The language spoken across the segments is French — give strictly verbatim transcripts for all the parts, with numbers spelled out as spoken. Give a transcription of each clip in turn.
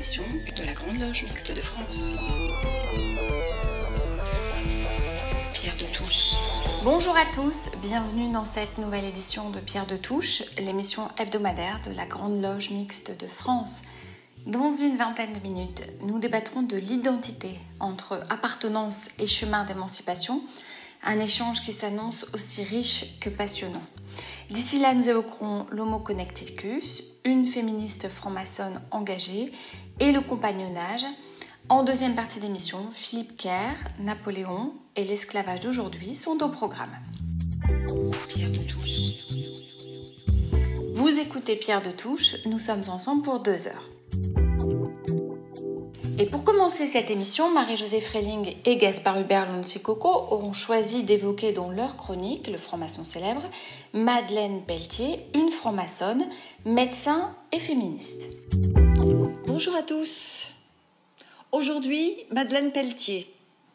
émission de la Grande Loge Mixte de France. Pierre de Touche. Bonjour à tous, bienvenue dans cette nouvelle édition de Pierre de Touche, l'émission hebdomadaire de la Grande Loge Mixte de France. Dans une vingtaine de minutes, nous débattrons de l'identité entre appartenance et chemin d'émancipation, un échange qui s'annonce aussi riche que passionnant. D'ici là, nous évoquerons l'Homo Connecticus, une féministe franc-maçonne engagée et le compagnonnage. En deuxième partie d'émission, Philippe Kerr, Napoléon et l'esclavage d'aujourd'hui sont au programme. Pierre de Touche. Vous écoutez Pierre de Touche, nous sommes ensemble pour deux heures. Et pour commencer cette émission, Marie-Josée Freling et Gaspard Hubert Loncy-Coco ont choisi d'évoquer dans leur chronique, le franc-maçon célèbre, Madeleine Pelletier, une franc-maçonne, médecin et féministe. Bonjour à tous. Aujourd'hui, Madeleine Pelletier.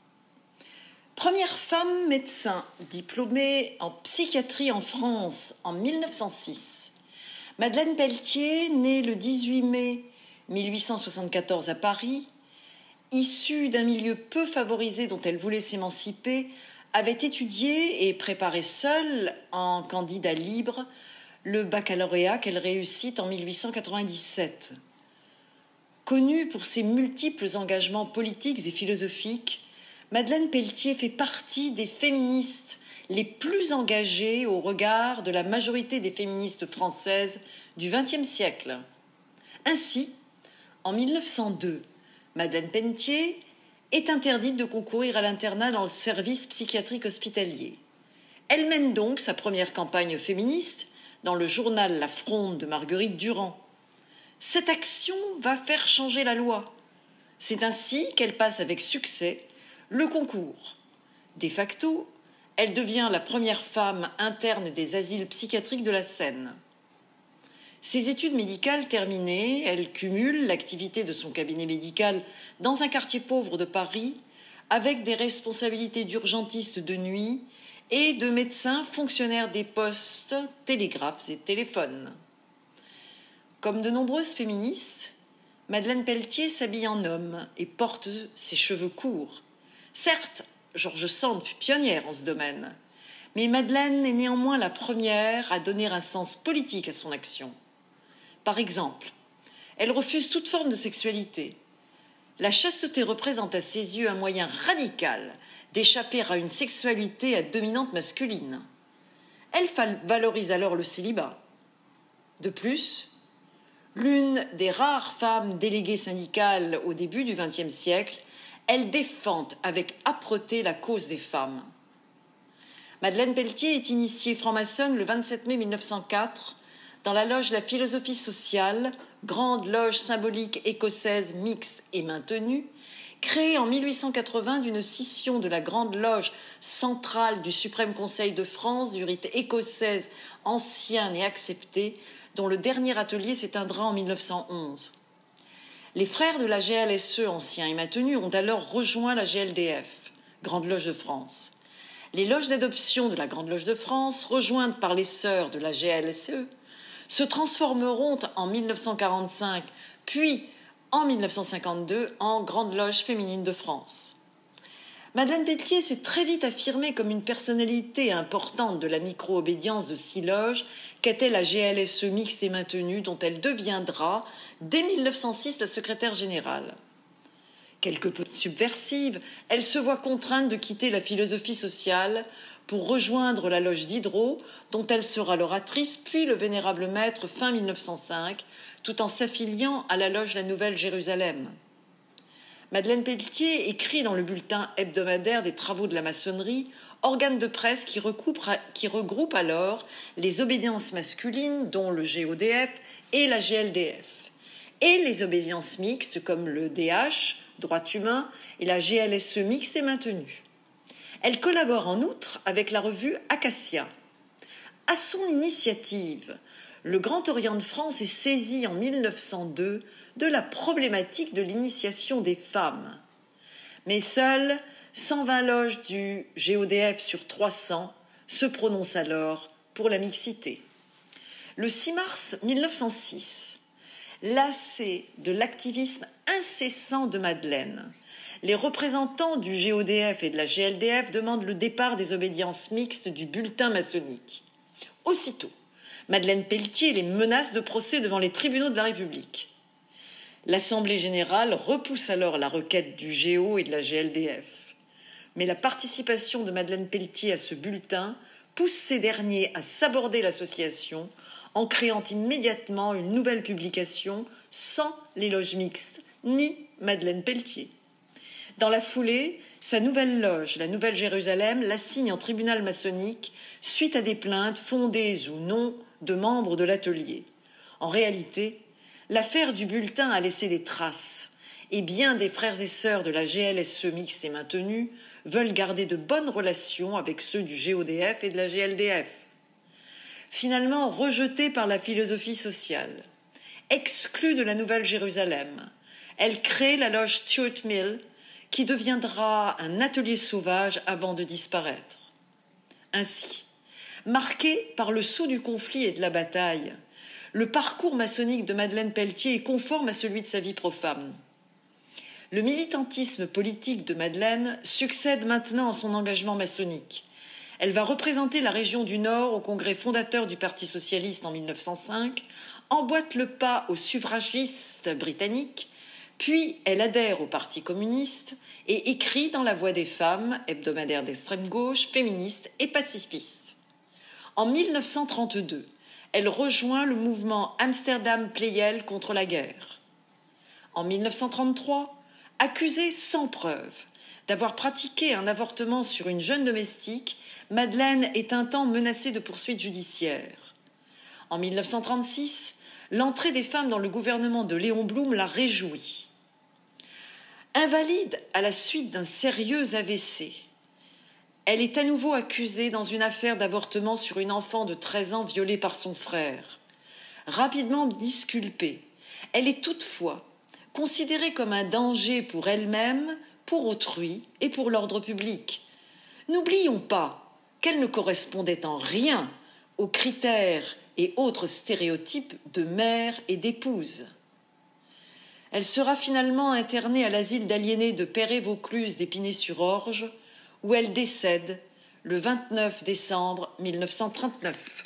Première femme médecin diplômée en psychiatrie en France en mille neuf cent six. Madeleine Pelletier, née le dix-huit mai mille huit cent soixante-quatorze à Paris, issue d'un milieu peu favorisé dont elle voulait s'émanciper, avait étudié et préparé seule, en candidat libre, le baccalauréat qu'elle réussit en mille huit cent quatre-vingt-dix-sept. Connue pour ses multiples engagements politiques et philosophiques, Madeleine Pelletier fait partie des féministes les plus engagées au regard de la majorité des féministes françaises du vingtième siècle. Ainsi, en mille neuf cent deux, Madeleine Pelletier est interdite de concourir à l'internat dans le service psychiatrique hospitalier. Elle mène donc sa première campagne féministe dans le journal La Fronde de Marguerite Durand. Cette action va faire changer la loi. C'est ainsi qu'elle passe avec succès le concours. De facto, elle devient la première femme interne des asiles psychiatriques de la Seine. Ses études médicales terminées, elle cumule l'activité de son cabinet médical dans un quartier pauvre de Paris avec des responsabilités d'urgentiste de nuit et de médecin fonctionnaire des postes, télégraphes et téléphones. Comme de nombreuses féministes, Madeleine Pelletier s'habille en homme et porte ses cheveux courts. Certes, George Sand fut pionnière en ce domaine, mais Madeleine est néanmoins la première à donner un sens politique à son action. Par exemple, elle refuse toute forme de sexualité. La chasteté représente à ses yeux un moyen radical d'échapper à une sexualité à dominante masculine. Elle valorise alors le célibat. De plus, l'une des rares femmes déléguées syndicales au début du vingtième siècle, elle défend avec âpreté la cause des femmes. Madeleine Pelletier est initiée franc-maçonne le vingt-sept mai mille neuf cent quatre dans la loge La Philosophie Sociale, grande loge symbolique écossaise mixte et maintenue, créée en mille huit cent quatre-vingts d'une scission de la grande loge centrale du Suprême Conseil de France du rite écossaise ancien et accepté, dont le dernier atelier s'éteindra en mille neuf cent onze. Les frères de la G L S E anciens et maintenus ont alors rejoint la G L D F, Grande Loge de France. Les loges d'adoption de la Grande Loge de France, rejointes par les sœurs de la G L S E, se transformeront en mille neuf cent quarante-cinq, puis en mille neuf cent cinquante-deux en Grande Loge féminine de France. Madeleine Pelletier s'est très vite affirmée comme une personnalité importante de la micro-obédience de six loges qu'était la G L S E mixte et maintenue, dont elle deviendra, dès mille neuf cent six, la secrétaire générale. Quelque peu subversive, elle se voit contrainte de quitter la philosophie sociale pour rejoindre la loge Diderot, dont elle sera l'oratrice, puis le vénérable maître fin mille neuf cent cinq, tout en s'affiliant à la loge La Nouvelle Jérusalem. Madeleine Pelletier écrit dans le bulletin hebdomadaire des travaux de la maçonnerie, organe de presse qui regroupe, qui regroupe alors les obédiences masculines, dont le G O D F et la G L D F, et les obédiences mixtes comme le D H, droit humain, et la G L S E mixte et maintenue. Elle collabore en outre avec la revue Acacia. À son initiative, le Grand Orient de France est saisi en mille neuf cent deux de la problématique de l'initiation des femmes. Mais seules cent vingt loges du G O D F sur trois cents se prononcent alors pour la mixité. Le six mars mille neuf cent six, Lassés de l'activisme incessant de Madeleine, les représentants du G O D F et de la G L D F demandent le départ des obédiences mixtes du bulletin maçonnique. Aussitôt, Madeleine Pelletier les menace de procès devant les tribunaux de la République. L'Assemblée générale repousse alors la requête du G O et de la G L D F. Mais la participation de Madeleine Pelletier à ce bulletin pousse ces derniers à saborder l'association en créant immédiatement une nouvelle publication sans les loges mixtes, ni Madeleine Pelletier. Dans la foulée, sa nouvelle loge, la Nouvelle Jérusalem, l'assigne en tribunal maçonnique suite à des plaintes fondées ou non de membres de l'atelier. En réalité, l'affaire du bulletin a laissé des traces, et bien des frères et sœurs de la G L S E mixte et maintenue veulent garder de bonnes relations avec ceux du G O D F et de la G L D F. Finalement rejetée par la philosophie sociale, exclue de la Nouvelle Jérusalem, elle crée la loge Stuart Mill, qui deviendra un atelier sauvage avant de disparaître. Ainsi, marqué par le sceau du conflit et de la bataille, le parcours maçonnique de Madeleine Pelletier est conforme à celui de sa vie profane. Le militantisme politique de Madeleine succède maintenant à son engagement maçonnique. Elle va représenter la région du Nord au congrès fondateur du Parti socialiste en mille neuf cent cinq, emboîte le pas aux suffragistes britanniques, puis elle adhère au Parti communiste et écrit dans La Voix des femmes, hebdomadaire d'extrême gauche, féministe et pacifiste. En mille neuf cent trente-deux, elle rejoint le mouvement Amsterdam Pleyel contre la guerre. En mille neuf cent trente-trois, accusée sans preuve d'avoir pratiqué un avortement sur une jeune domestique, Madeleine est un temps menacée de poursuites judiciaires. En mille neuf cent trente-six, l'entrée des femmes dans le gouvernement de Léon Blum la réjouit. Invalide à la suite d'un sérieux A V C, elle est à nouveau accusée dans une affaire d'avortement sur une enfant de treize ans violée par son frère. Rapidement disculpée, elle est toutefois considérée comme un danger pour elle-même, pour autrui et pour l'ordre public. N'oublions pas qu'elle ne correspondait en rien aux critères et autres stéréotypes de mère et d'épouse. Elle sera finalement internée à l'asile d'aliénés de Perret-Vaucluse d'Épinay-sur-Orge, où elle décède le vingt-neuf décembre mille neuf cent trente-neuf.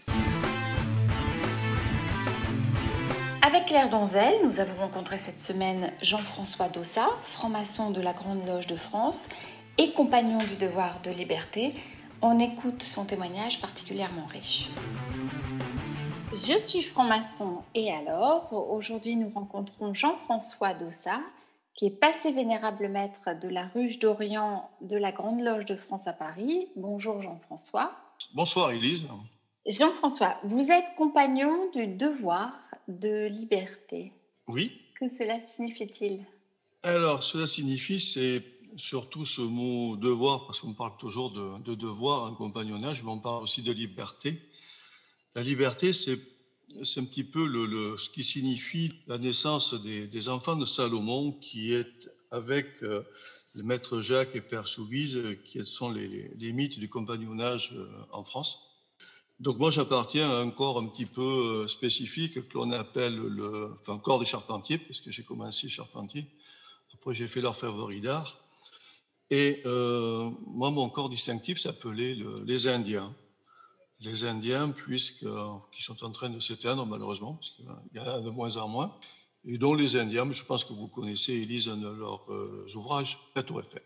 Avec Claire Donzel, nous avons rencontré cette semaine Jean-François Dossat, franc-maçon de la Grande Loge de France et compagnon du devoir de liberté. On écoute son témoignage particulièrement riche. Je suis franc-maçon et alors, aujourd'hui nous rencontrons Jean-François Dossat, qui est passé vénérable maître de la Ruche d'Orient de la Grande Loge de France à Paris. Bonjour Jean-François. Bonsoir Élise. Jean-François, vous êtes compagnon du devoir de liberté. Oui. Que cela signifie-t-il ? Alors, cela signifie, c'est surtout ce mot devoir, parce qu'on parle toujours de, de devoir, un compagnonnage, mais on parle aussi de liberté. La liberté, c'est, c'est un petit peu le, le, ce qui signifie la naissance des, des enfants de Salomon, qui est avec euh, le maître Jacques et Père Soubise, qui sont les, les, les mythes du compagnonnage euh, en France. Donc moi, j'appartiens à un corps un petit peu spécifique que l'on appelle le enfin, corps des charpentiers, parce que j'ai commencé charpentier. Après, j'ai fait l'orfèvrerie d'art. Et euh, moi, mon corps distinctif s'appelait le, les Indiens. Les Indiens, puisque, qui sont en train de s'éteindre, malheureusement, parce qu'il y en a de moins en moins, et dont les Indiens, je pense que vous connaissez et lisez un de leurs euh, ouvrages, la Tour Eiffel.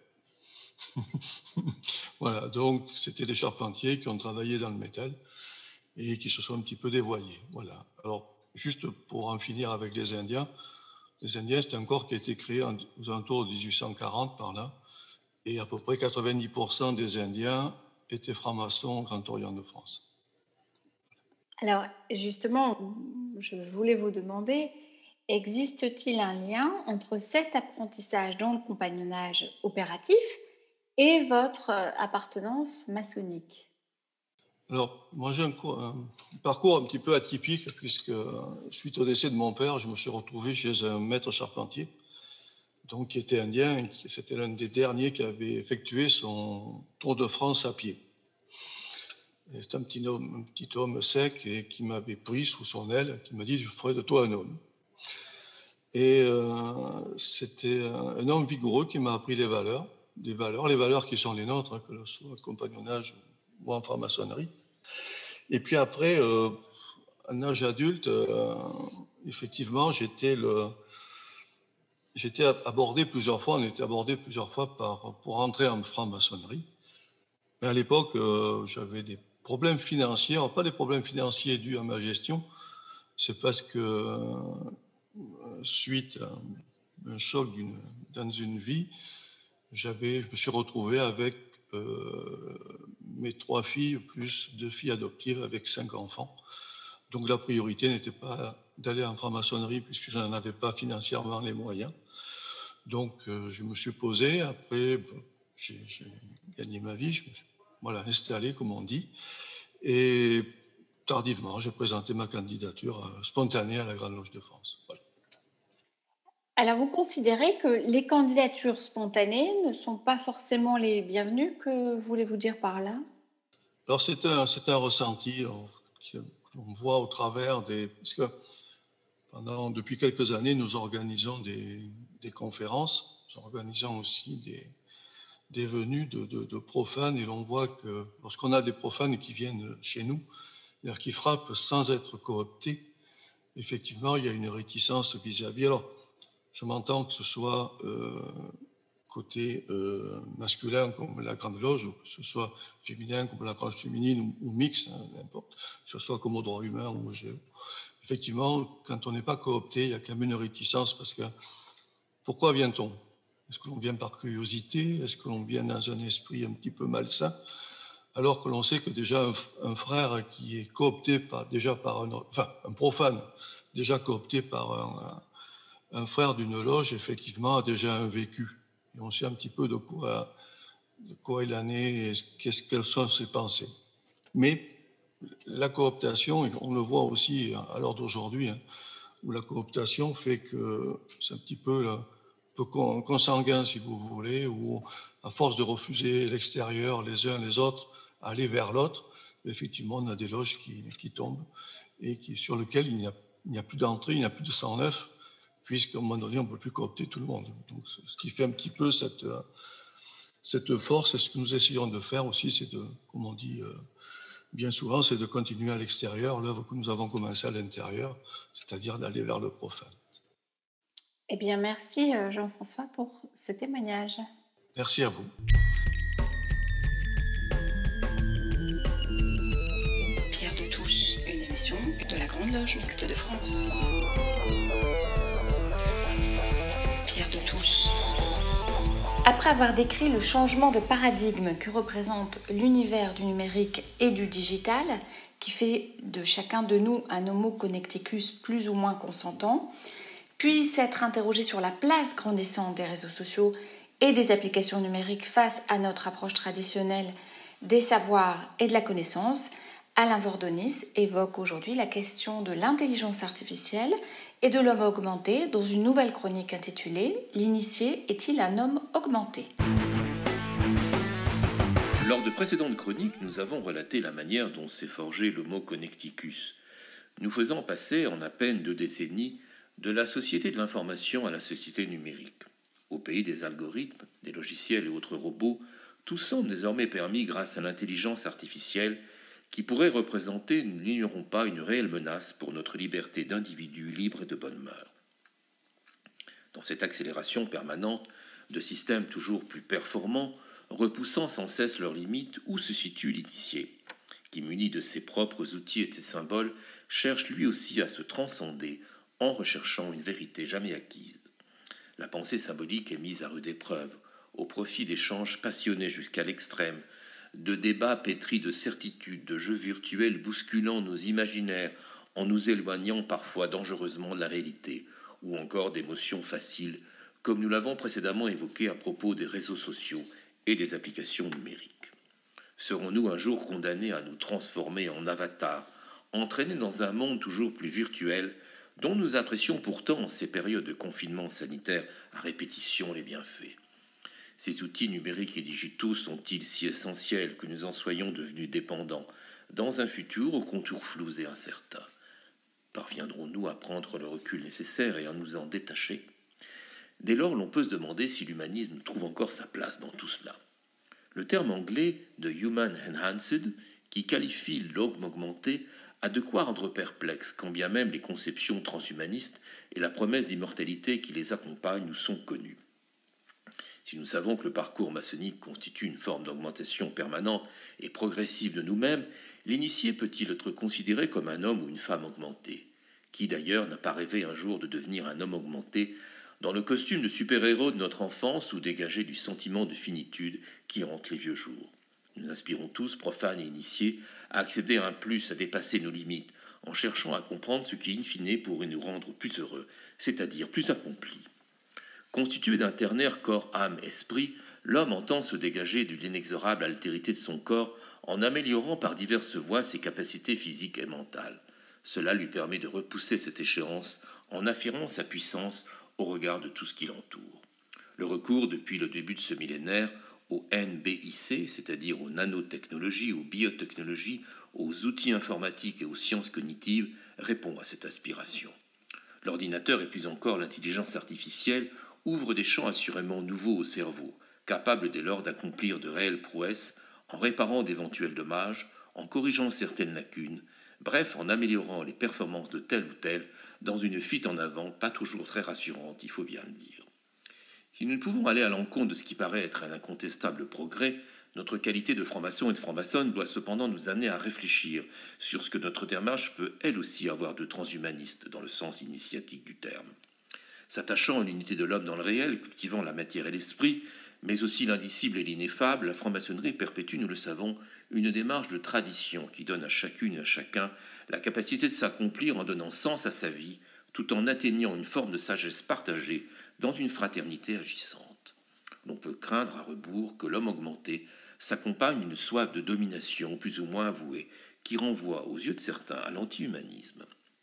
Voilà, donc c'était des charpentiers qui ont travaillé dans le métal et qui se sont un petit peu dévoyés. Voilà. Alors, juste pour en finir avec les Indiens, les Indiens, c'est un corps qui a été créé en, aux alentours de dix-huit cent quarante par là, et à peu près quatre-vingt-dix pour cent des Indiens étaient francs-maçons au Grand Orient de France. Alors, justement, je voulais vous demander, existe-t-il un lien entre cet apprentissage dans le compagnonnage opératif et votre appartenance maçonnique ? Alors, moi j'ai un, un parcours un petit peu atypique, puisque suite au décès de mon père, je me suis retrouvé chez un maître charpentier, donc qui était indien, et qui, c'était l'un des derniers qui avait effectué son tour de France à pied. Et c'est un petit, homme, un petit homme sec et qui m'avait pris sous son aile, qui m'a dit « je ferai de toi un homme ». Et euh, c'était un, un homme vigoureux qui m'a appris les valeurs, des valeurs, les valeurs qui sont les nôtres, hein, que ce soit compagnonnage ou en franc-maçonnerie. Et puis après, euh, à un âge adulte, euh, effectivement, j'étais le, j'étais abordé plusieurs fois, on était abordé plusieurs fois par, pour entrer en franc-maçonnerie. Mais à l'époque, euh, j'avais des problèmes financiers, alors pas des problèmes financiers dus à ma gestion, c'est parce que euh, suite à un choc d'une, dans une vie, j'avais, je me suis retrouvé avec euh, mes trois filles, plus deux filles adoptives avec cinq enfants. Donc la priorité n'était pas d'aller en franc-maçonnerie puisque je n'en avais pas financièrement les moyens. Donc euh, je me suis posé, après bon, j'ai, j'ai gagné ma vie, je me suis voilà, installé comme on dit, et tardivement j'ai présenté ma candidature euh, spontanée à la Grande Loge de France. Voilà. Alors, vous considérez que les candidatures spontanées ne sont pas forcément les bienvenues? Que voulez-vous dire par là? Alors c'est un, c'est un ressenti que l'on voit au travers des... Parce que pendant, depuis quelques années, nous organisons des, des conférences, nous organisons aussi des, des venues de, de, de profanes, et l'on voit que lorsqu'on a des profanes qui viennent chez nous, c'est-à-dire qui frappent sans être cooptés, effectivement, il y a une réticence vis-à-vis. Alors, je m'entends que ce soit euh, côté euh, masculin comme la Grande Loge, ou que ce soit féminin comme la Grande féminine, ou, ou mixte, hein, n'importe, que ce soit comme au droit humain ou au G E. Effectivement, quand on n'est pas coopté, il y a quand même une réticence, parce que pourquoi vient-on? Est-ce que l'on vient par curiosité? Est-ce que l'on vient dans un esprit un petit peu malsain? Alors que l'on sait que déjà un, un frère qui est coopté par, déjà par un, enfin, un profane, déjà coopté par un, un frère d'une loge, effectivement, a déjà un vécu. Et on sait un petit peu de quoi, de quoi il en est, et qu'est-ce, quelles sont ses pensées. Mais la cooptation, on le voit aussi à l'heure d'aujourd'hui, hein, où la cooptation fait que c'est un petit peu, là, un peu consanguin, si vous voulez, où à force de refuser l'extérieur, les uns les autres, aller vers l'autre, effectivement, on a des loges qui, qui tombent et qui, sur lesquelles il n'y a, il n'y a plus d'entrée, il n'y a plus de sang neuf, puisqu'à un moment donné, on ne peut plus coopter tout le monde. Donc, ce qui fait un petit peu cette, cette force, et ce que nous essayons de faire aussi, c'est de, comme on dit bien souvent, c'est de continuer à l'extérieur l'œuvre que nous avons commencée à l'intérieur, c'est-à-dire d'aller vers le profane. Eh bien, merci Jean-François pour ce témoignage. Merci à vous. Pierre de Touche, une émission de la Grande Loge Mixte de France. Pierre de Touche. Après avoir décrit le changement de paradigme que représente l'univers du numérique et du digital, qui fait de chacun de nous un homo connecticus plus ou moins consentant, puis s'être interrogé sur la place grandissante des réseaux sociaux et des applications numériques face à notre approche traditionnelle des savoirs et de la connaissance, Alain Vordonis évoque aujourd'hui la question de l'intelligence artificielle et de l'homme augmenté dans une nouvelle chronique intitulée « L'initié est-il un homme augmenté ?» Lors de précédentes chroniques, nous avons relaté la manière dont s'est forgé l'homo connecticus, nous faisant passer en à peine deux décennies de la société de l'information à la société numérique. Au pays des algorithmes, des logiciels et autres robots, tout semble désormais permis grâce à l'intelligence artificielle qui pourrait représenter, nous n'ignorons pas, une réelle menace pour notre liberté d'individu libre et de bonne mœurs. Dans cette accélération permanente de systèmes toujours plus performants, repoussant sans cesse leurs limites, où se situe l'initié, qui, muni de ses propres outils et de ses symboles, cherche lui aussi à se transcender en recherchant une vérité jamais acquise. La pensée symbolique est mise à rude épreuve, au profit d'échanges passionnés jusqu'à l'extrême, de débats pétris de certitudes, de jeux virtuels bousculant nos imaginaires en nous éloignant parfois dangereusement de la réalité, ou encore d'émotions faciles, comme nous l'avons précédemment évoqué à propos des réseaux sociaux et des applications numériques. Serons-nous un jour condamnés à nous transformer en avatars, entraînés dans un monde toujours plus virtuel, dont nous apprécions pourtant en ces périodes de confinement sanitaire à répétition les bienfaits? Ces outils numériques et digitaux sont-ils si essentiels que nous en soyons devenus dépendants, dans un futur aux contours flous et incertains? Parviendrons-nous à prendre le recul nécessaire et à nous en détacher ? Dès lors, l'on peut se demander si l'humanisme trouve encore sa place dans tout cela. Le terme anglais de « human enhanced », qui qualifie l'homme augmenté, a de quoi rendre perplexe, quand bien même les conceptions transhumanistes et la promesse d'immortalité qui les accompagne nous sont connues. Si nous savons que le parcours maçonnique constitue une forme d'augmentation permanente et progressive de nous-mêmes, l'initié peut-il être considéré comme un homme ou une femme augmenté ? Qui d'ailleurs n'a pas rêvé un jour de devenir un homme augmenté dans le costume de super-héros de notre enfance ou dégagé du sentiment de finitude qui hante les vieux jours ? Nous aspirons tous, profanes et initiés, à accéder à un plus, à dépasser nos limites, en cherchant à comprendre ce qui, in fine, pourrait nous rendre plus heureux, c'est-à-dire plus accomplis. Constitué d'un ternaire corps, âme, esprit, l'homme entend se dégager de l'inexorable altérité de son corps en améliorant par diverses voies ses capacités physiques et mentales. Cela lui permet de repousser cette échéance en affirmant sa puissance au regard de tout ce qui l'entoure. Le recours, depuis le début de ce millénaire, au N B I C, c'est-à-dire aux nanotechnologies, aux biotechnologies, aux outils informatiques et aux sciences cognitives, répond à cette aspiration. L'ordinateur et plus encore l'intelligence artificielle ouvrent des champs assurément nouveaux au cerveau, capables dès lors d'accomplir de réelles prouesses en réparant d'éventuels dommages, en corrigeant certaines lacunes, bref, en améliorant les performances de tel ou tel dans une fuite en avant pas toujours très rassurante, il faut bien le dire. Si nous ne pouvons aller à l'encontre de ce qui paraît être un incontestable progrès, notre qualité de franc-maçon et de franc-maçonne doit cependant nous amener à réfléchir sur ce que notre démarche peut elle aussi avoir de transhumaniste dans le sens initiatique du terme. S'attachant à l'unité de l'homme dans le réel, cultivant la matière et l'esprit, mais aussi l'indicible et l'ineffable, la franc-maçonnerie perpétue, nous le savons, une démarche de tradition qui donne à chacune et à chacun la capacité de s'accomplir en donnant sens à sa vie, tout en atteignant une forme de sagesse partagée dans une fraternité agissante. L'on peut craindre à rebours que l'homme augmenté s'accompagne d'une soif de domination plus ou moins avouée, qui renvoie aux yeux de certains à l'anti-humanisme.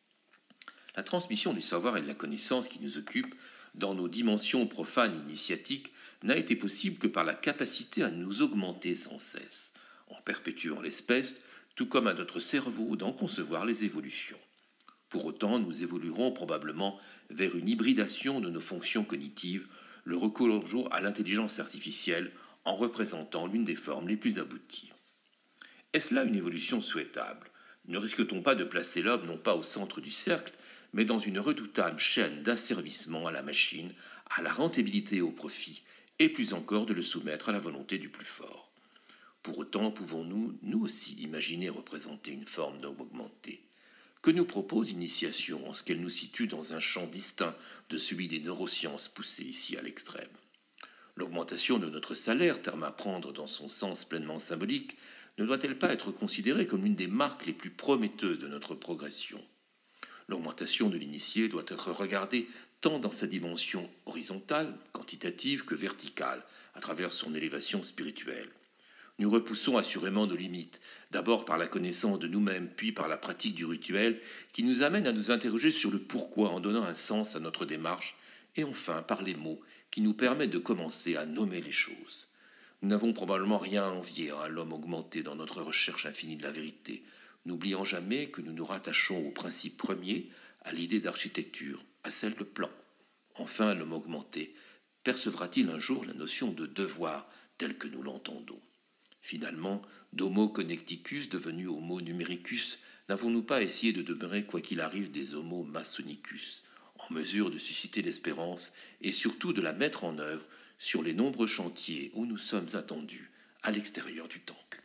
La transmission du savoir et de la connaissance qui nous occupe dans nos dimensions profanes initiatiques n'a été possible que par la capacité à nous augmenter sans cesse, en perpétuant l'espèce, tout comme à notre cerveau d'en concevoir les évolutions. Pour autant, nous évoluerons probablement vers une hybridation de nos fonctions cognitives, le recours au jour à l'intelligence artificielle en représentant l'une des formes les plus abouties. Est-ce là une évolution souhaitable ? Ne risque-t-on pas de placer l'homme non pas au centre du cercle, mais dans une redoutable chaîne d'asservissement à la machine, à la rentabilité et au profit, et plus encore de le soumettre à la volonté du plus fort ? Pour autant, pouvons-nous, nous aussi, imaginer représenter une forme d'homme augmenté ? Que nous propose l'initiation en ce qu'elle nous situe dans un champ distinct de celui des neurosciences poussées ici à l'extrême ? L'augmentation de notre salaire, terme à prendre dans son sens pleinement symbolique, ne doit-elle pas être considérée comme l'une des marques les plus prometteuses de notre progression ? L'augmentation de l'initié doit être regardée tant dans sa dimension horizontale, quantitative, que verticale, à travers son élévation spirituelle. Nous repoussons assurément nos limites, d'abord par la connaissance de nous-mêmes, puis par la pratique du rituel, qui nous amène à nous interroger sur le pourquoi en donnant un sens à notre démarche, et enfin par les mots qui nous permettent de commencer à nommer les choses. Nous n'avons probablement rien à envier à l'homme augmenté dans notre recherche infinie de la vérité, n'oubliant jamais que nous nous rattachons au principe premier, à l'idée d'architecture, à celle de plan. Enfin, l'homme augmenté percevra-t-il un jour la notion de devoir telle que nous l'entendons ? Finalement, d'homo connecticus devenu homo numericus, n'avons-nous pas essayé de demeurer, quoi qu'il arrive, des homo masonicus, en mesure de susciter l'espérance et surtout de la mettre en œuvre sur les nombreux chantiers où nous sommes attendus à l'extérieur du temple.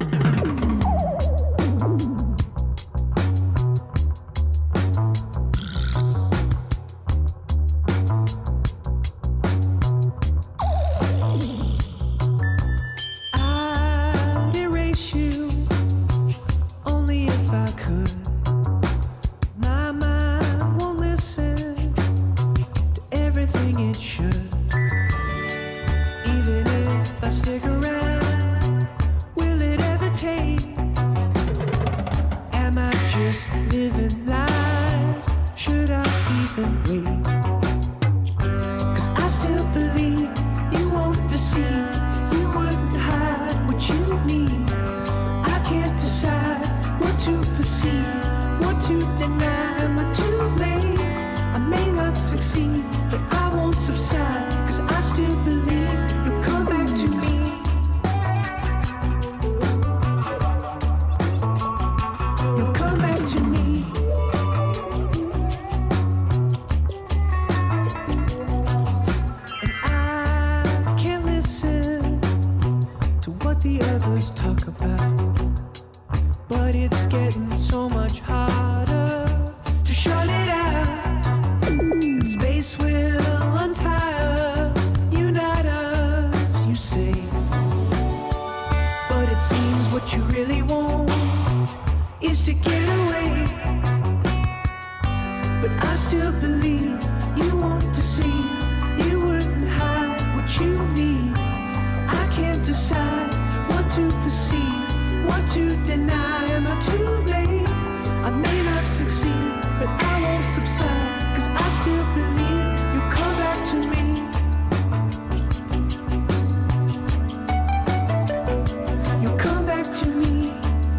What to deny, what to succeed, but I won't subside, cause I still believe you'll come back to me. You'll come back to me. And I can't listen to what the others talk about, but it's getting so much harder to shut it out. And space will untie us, unite us, you say. But it seems what you really want is to get away. But I still believe you want to see. You wouldn't hide what you need. I can't decide what to perceive, what to deny. Am I too late? I may not succeed, but I won't subside, cause I still believe you'll come back to me. You'll come back to me.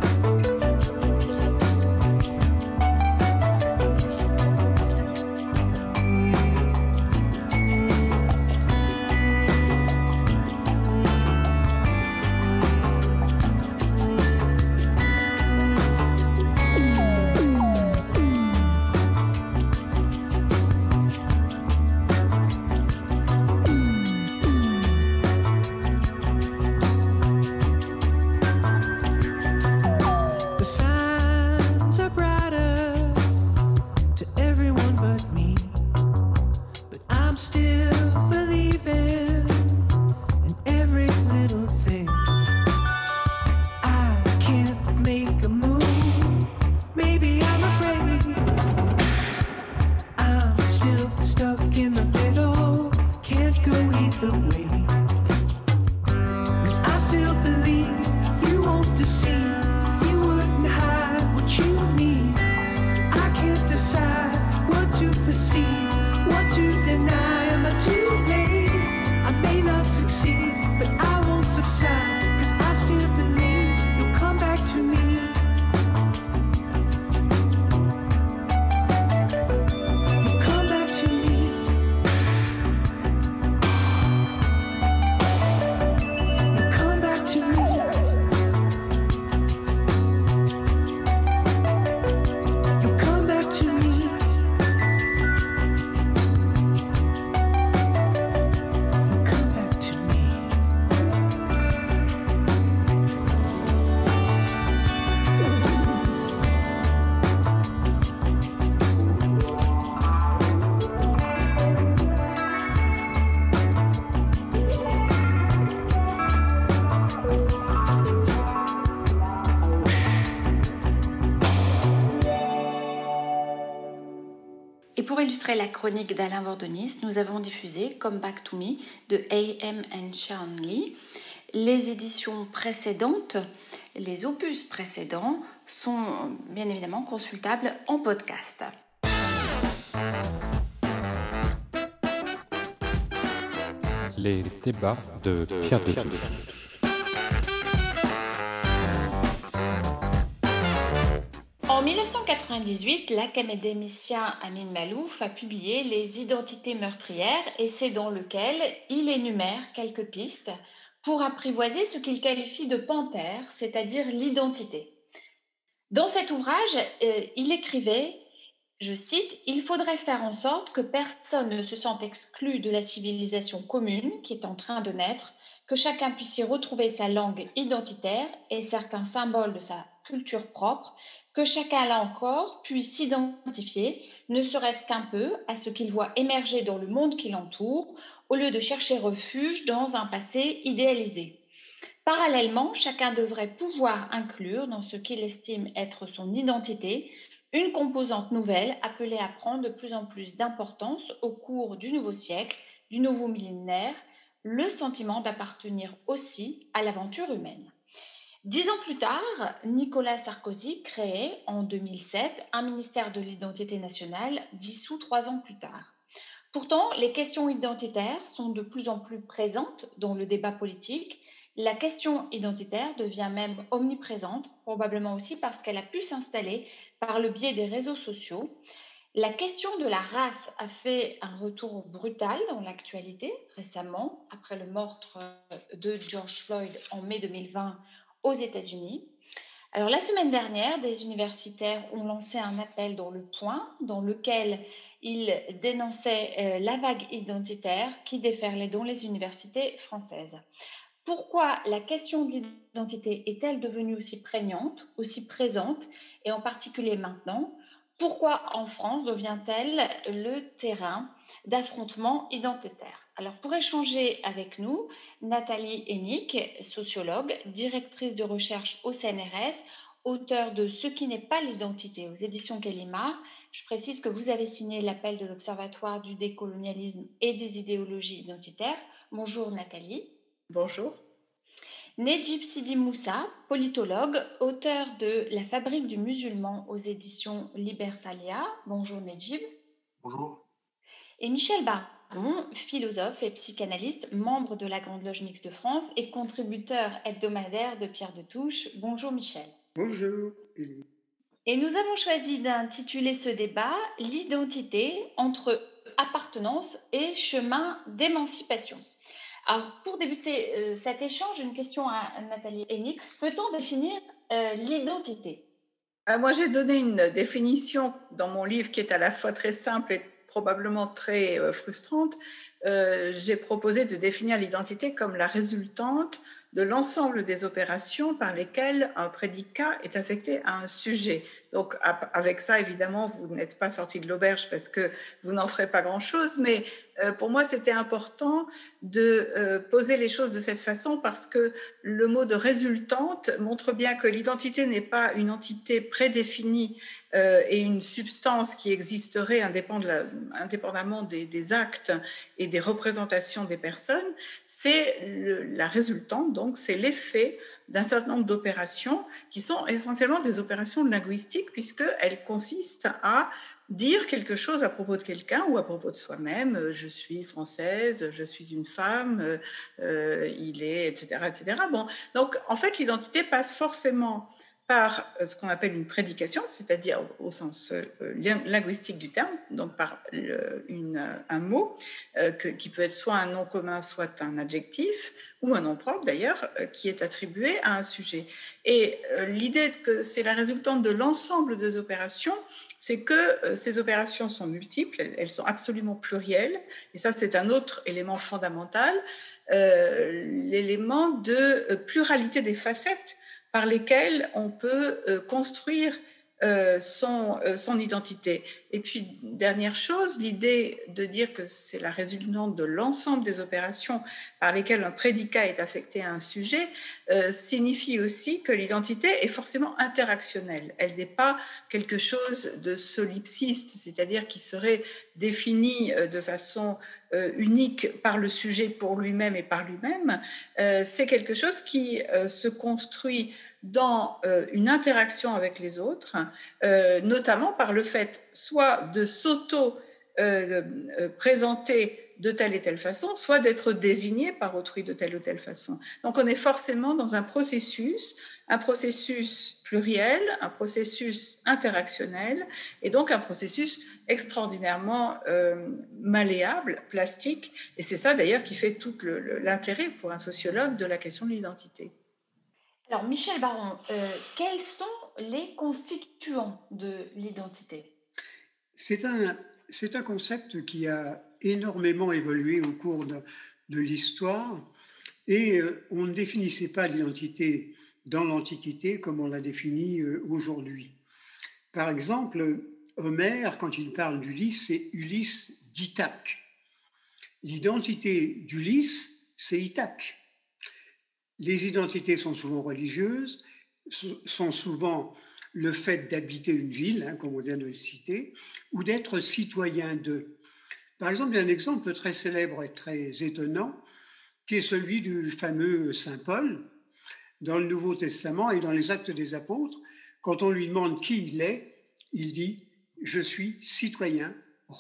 The signs are brighter to everyone but me, but I'm still believing in every little thing. I can't make a move, maybe I'm afraid. I'm still stuck in the middle, can't go either way. Cause I still believe you won't deceive. You wouldn't hide what you need. I can't decide what to perceive, what to deny. Am I too late? I may not succeed, but I won't subside, cause I still believe you'll come back to me. You'll come back to me. You'll come back to me. You'll come back to me. You'll come back to me. Et pour illustrer la chronique d'Alain Vordonis, nous avons diffusé Come Back to Me de A M and Shawn Lee. Les éditions précédentes, les opus précédents, sont bien évidemment consultables en podcast. Les débats de Pierre de Touche. En mille neuf cent quatre-vingt-dix-huit, l'académicien Amin Maalouf a publié Les identités meurtrières, essai dans lequel il énumère quelques pistes pour apprivoiser ce qu'il qualifie de panthère, c'est-à-dire l'identité. Dans cet ouvrage, euh, il écrivait, je cite, « Il faudrait faire en sorte que personne ne se sente exclu de la civilisation commune qui est en train de naître, que chacun puisse y retrouver sa langue identitaire et certains symboles de sa culture propre, que chacun, là encore, puisse s'identifier, ne serait-ce qu'un peu, à ce qu'il voit émerger dans le monde qui l'entoure, au lieu de chercher refuge dans un passé idéalisé. Parallèlement, chacun devrait pouvoir inclure dans ce qu'il estime être son identité une composante nouvelle appelée à prendre de plus en plus d'importance au cours du nouveau siècle, du nouveau millénaire, le sentiment d'appartenir aussi à l'aventure humaine. » Dix ans plus tard, Nicolas Sarkozy créait en deux mille sept un ministère de l'identité nationale dissous trois ans plus tard. Pourtant, les questions identitaires sont de plus en plus présentes dans le débat politique. La question identitaire devient même omniprésente, probablement aussi parce qu'elle a pu s'installer par le biais des réseaux sociaux. La question de la race a fait un retour brutal dans l'actualité récemment, après le meurtre de George Floyd en mai deux mille vingt aux États-Unis. Alors la semaine dernière, des universitaires ont lancé un appel dans Le Point, dans lequel ils dénonçaient euh, la vague identitaire qui déferlait dans les universités françaises. Pourquoi la question de l'identité est-elle devenue aussi prégnante, aussi présente, et en particulier maintenant ? Pourquoi en France devient-elle le terrain d'affrontement identitaire ? Alors pour échanger avec nous, Nathalie Hennick, sociologue, directrice de recherche au C N R S, auteure de Ce qui n'est pas l'identité aux éditions Gallimard. Je précise que vous avez signé l'appel de l'Observatoire du décolonialisme et des idéologies identitaires. Bonjour Nathalie. Bonjour. Nedjib Sidi Moussa, politologue, auteur de La fabrique du musulman aux éditions Libertalia. Bonjour Nedjib. Bonjour. Et Michel Baron, philosophe et psychanalyste, membre de la Grande Loge Mixte de France et contributeur hebdomadaire de Pierre de Touche. Bonjour Michel. Bonjour Élie. Et nous avons choisi d'intituler ce débat « L'identité entre appartenance et chemin d'émancipation ». Alors, pour débuter euh, cet échange, une question à, à Nathalie Hennick. Peut-on définir euh, l'identité ? euh, Moi, j'ai donné une définition dans mon livre qui est à la fois très simple et probablement très euh, frustrante. Euh, j'ai proposé de définir l'identité comme la résultante de l'ensemble des opérations par lesquelles un prédicat est affecté à un sujet. Donc, avec ça, évidemment, vous n'êtes pas sorti de l'auberge parce que vous n'en ferez pas grand-chose, mais euh, pour moi, c'était important de euh, poser les choses de cette façon parce que le mot de résultante montre bien que l'identité n'est pas une entité prédéfinie euh, et une substance qui existerait indépendamment des, des actes et des représentations des personnes, c'est le, la résultante, donc c'est l'effet d'un certain nombre d'opérations qui sont essentiellement des opérations linguistiques puisqu'elles consistent à dire quelque chose à propos de quelqu'un ou à propos de soi-même. Je suis française, je suis une femme, euh, il est, et cetera, et cetera. Bon, donc en fait, l'identité passe forcément par ce qu'on appelle une prédication, c'est-à-dire au sens linguistique du terme, donc par une, un mot euh, que, qui peut être soit un nom commun, soit un adjectif, ou un nom propre d'ailleurs, euh, qui est attribué à un sujet. Et euh, l'idée que c'est la résultante de l'ensemble des opérations, c'est que euh, ces opérations sont multiples, elles, elles sont absolument plurielles, et ça c'est un autre élément fondamental, euh, l'élément de euh, pluralité des facettes par lesquelles on peut euh, construire euh, son, euh, son identité. Et puis, dernière chose, l'idée de dire que c'est la résultante de l'ensemble des opérations par lesquelles un prédicat est affecté à un sujet euh, signifie aussi que l'identité est forcément interactionnelle. Elle n'est pas quelque chose de solipsiste, c'est-à-dire qui serait défini euh, de façon euh, unique par le sujet pour lui-même et par lui-même. Euh, c'est quelque chose qui euh, se construit dans euh, une interaction avec les autres, euh, notamment par le fait soit de s'auto-présenter euh, de telle et telle façon, soit d'être désigné par autrui de telle ou telle façon. Donc on est forcément dans un processus, un processus pluriel, un processus interactionnel, et donc un processus extraordinairement euh, malléable, plastique, et c'est ça d'ailleurs qui fait tout le, le, l'intérêt pour un sociologue de la question de l'identité. Alors, Michel Baron, euh, quels sont les constituants de l'identité ? C'est un, c'est un concept qui a énormément évolué au cours de, de l'histoire et euh, on ne définissait pas l'identité dans l'Antiquité comme on la définit euh, aujourd'hui. Par exemple, Homère, quand il parle d'Ulysse, c'est Ulysse d'Ithaque. L'identité d'Ulysse, c'est Ithaque. Les identités sont souvent religieuses, sont souvent le fait d'habiter une ville, hein, comme on vient de le citer, ou d'être citoyen d'eux. Par exemple, il y a un exemple très célèbre et très étonnant, qui est celui du fameux Saint Paul, dans le Nouveau Testament et dans les Actes des Apôtres. Quand on lui demande qui il est, il dit « Je suis citoyen romain ».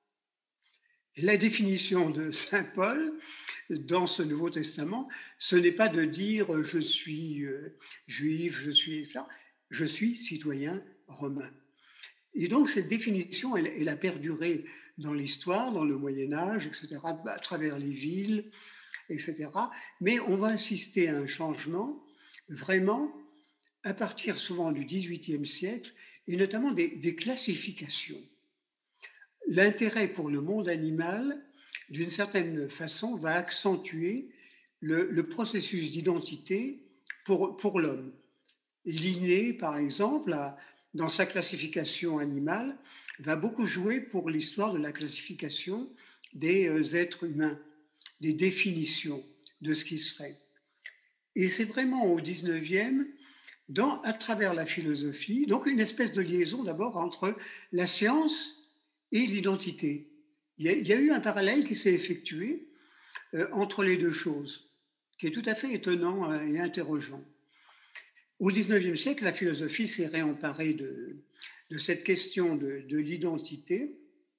La définition de Saint Paul dans ce Nouveau Testament, ce n'est pas de dire je suis euh, juif, je suis ça, je suis citoyen romain. Et donc cette définition, elle, elle a perduré dans l'histoire, dans le Moyen-Âge, et cetera, à travers les villes, et cetera. Mais on va assister à un changement vraiment à partir souvent du dix-huitième siècle, et notamment des, des classifications. L'intérêt pour le monde animal, d'une certaine façon, va accentuer le, le processus d'identité pour, pour l'homme. Linné, par exemple, a, dans sa classification animale, va beaucoup jouer pour l'histoire de la classification des euh, êtres humains, des définitions de ce qui serait. Et c'est vraiment au dix-neuvième, dans, à travers la philosophie, donc une espèce de liaison d'abord entre la science et l'identité. Il y a, il y a eu un parallèle qui s'est effectué euh, entre les deux choses, qui est tout à fait étonnant euh, et interrogeant. Au dix-neuvième siècle, la philosophie s'est réemparée de, de cette question de, de l'identité,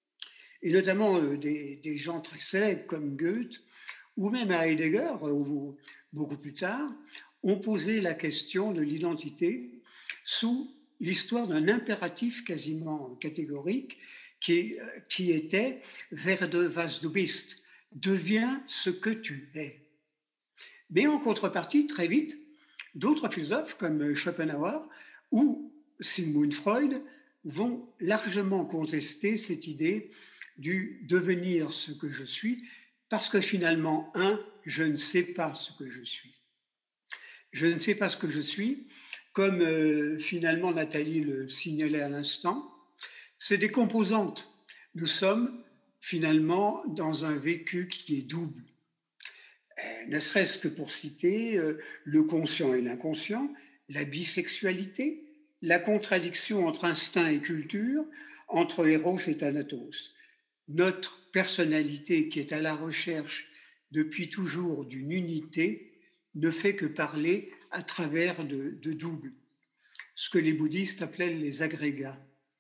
et notamment euh, des, des gens très célèbres comme Goethe, ou même à Heidegger, ou beaucoup plus tard, ont posé la question de l'identité sous l'histoire d'un impératif quasiment catégorique qui, qui était « Werde was du bist », « deviens ce que tu es ». Mais en contrepartie, très vite, d'autres philosophes comme Schopenhauer ou Sigmund Freud vont largement contester cette idée du devenir ce que je suis, parce que finalement, un, je ne sais pas ce que je suis. Je ne sais pas ce que je suis, comme euh, finalement Nathalie le signalait à l'instant, c'est des composantes. Nous sommes finalement dans un vécu qui est double. Euh, ne serait-ce que pour citer euh, le conscient et l'inconscient, la bisexualité, la contradiction entre instinct et culture, entre Eros et Thanatos. Notre personnalité qui est à la recherche depuis toujours d'une unité ne fait que parler à travers de, de doubles, ce que les bouddhistes appelaient les agrégats.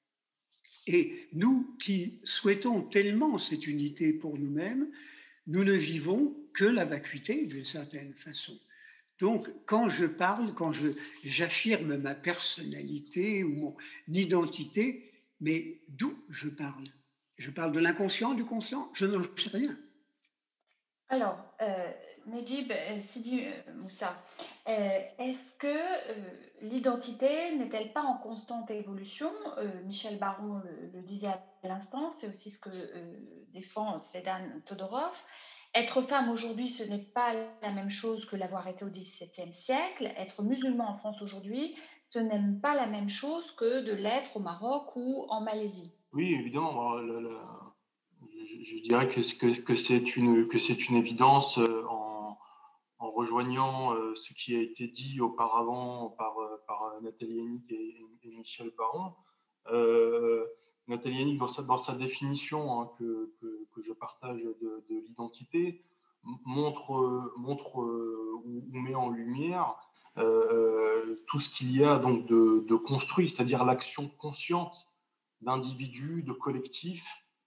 Et nous qui souhaitons tellement cette unité pour nous-mêmes, nous ne vivons que la vacuité d'une certaine façon. Donc, quand je parle, quand je, j'affirme ma personnalité ou mon identité, mais d'où je parle? Je parle de l'inconscient, du conscient? Je n'en sais rien. Alors, euh, Nedjib euh, Sidi euh, Moussa, euh, est-ce que euh, l'identité n'est-elle pas en constante évolution? euh, Michel Baron le, le disait à l'instant, c'est aussi ce que euh, défend Svedan Todorov. Être femme aujourd'hui, ce n'est pas la même chose que l'avoir été au dix-septième siècle. Être musulman en France aujourd'hui, ce n'est pas la même chose que de l'être au Maroc ou en Malaisie. Oui, évidemment. La, la, je, je dirais que, que, que, c'est une, que c'est une évidence euh, en, en rejoignant euh, ce qui a été dit auparavant par, par Nathalie Hennig et, et Michel Baron. Euh, Nathalie Hennig, dans sa, dans sa définition hein, que, que, que je partage de, de l'identité, montre, montre euh, ou, ou met en lumière euh, tout ce qu'il y a donc de, de construit, c'est-à-dire l'action consciente d'individus, de collectifs,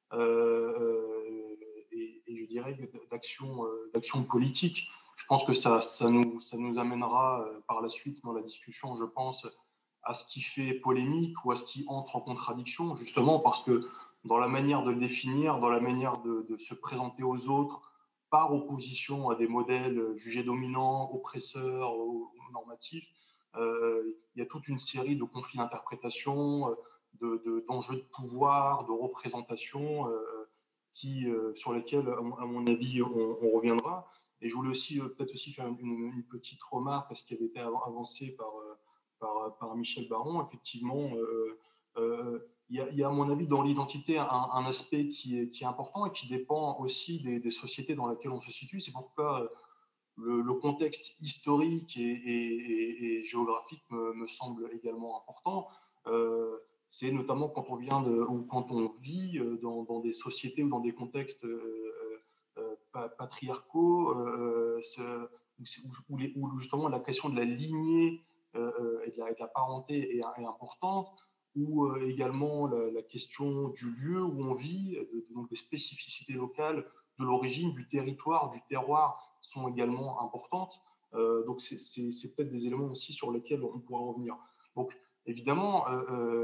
euh, et, et je dirais d'action, euh, d'action politique. Je pense que ça, ça, nous, ça nous amènera euh, par la suite dans la discussion, je pense, à ce qui fait polémique ou à ce qui entre en contradiction, justement parce que dans la manière de le définir, dans la manière de, de se présenter aux autres, par opposition à des modèles jugés dominants, oppresseurs, ou normatifs, euh, il y a toute une série de conflits d'interprétation, de, de, d'enjeux de pouvoir, de représentation, euh, qui, euh, sur lesquels, à mon avis, on, on reviendra. Et je voulais aussi euh, peut-être aussi faire une, une petite remarque à ce qui avait été avancé par, euh, par, par Michel Baron. Effectivement, euh, euh, il, y a, il y a à mon avis dans l'identité un, un aspect qui est, qui est important et qui dépend aussi des, des sociétés dans lesquelles on se situe. C'est pourquoi le, le contexte historique et, et, et, et géographique me, me semble également important. Euh, c'est notamment quand on vient de, ou quand on vit dans, dans des sociétés ou dans des contextes euh, euh, patriarcaux, euh, où, où, les, où justement la question de la lignée euh, et, de la, et de la parenté est, est importante, ou euh, également la, la question du lieu où on vit, de, de, donc des spécificités locales, de l'origine, du territoire, du terroir sont également importantes. Euh, donc c'est, c'est, c'est peut-être des éléments aussi sur lesquels on pourra revenir. Donc évidemment, euh,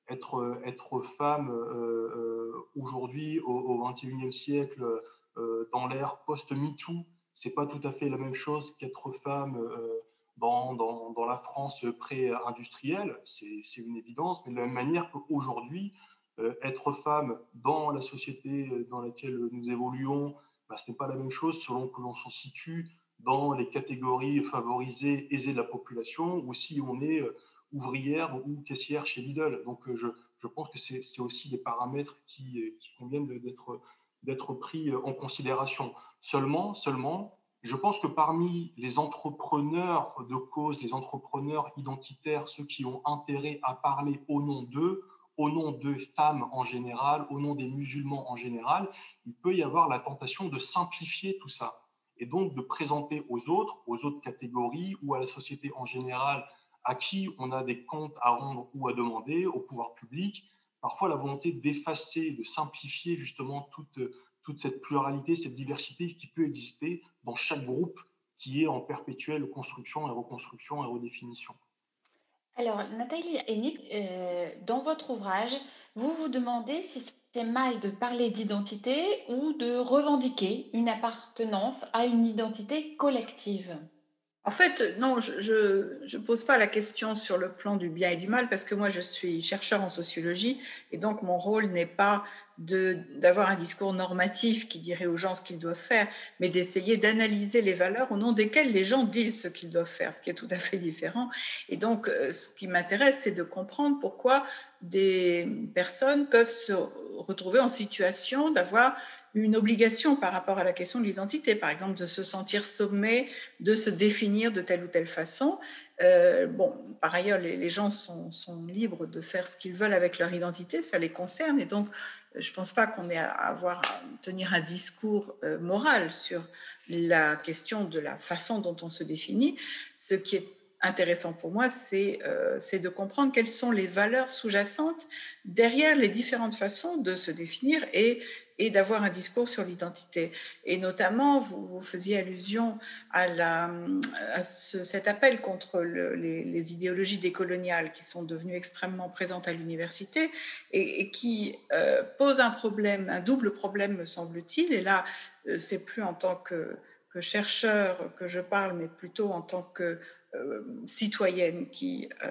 être, être femme euh, euh, aujourd'hui, au, au vingt et unième siècle, euh, dans l'ère post-MeToo, c'est pas tout à fait la même chose qu'être femme euh, dans, dans, dans la France pré-industrielle, c'est, c'est une évidence, mais de la même manière qu'aujourd'hui, euh, être femme dans la société dans laquelle nous évoluons, bah, ce n'est pas la même chose selon que l'on se situe dans les catégories favorisées, aisées de la population, ou si on est ouvrière ou caissière chez Lidl. Donc je, je pense que c'est, c'est aussi des paramètres qui, qui conviennent d'être, d'être pris en considération. Seulement, seulement, je pense que parmi les entrepreneurs de cause, les entrepreneurs identitaires, ceux qui ont intérêt à parler au nom d'eux, au nom de femmes en général, au nom des musulmans en général, il peut y avoir la tentation de simplifier tout ça et donc de présenter aux autres, aux autres catégories ou à la société en général à qui on a des comptes à rendre ou à demander, au pouvoir public, parfois la volonté d'effacer, de simplifier justement toute, toute cette pluralité, cette diversité qui peut exister dans chaque groupe qui est en perpétuelle construction et reconstruction et redéfinition. Alors, Nathalie Hennig, euh, dans votre ouvrage, vous vous demandez si c'est mal de parler d'identité ou de revendiquer une appartenance à une identité collective. En fait, non, je ne pose pas la question sur le plan du bien et du mal, parce que moi, je suis chercheur en sociologie, et donc mon rôle n'est pas de, d'avoir un discours normatif qui dirait aux gens ce qu'ils doivent faire, mais d'essayer d'analyser les valeurs au nom desquelles les gens disent ce qu'ils doivent faire, ce qui est tout à fait différent. Et donc, ce qui m'intéresse, c'est de comprendre pourquoi des personnes peuvent se retrouver en situation d'avoir une obligation par rapport à la question de l'identité, par exemple de se sentir sommé, de se définir de telle ou telle façon. Euh, bon, par ailleurs, les, les gens sont, sont libres de faire ce qu'ils veulent avec leur identité, ça les concerne, et donc je ne pense pas qu'on ait à avoir à tenir un discours euh, moral sur la question de la façon dont on se définit. Ce qui est intéressant pour moi, c'est, euh, c'est de comprendre quelles sont les valeurs sous-jacentes derrière les différentes façons de se définir et et d'avoir un discours sur l'identité. Et notamment, vous, vous faisiez allusion à, la, à ce, cet appel contre le, les, les idéologies décoloniales qui sont devenues extrêmement présentes à l'université et, et qui euh, posent un problème, un double problème, me semble-t-il. Et là, c'est plus en tant que, que chercheur que je parle, mais plutôt en tant que euh, citoyenne qui euh,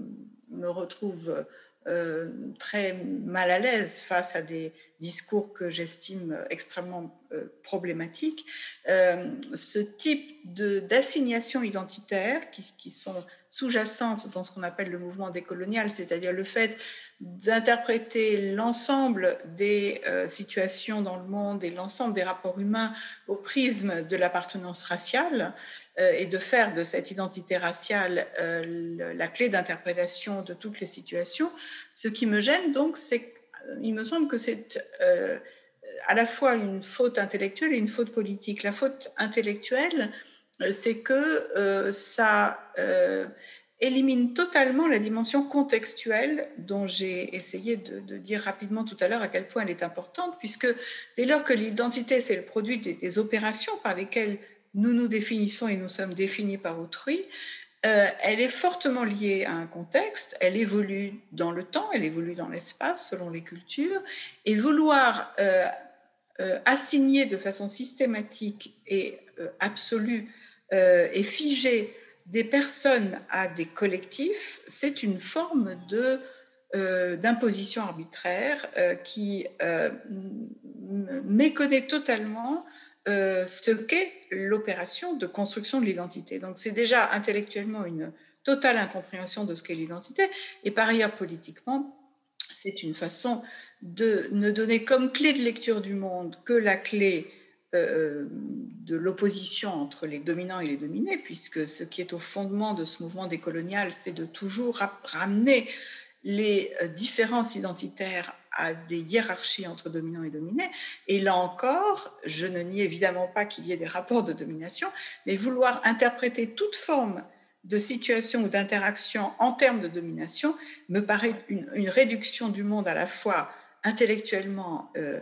me retrouve Euh, très mal à l'aise face à des discours que j'estime extrêmement euh, problématiques. Euh, ce type de, d'assignation identitaire qui, qui sont sous-jacentes dans ce qu'on appelle le mouvement décolonial, c'est-à-dire le fait d'interpréter l'ensemble des euh, situations dans le monde et l'ensemble des rapports humains au prisme de l'appartenance raciale, et de faire de cette identité raciale euh, la clé d'interprétation de toutes les situations. Ce qui me gêne donc, c'est qu'il me semble que c'est euh, à la fois une faute intellectuelle et une faute politique. La faute intellectuelle, c'est que euh, ça euh, élimine totalement la dimension contextuelle dont j'ai essayé de, de dire rapidement tout à l'heure à quel point elle est importante, puisque dès lors que l'identité, c'est le produit des, des opérations par lesquelles nous nous définissons et nous sommes définis par autrui, euh, elle est fortement liée à un contexte, elle évolue dans le temps, elle évolue dans l'espace selon les cultures, et vouloir euh, euh, assigner de façon systématique et euh, absolue euh, et figer des personnes à des collectifs, c'est une forme de, euh, d'imposition arbitraire euh, qui euh, méconnaît totalement Euh, ce qu'est l'opération de construction de l'identité. Donc c'est déjà intellectuellement une totale incompréhension de ce qu'est l'identité, et par ailleurs politiquement, c'est une façon de ne donner comme clé de lecture du monde que la clé euh, de l'opposition entre les dominants et les dominés, puisque ce qui est au fondement de ce mouvement décolonial, c'est de toujours ramener les différences identitaires à des hiérarchies entre dominants et dominés. Et là encore, je ne nie évidemment pas qu'il y ait des rapports de domination, mais vouloir interpréter toute forme de situation ou d'interaction en termes de domination me paraît une, une réduction du monde à la fois intellectuellement euh,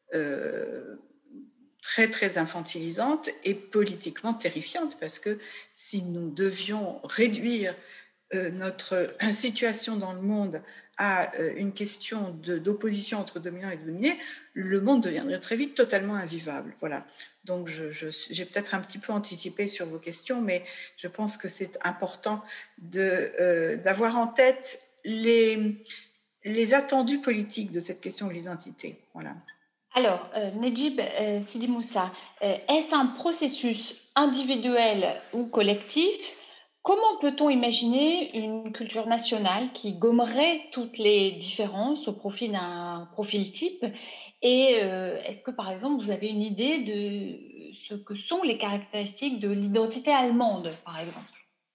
euh, très très infantilisante et politiquement terrifiante, parce que si nous devions réduire Euh, notre situation dans le monde à euh, une question de, d'opposition entre dominants et dominés, le monde deviendrait très vite totalement invivable. Voilà. Donc, je, je, j'ai peut-être un petit peu anticipé sur vos questions, mais je pense que c'est important de, euh, d'avoir en tête les, les attendus politiques de cette question de l'identité. Voilà. Alors, euh, Nedjib euh, Sidi Moussa, euh, est-ce un processus individuel ou collectif? Comment peut-on imaginer une culture nationale qui gommerait toutes les différences au profit d'un profil type? Et euh, est-ce que, par exemple, vous avez une idée de ce que sont les caractéristiques de l'identité allemande, par exemple?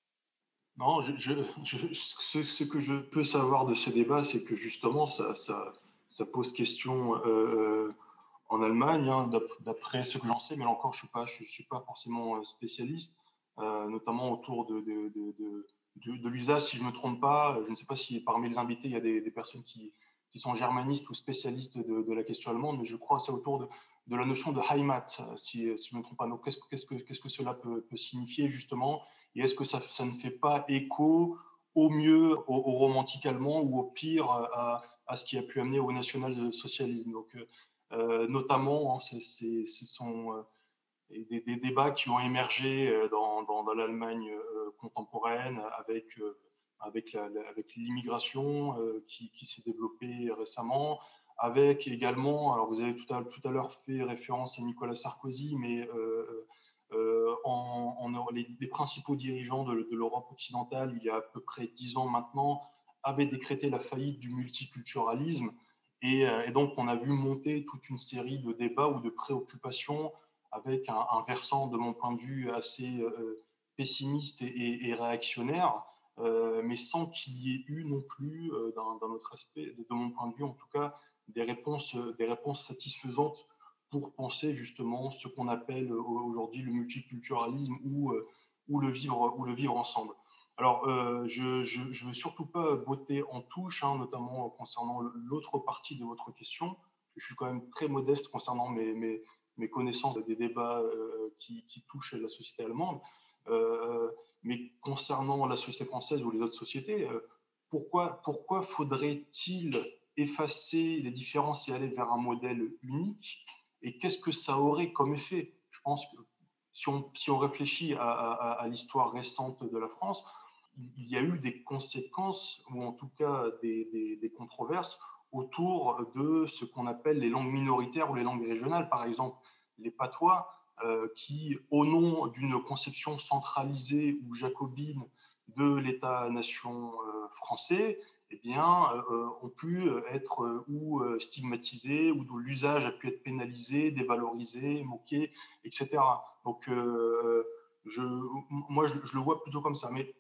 Non, je, je, je, ce, ce que je peux savoir de ce débat, c'est que justement, ça, ça, ça pose question euh, en Allemagne, hein, d'après ce que j'en sais, mais là encore, je ne suis, pas, je suis pas forcément spécialiste, euh, notamment autour de, de, de, de, de, de l'usage, si je ne me trompe pas. Je ne sais pas si parmi les invités, il y a des, des personnes qui, qui sont germanistes ou spécialistes de, de la question allemande, mais je crois que c'est autour de, de la notion de Heimat, si, si je ne me trompe pas. Donc, qu'est-ce, qu'est-ce, que, qu'est-ce que cela peut, peut signifier, justement? Et est-ce que ça, ça ne fait pas écho au mieux au, au romantique allemand ou au pire à, à ce qui a pu amener au national-socialisme? Donc, euh, notamment, hein, c'est, c'est, ce sont euh, des, des débats qui ont émergé dans, dans, dans l'Allemagne euh, contemporaine avec, euh, avec, la, la, avec l'immigration euh, qui, qui s'est développée récemment, avec également, alors vous avez tout à, tout à l'heure fait référence à Nicolas Sarkozy, mais euh, euh, en, en, les, les principaux dirigeants de, de l'Europe occidentale, il y a à peu près dix ans maintenant, avaient décrété la faillite du multiculturalisme. Et, et donc, on a vu monter toute une série de débats ou de préoccupations avec un, un versant, de mon point de vue, assez euh, pessimiste et, et, et réactionnaire, euh, mais sans qu'il y ait eu non plus, euh, d'un, d'un autre aspect, de, de mon point de vue en tout cas, des réponses, des réponses satisfaisantes pour penser justement ce qu'on appelle aujourd'hui le multiculturalisme ou, ou, le, vivre, ou le vivre ensemble. Alors, euh, je ne veux surtout pas botter en touche, hein, notamment concernant l'autre partie de votre question. Je suis quand même très modeste concernant mes, mes, mes connaissances des débats euh, qui, qui touchent la société allemande. Euh, mais concernant la société française ou les autres sociétés, euh, pourquoi, pourquoi faudrait-il effacer les différences et aller vers un modèle unique? Et qu'est-ce que ça aurait comme effet? Je pense que si on, si on réfléchit à, à, à l'histoire récente de la France, il y a eu des conséquences, ou en tout cas des, des, des controverses, autour de ce qu'on appelle les langues minoritaires ou les langues régionales, par exemple les patois, euh, qui, au nom d'une conception centralisée ou jacobine de l'État-nation euh, français, eh bien, euh, ont pu être euh, ou stigmatisés, ou dont l'usage a pu être pénalisé, dévalorisé, moqué, et cetera. Donc, euh, je, moi, je, je le vois plutôt comme ça. Mais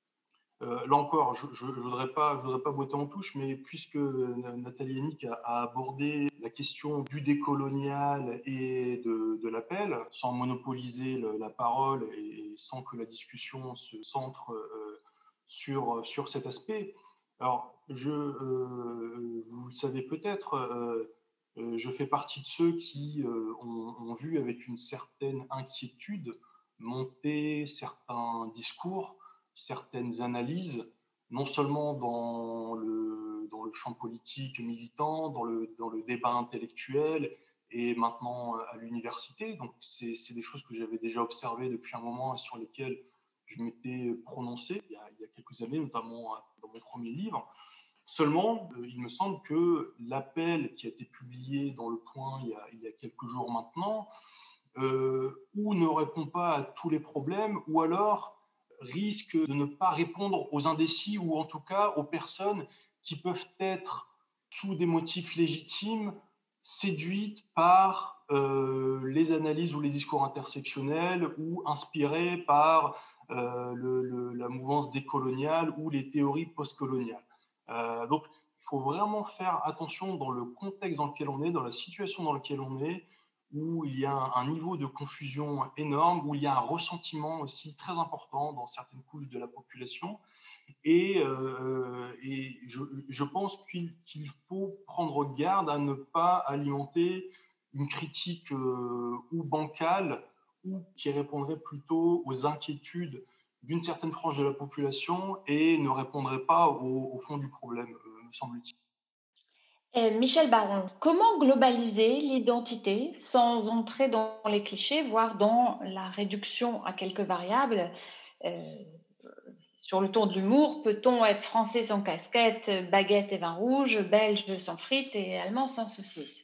Euh, là encore, je ne voudrais pas, je voudrais pas botter en touche, mais puisque Nathalie Hennig a, a abordé la question du décolonial et de, de l'appel, sans monopoliser le, la parole et sans que la discussion se centre euh, sur, sur cet aspect, alors je, euh, vous le savez peut-être, euh, euh, je fais partie de ceux qui euh, ont, ont vu avec une certaine inquiétude monter certains discours, certaines analyses, non seulement dans le, dans le champ politique militant, dans le, dans le débat intellectuel et maintenant à l'université. Donc, c'est, c'est des choses que j'avais déjà observées depuis un moment et sur lesquelles je m'étais prononcé il y a, il y a quelques années, notamment dans mon premier livre. Seulement, euh, il me semble que l'appel qui a été publié dans Le Point il y a, il y a quelques jours maintenant, euh, ou ne répond pas à tous les problèmes, ou alors risque de ne pas répondre aux indécis ou en tout cas aux personnes qui peuvent être, sous des motifs légitimes, séduites par euh, les analyses ou les discours intersectionnels ou inspirées par euh, le, le, la mouvance décoloniale ou les théories postcoloniales. Euh, donc, il faut vraiment faire attention dans le contexte dans lequel on est, dans la situation dans laquelle on est, où il y a un, un niveau de confusion énorme, où il y a un ressentiment aussi très important dans certaines couches de la population. Et, euh, et je, je pense qu'il, qu'il faut prendre garde à ne pas alimenter une critique euh, ou bancale, ou qui répondrait plutôt aux inquiétudes d'une certaine frange de la population et ne répondrait pas au, au fond du problème, euh, me semble-t-il. Et Michel Baron, comment globaliser l'identité sans entrer dans les clichés, voire dans la réduction à quelques variables? euh, Sur le ton de l'humour, peut-on être français sans casquette, baguette et vin rouge, belge sans frites et allemand sans saucisse?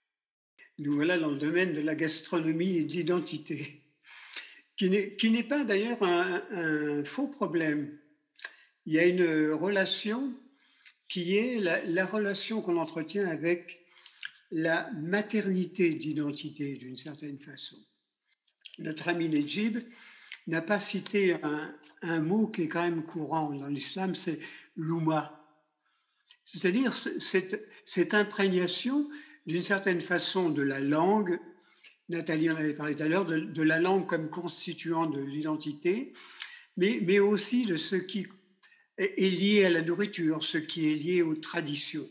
Nous voilà dans le domaine de la gastronomie et de l'identité, qui n'est, qui n'est pas d'ailleurs un, un faux problème. Il y a une relation qui est la, la relation qu'on entretient avec la maternité d'identité, d'une certaine façon. Notre ami Nedjib n'a pas cité un, un mot qui est quand même courant dans l'islam, c'est l'ouma. C'est-à-dire cette, cette imprégnation d'une certaine façon de la langue, Nathalie en avait parlé tout à l'heure, de, de la langue comme constituant de l'identité, mais, mais aussi de ce qui est lié à la nourriture, ce qui est lié aux traditions.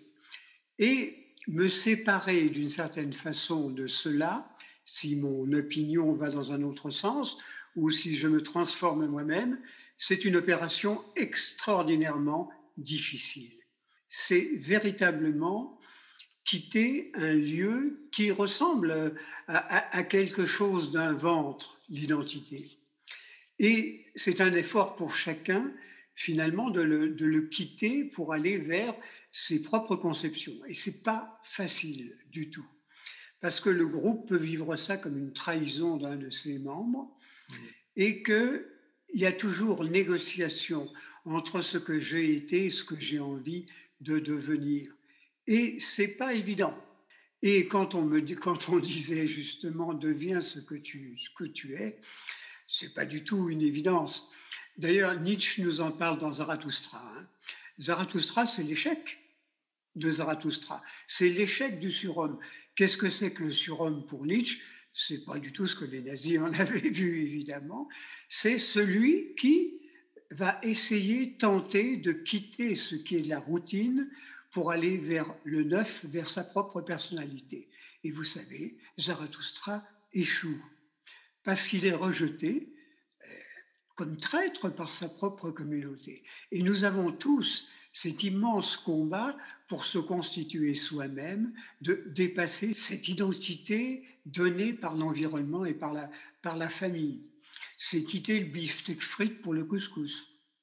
Et me séparer d'une certaine façon de cela, si mon opinion va dans un autre sens, ou si je me transforme moi-même, c'est une opération extraordinairement difficile. C'est véritablement quitter un lieu qui ressemble à, à, à quelque chose d'un ventre, l'identité. Et c'est un effort pour chacun, finalement, de le, de le quitter pour aller vers ses propres conceptions. Et ce n'est pas facile du tout, parce que le groupe peut vivre ça comme une trahison d'un de ses membres, mmh. et qu'il y a toujours négociation entre ce que j'ai été et ce que j'ai envie de devenir. Et ce n'est pas évident. Et quand on, me, quand on disait justement « deviens ce que tu, ce que tu es », ce n'est pas du tout une évidence. D'ailleurs, Nietzsche nous en parle dans Zarathustra. Hein. Zarathustra, c'est l'échec de Zarathustra. C'est l'échec du surhomme. Qu'est-ce que c'est que le surhomme pour Nietzsche? Ce n'est pas du tout ce que les nazis en avaient vu, évidemment. C'est celui qui va essayer, tenter de quitter ce qui est de la routine pour aller vers le neuf, vers sa propre personnalité. Et vous savez, Zarathustra échoue parce qu'il est rejeté comme traître par sa propre communauté. Et nous avons tous cet immense combat pour se constituer soi-même, de dépasser cette identité donnée par l'environnement et par la, par la famille. C'est quitter le beefsteak frites pour le couscous.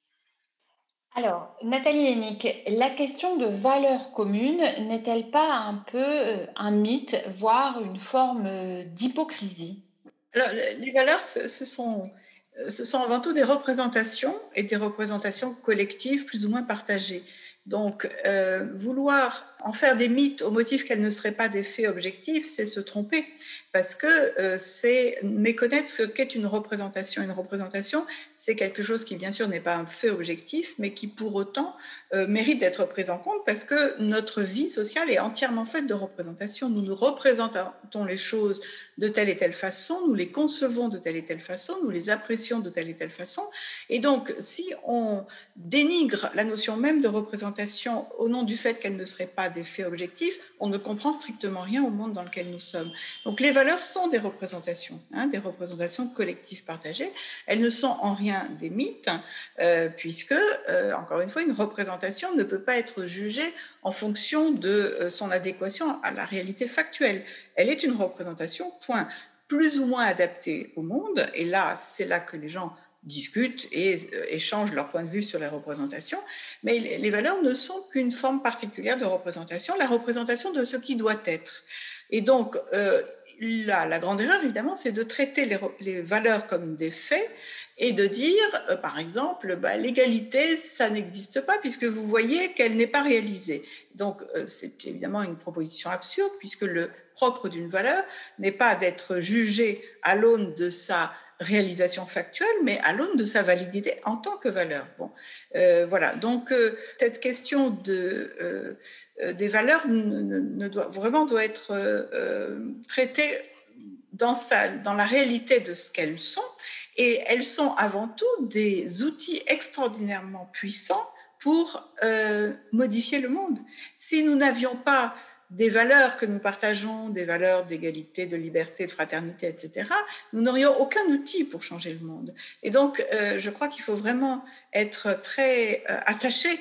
Alors, Nathalie Hennig, la question de valeurs communes n'est-elle pas un peu un mythe, voire une forme d'hypocrisie? Alors, les valeurs, ce sont... ce sont avant tout des représentations et des représentations collectives plus ou moins partagées. Donc, euh, vouloir en faire des mythes au motif qu'elles ne seraient pas des faits objectifs, c'est se tromper, parce que euh, c'est méconnaître ce qu'est une représentation. Une représentation, c'est quelque chose qui, bien sûr, n'est pas un fait objectif, mais qui, pour autant, euh, mérite d'être pris en compte, parce que notre vie sociale est entièrement faite de représentations. Nous nous représentons les choses de telle et telle façon, nous les concevons de telle et telle façon, nous les apprécions de telle et telle façon. Et donc, si on dénigre la notion même de représentation au nom du fait qu'elle ne serait pas des faits objectifs, on ne comprend strictement rien au monde dans lequel nous sommes. Donc, les valeurs sont des représentations, hein, des représentations collectives partagées. Elles ne sont en rien des mythes, euh, puisque, euh, encore une fois, une représentation ne peut pas être jugée en fonction de euh, son adéquation à la réalité factuelle. Elle est une représentation, point, plus ou moins adaptée au monde, et là, c'est là que les gens discutent et euh, échangent leur point de vue sur les représentations, mais les, les valeurs ne sont qu'une forme particulière de représentation, la représentation de ce qui doit être. Et donc, euh, la, la grande erreur, évidemment, c'est de traiter les, les valeurs comme des faits et de dire, euh, par exemple, bah, l'égalité, ça n'existe pas puisque vous voyez qu'elle n'est pas réalisée. Donc, euh, c'est évidemment une proposition absurde puisque le propre d'une valeur n'est pas d'être jugé à l'aune de sa réalisation factuelle, mais à l'aune de sa validité en tant que valeur. Bon, euh, voilà. Donc, euh, cette question de, euh, euh, des valeurs ne, ne doit, vraiment doit être euh, traitée dans, sa, dans la réalité de ce qu'elles sont, et elles sont avant tout des outils extraordinairement puissants pour euh, modifier le monde. Si nous n'avions pas des valeurs que nous partageons, des valeurs d'égalité, de liberté, de fraternité, et cetera, nous n'aurions aucun outil pour changer le monde. Et donc, euh, je crois qu'il faut vraiment être très euh, attaché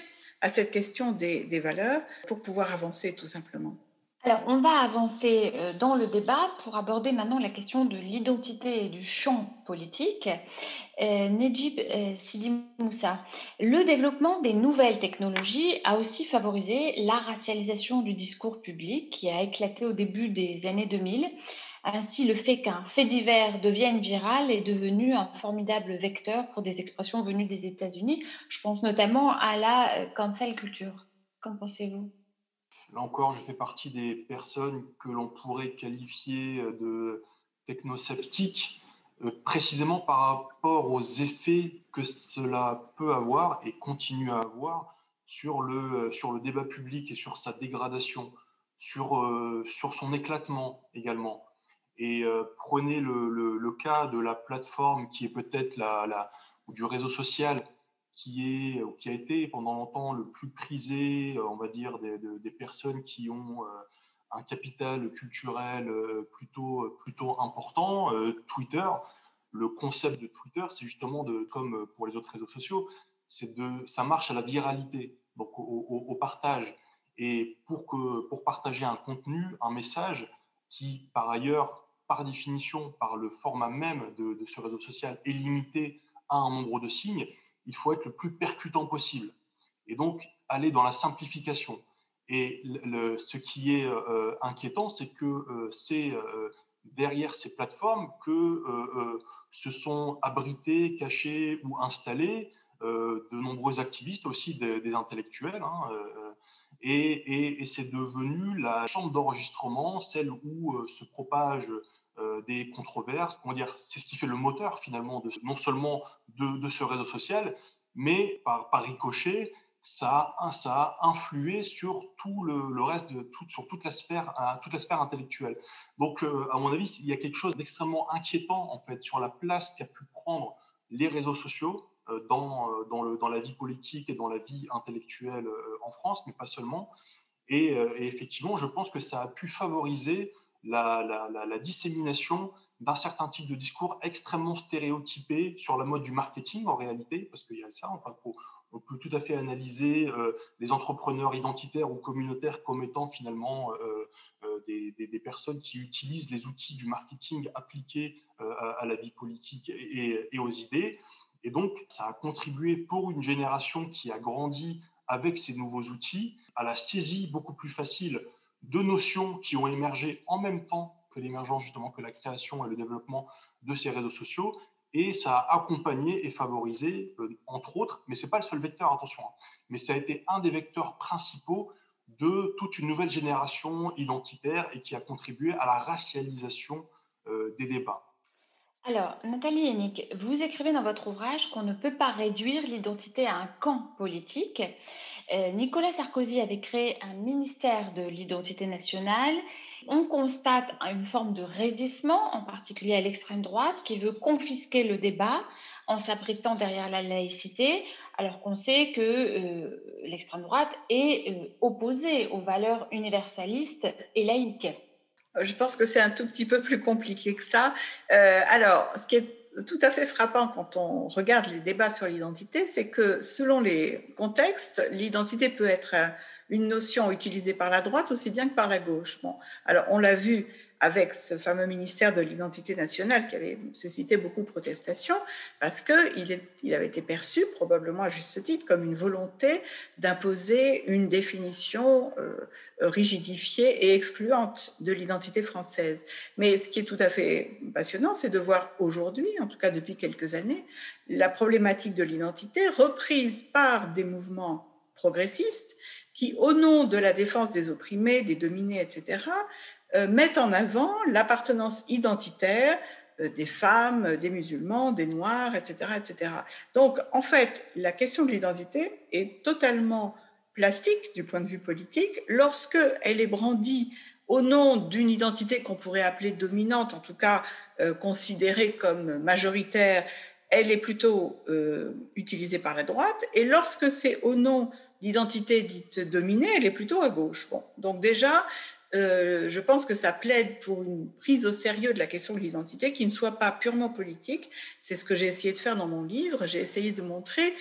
à cette question des, des valeurs pour pouvoir avancer tout simplement. Alors, on va avancer dans le débat pour aborder maintenant la question de l'identité et du champ politique. Euh, Nedjib euh, Sidi Moussa, le développement des nouvelles technologies a aussi favorisé la racialisation du discours public qui a éclaté au début des années deux mille. Ainsi, le fait qu'un fait divers devienne viral est devenu un formidable vecteur pour des expressions venues des États-Unis. Je pense notamment à la cancel culture. Qu'en pensez-vous ? Là encore, je fais partie des personnes que l'on pourrait qualifier de technosceptiques, euh, précisément par rapport aux effets que cela peut avoir et continue à avoir sur le, sur le débat public et sur sa dégradation, sur, euh, sur son éclatement également. Et euh, prenez le, le, le cas de la plateforme qui est peut-être la, la, ou du réseau social qui, est, qui a été pendant longtemps le plus prisé, on va dire, des, des personnes qui ont euh, un capital culturel euh, plutôt, plutôt important, euh, Twitter. Le concept de Twitter, c'est justement, de, comme pour les autres réseaux sociaux, c'est de, ça marche à la viralité, donc au, au, au partage. Et pour, que, pour partager un contenu, un message qui, par ailleurs, par définition, par le format même de, de ce réseau social, est limité à un nombre de signes, il faut être le plus percutant possible. Et donc, aller dans la simplification. Et le, ce qui est euh, inquiétant, c'est que euh, c'est euh, derrière ces plateformes que euh, euh, se sont abrités, cachés ou installés euh, de nombreux activistes, aussi des, des intellectuels. Hein, euh, et, et, et c'est devenu la chambre d'enregistrement, celle où euh, se propagent Euh, des controverses. Comment dire, c'est ce qui fait le moteur finalement de, non seulement de, de ce réseau social, mais par, par ricochet, ça a, ça a influé sur tout le, le reste, de, tout, sur toute la sphère, toute la sphère intellectuelle. Donc, euh, à mon avis, il y a quelque chose d'extrêmement inquiétant en fait sur la place qu'a pu prendre les réseaux sociaux euh, dans, euh, dans, le, dans la vie politique et dans la vie intellectuelle euh, en France, mais pas seulement. Et, euh, et effectivement, je pense que ça a pu favoriser La, la, la, la dissémination d'un certain type de discours extrêmement stéréotypé sur la mode du marketing en réalité, parce qu'il y a ça, enfin, faut, on peut tout à fait analyser euh, les entrepreneurs identitaires ou communautaires comme étant finalement euh, euh, des, des, des personnes qui utilisent les outils du marketing appliqués euh, à, à la vie politique et, et, et aux idées. Et donc, ça a contribué pour une génération qui a grandi avec ces nouveaux outils à la saisie beaucoup plus facile de notions qui ont émergé en même temps que l'émergence, justement, que la création et le développement de ces réseaux sociaux. Et ça a accompagné et favorisé, euh, entre autres, mais ce n'est pas le seul vecteur, attention, hein, mais ça a été un des vecteurs principaux de toute une nouvelle génération identitaire et qui a contribué à la racialisation euh, des débats. Alors, Nathalie Hennig, vous écrivez dans votre ouvrage qu'on ne peut pas réduire l'identité à un camp politique. Euh, Nicolas Sarkozy avait créé un ministère de l'identité nationale. On constate une forme de raidissement, en particulier à l'extrême droite, qui veut confisquer le débat en s'abritant derrière la laïcité, alors qu'on sait que euh, l'extrême droite est euh, opposée aux valeurs universalistes et laïques. Je pense que c'est un tout petit peu plus compliqué que ça. Euh, alors, ce qui est tout à fait frappant quand on regarde les débats sur l'identité, c'est que selon les contextes, l'identité peut être une notion utilisée par la droite aussi bien que par la gauche. Bon, alors on l'a vu avec ce fameux ministère de l'identité nationale qui avait suscité beaucoup de protestations parce qu'il il avait été perçu, probablement à juste titre, comme une volonté d'imposer une définition euh, rigidifiée et excluante de l'identité française. Mais ce qui est tout à fait passionnant, c'est de voir aujourd'hui, en tout cas depuis quelques années, la problématique de l'identité reprise par des mouvements progressistes qui, au nom de la défense des opprimés, des dominés, et cetera, euh, mettent en avant l'appartenance identitaire euh, des femmes, des musulmans, des noirs, et cetera, et cetera. Donc, en fait, la question de l'identité est totalement plastique du point de vue politique lorsqu'elle est brandie au nom d'une identité qu'on pourrait appeler dominante, en tout cas euh, considérée comme majoritaire. Elle est plutôt euh, utilisée par la droite, et lorsque c'est au nom d'identité dite dominée, elle est plutôt à gauche. Bon, donc déjà, euh, je pense que ça plaide pour une prise au sérieux de la question de l'identité qui ne soit pas purement politique. C'est ce que j'ai essayé de faire dans mon livre. J'ai essayé de montrer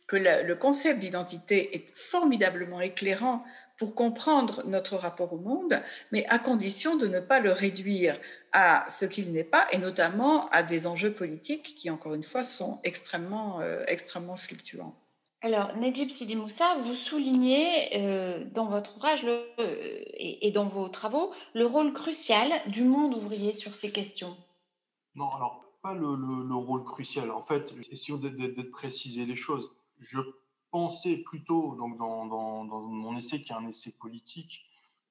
que le, le concept d'identité est formidablement éclairant pour comprendre notre rapport au monde, mais à condition de ne pas le réduire à ce qu'il n'est pas, et notamment à des enjeux politiques qui, encore une fois, sont extrêmement, euh, extrêmement fluctuants. Alors, Nedjib Sidi Moussa, vous soulignez euh, dans votre ouvrage le, euh, et, et dans vos travaux le rôle crucial du monde ouvrier sur ces questions. Non, alors, pas le, le, le rôle crucial. En fait, essayons de, de, de préciser les choses. Je pensais plutôt, donc dans, dans, dans mon essai, qui est un essai politique,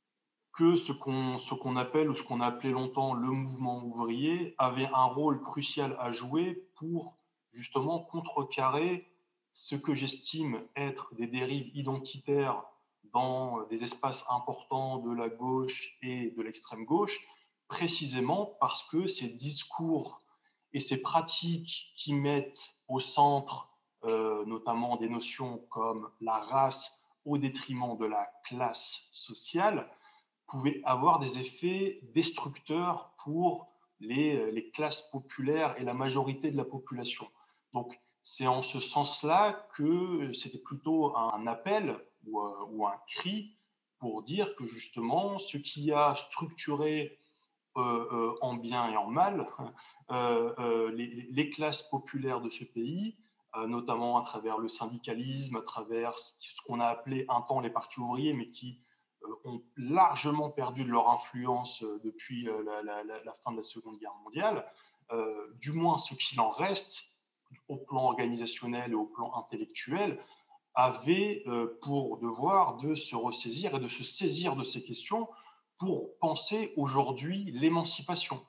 que ce qu'on, ce qu'on appelle, ou ce qu'on a appelé longtemps le mouvement ouvrier, avait un rôle crucial à jouer pour justement contrecarrer ce que j'estime être des dérives identitaires dans des espaces importants de la gauche et de l'extrême gauche, précisément parce que ces discours et ces pratiques qui mettent au centre euh, notamment des notions comme la race au détriment de la classe sociale pouvaient avoir des effets destructeurs pour les, les classes populaires et la majorité de la population. Donc, c'est en ce sens-là que c'était plutôt un appel ou, euh, ou un cri pour dire que justement, ce qui a structuré euh, euh, en bien et en mal euh, euh, les, les classes populaires de ce pays, euh, notamment à travers le syndicalisme, à travers ce qu'on a appelé un temps les partis ouvriers, mais qui euh, ont largement perdu de leur influence euh, depuis euh, la, la, la fin de la Seconde Guerre mondiale, euh, du moins ce qu'il en reste, au plan organisationnel et au plan intellectuel, avait euh, pour devoir de se ressaisir et de se saisir de ces questions pour penser aujourd'hui l'émancipation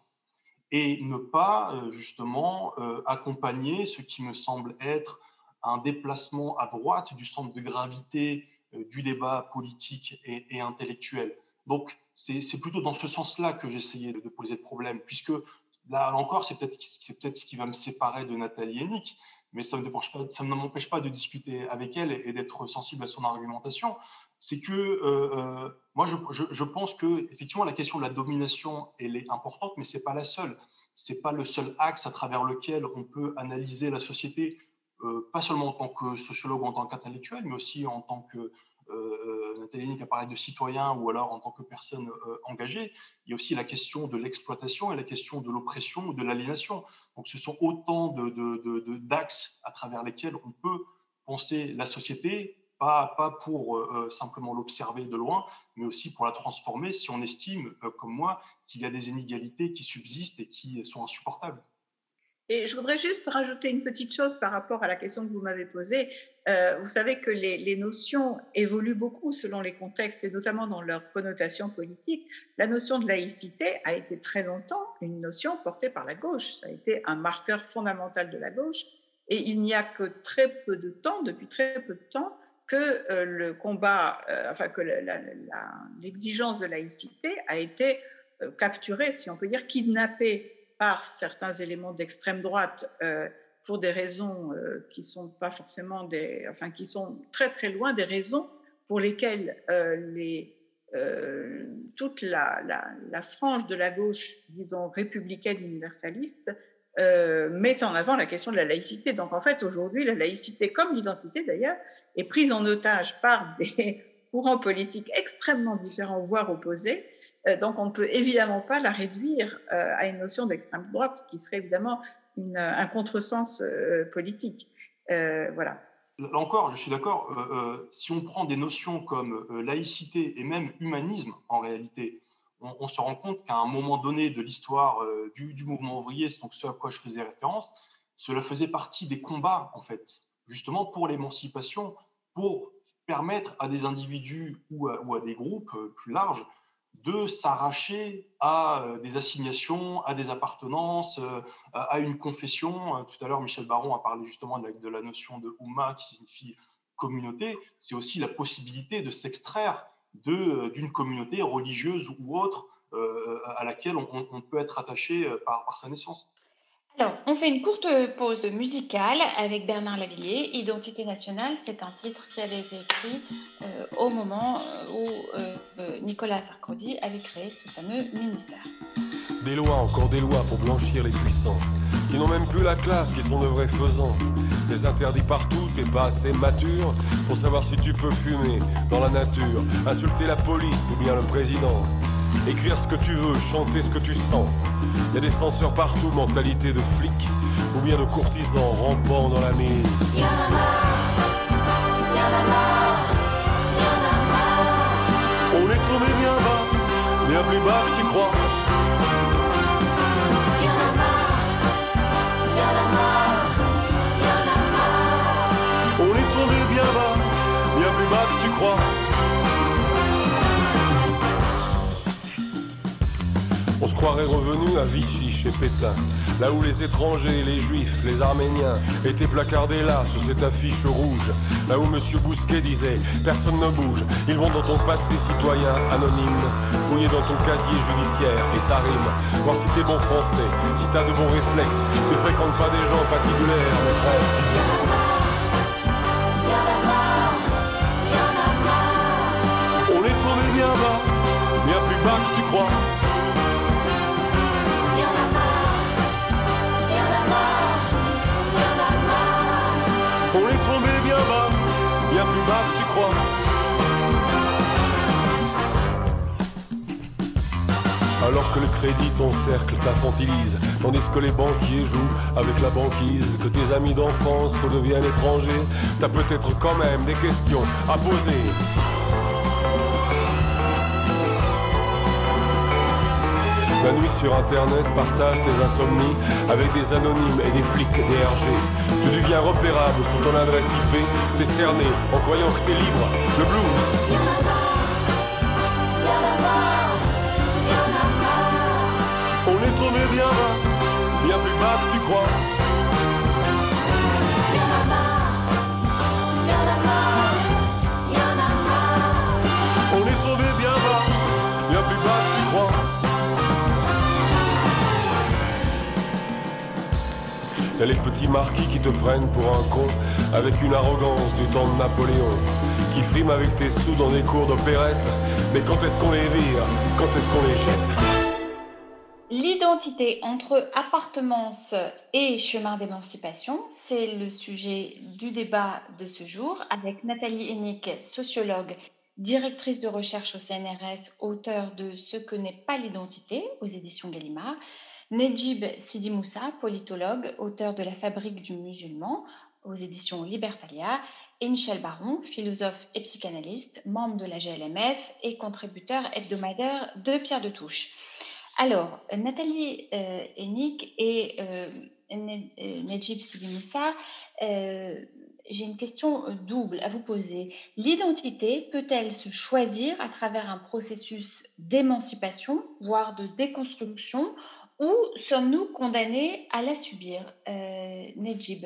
et ne pas euh, justement euh, accompagner ce qui me semble être un déplacement à droite du centre de gravité euh, du débat politique et, et intellectuel. Donc c'est, c'est plutôt dans ce sens-là que j'essayais de, de poser le problème, puisque là encore, c'est peut-être, c'est peut-être ce qui va me séparer de Nathalie Hennig, mais ça, pas, ça ne m'empêche pas de discuter avec elle et, et d'être sensible à son argumentation. C'est que euh, euh, moi, je, je, je pense que effectivement, la question de la domination, elle est importante, mais c'est pas la seule. C'est pas le seul axe à travers lequel on peut analyser la société, euh, pas seulement en tant que sociologue ou en tant qu'intellectuel, mais aussi en tant que Euh, Nathalie Hennig a parlé de citoyen ou alors en tant que personne euh, engagée. Il y a aussi la question de l'exploitation et la question de l'oppression ou de l'aliénation. Donc ce sont autant de, de, de, de, d'axes à travers lesquels on peut penser la société, pas, pas pour euh, simplement l'observer de loin, mais aussi pour la transformer si on estime, euh, comme moi, qu'il y a des inégalités qui subsistent et qui sont insupportables. Et je voudrais juste rajouter une petite chose par rapport à la question que vous m'avez posée. Euh, vous savez que les, les notions évoluent beaucoup selon les contextes et notamment dans leur connotation politique. La notion de laïcité a été très longtemps une notion portée par la gauche. Ça a été un marqueur fondamental de la gauche. Et il n'y a que très peu de temps, depuis très peu de temps, que euh, le combat, euh, enfin que la, la, la, l'exigence de laïcité a été euh, capturée, si on peut dire, kidnappée par certains éléments d'extrême droite euh, pour des raisons euh, qui sont pas forcément des, enfin qui sont très très loin des raisons pour lesquelles euh, les, euh, toute la, la, la frange de la gauche, disons républicaine universaliste, euh, met en avant la question de la laïcité. Donc en fait aujourd'hui la laïcité comme l'identité d'ailleurs est prise en otage par des courants politiques extrêmement différents voire opposés. Donc, on ne peut évidemment pas la réduire euh, à une notion d'extrême droite, ce qui serait évidemment une, un contresens euh, politique. Euh, voilà. Là encore, je suis d'accord, euh, euh, si on prend des notions comme euh, laïcité et même humanisme, en réalité, on, on se rend compte qu'à un moment donné de l'histoire euh, du, du mouvement ouvrier, donc ce à quoi je faisais référence, cela faisait partie des combats, en fait, justement pour l'émancipation, pour permettre à des individus ou à, ou à des groupes euh, plus larges de s'arracher à des assignations, à des appartenances, à une confession. Tout à l'heure, Michel Baron a parlé justement de la, de la notion de Oumma, qui signifie communauté. C'est aussi la possibilité de s'extraire de, d'une communauté religieuse ou autre euh, à laquelle on, on peut être attaché par, par sa naissance. Alors, on fait une courte pause musicale avec Bernard Lavilliers. Identité nationale, c'est un titre qui avait été écrit euh, au moment où euh, Nicolas Sarkozy avait créé ce fameux ministère. Des lois, encore des lois pour blanchir les puissants, qui n'ont même plus la classe, qui sont de vrais faisans. Des interdits partout, t'es pas assez mature pour savoir si tu peux fumer dans la nature, insulter la police ou bien le président, écrire ce que tu veux, chanter ce que tu sens. Y a des censeurs partout, mentalité de flic ou bien de courtisans rampant dans la mise. Y'en a marre, y'en a marre, y'en a marre. On est tombé bien bas, bien plus bas que tu crois. Y'en a marre, y'en a marre, y'en a marre. On est tombé bien bas, bien plus bas que tu crois. On se croirait revenu à Vichy chez Pétain, là où les étrangers, les juifs, les arméniens étaient placardés là, sous cette affiche rouge. Là où Monsieur Bousquet disait « Personne ne bouge ». Ils vont dans ton passé citoyen anonyme, fouiller dans ton casier judiciaire, et ça rime. Voir si t'es bon français, si t'as de bons réflexes, ne fréquente pas des gens patibulaires, mais presque. Y'en a marre, y'en a marre, y'en a marre. On est tombé bien bas, bien plus bas que tu crois. On est tombé bien bas, bien plus bas que tu crois. Alors que le crédit t'encercle, t'infantilise, tandis que les banquiers jouent avec la banquise, que tes amis d'enfance redeviennent étrangers, t'as peut-être quand même des questions à poser. La nuit sur internet, partage tes insomnies avec des anonymes et des flics des R G. Tu deviens repérable sur ton adresse I P, t'es cerné en croyant que t'es libre. Le blues. Y'en a marre, y'en a marre, y'en a marre. On est tombé bien bas, bien plus bas que tu crois. Y'en a marre, y'en a marre, y'en a marre. On est tombé bien bas, bien plus bas que tu crois. Y'a les petits marquis qui te prennent pour un con, avec une arrogance du temps de Napoléon, qui friment avec tes sous dans des cours d'opérette. Mais quand est-ce qu'on les vire? Quand est-ce qu'on les jette? L'identité entre appartenance et chemin d'émancipation, c'est le sujet du débat de ce jour avec Nathalie Hennig, sociologue, directrice de recherche au C N R S, auteure de Ce que n'est pas l'identité aux éditions Gallimard, Nedjib Sidi Moussa, politologue, auteur de La fabrique du musulman aux éditions Libertalia, et Michel Baron, philosophe et psychanalyste, membre de la G L M F et contributeur hebdomadaire de Pierre de Touche. Alors, Nathalie euh, Hennig et euh, Nedjib Sidi Moussa, euh, j'ai une question double à vous poser. L'identité peut-elle se choisir à travers un processus d'émancipation, voire de déconstruction, ou sommes-nous condamnés à la subir? euh, Nedjib.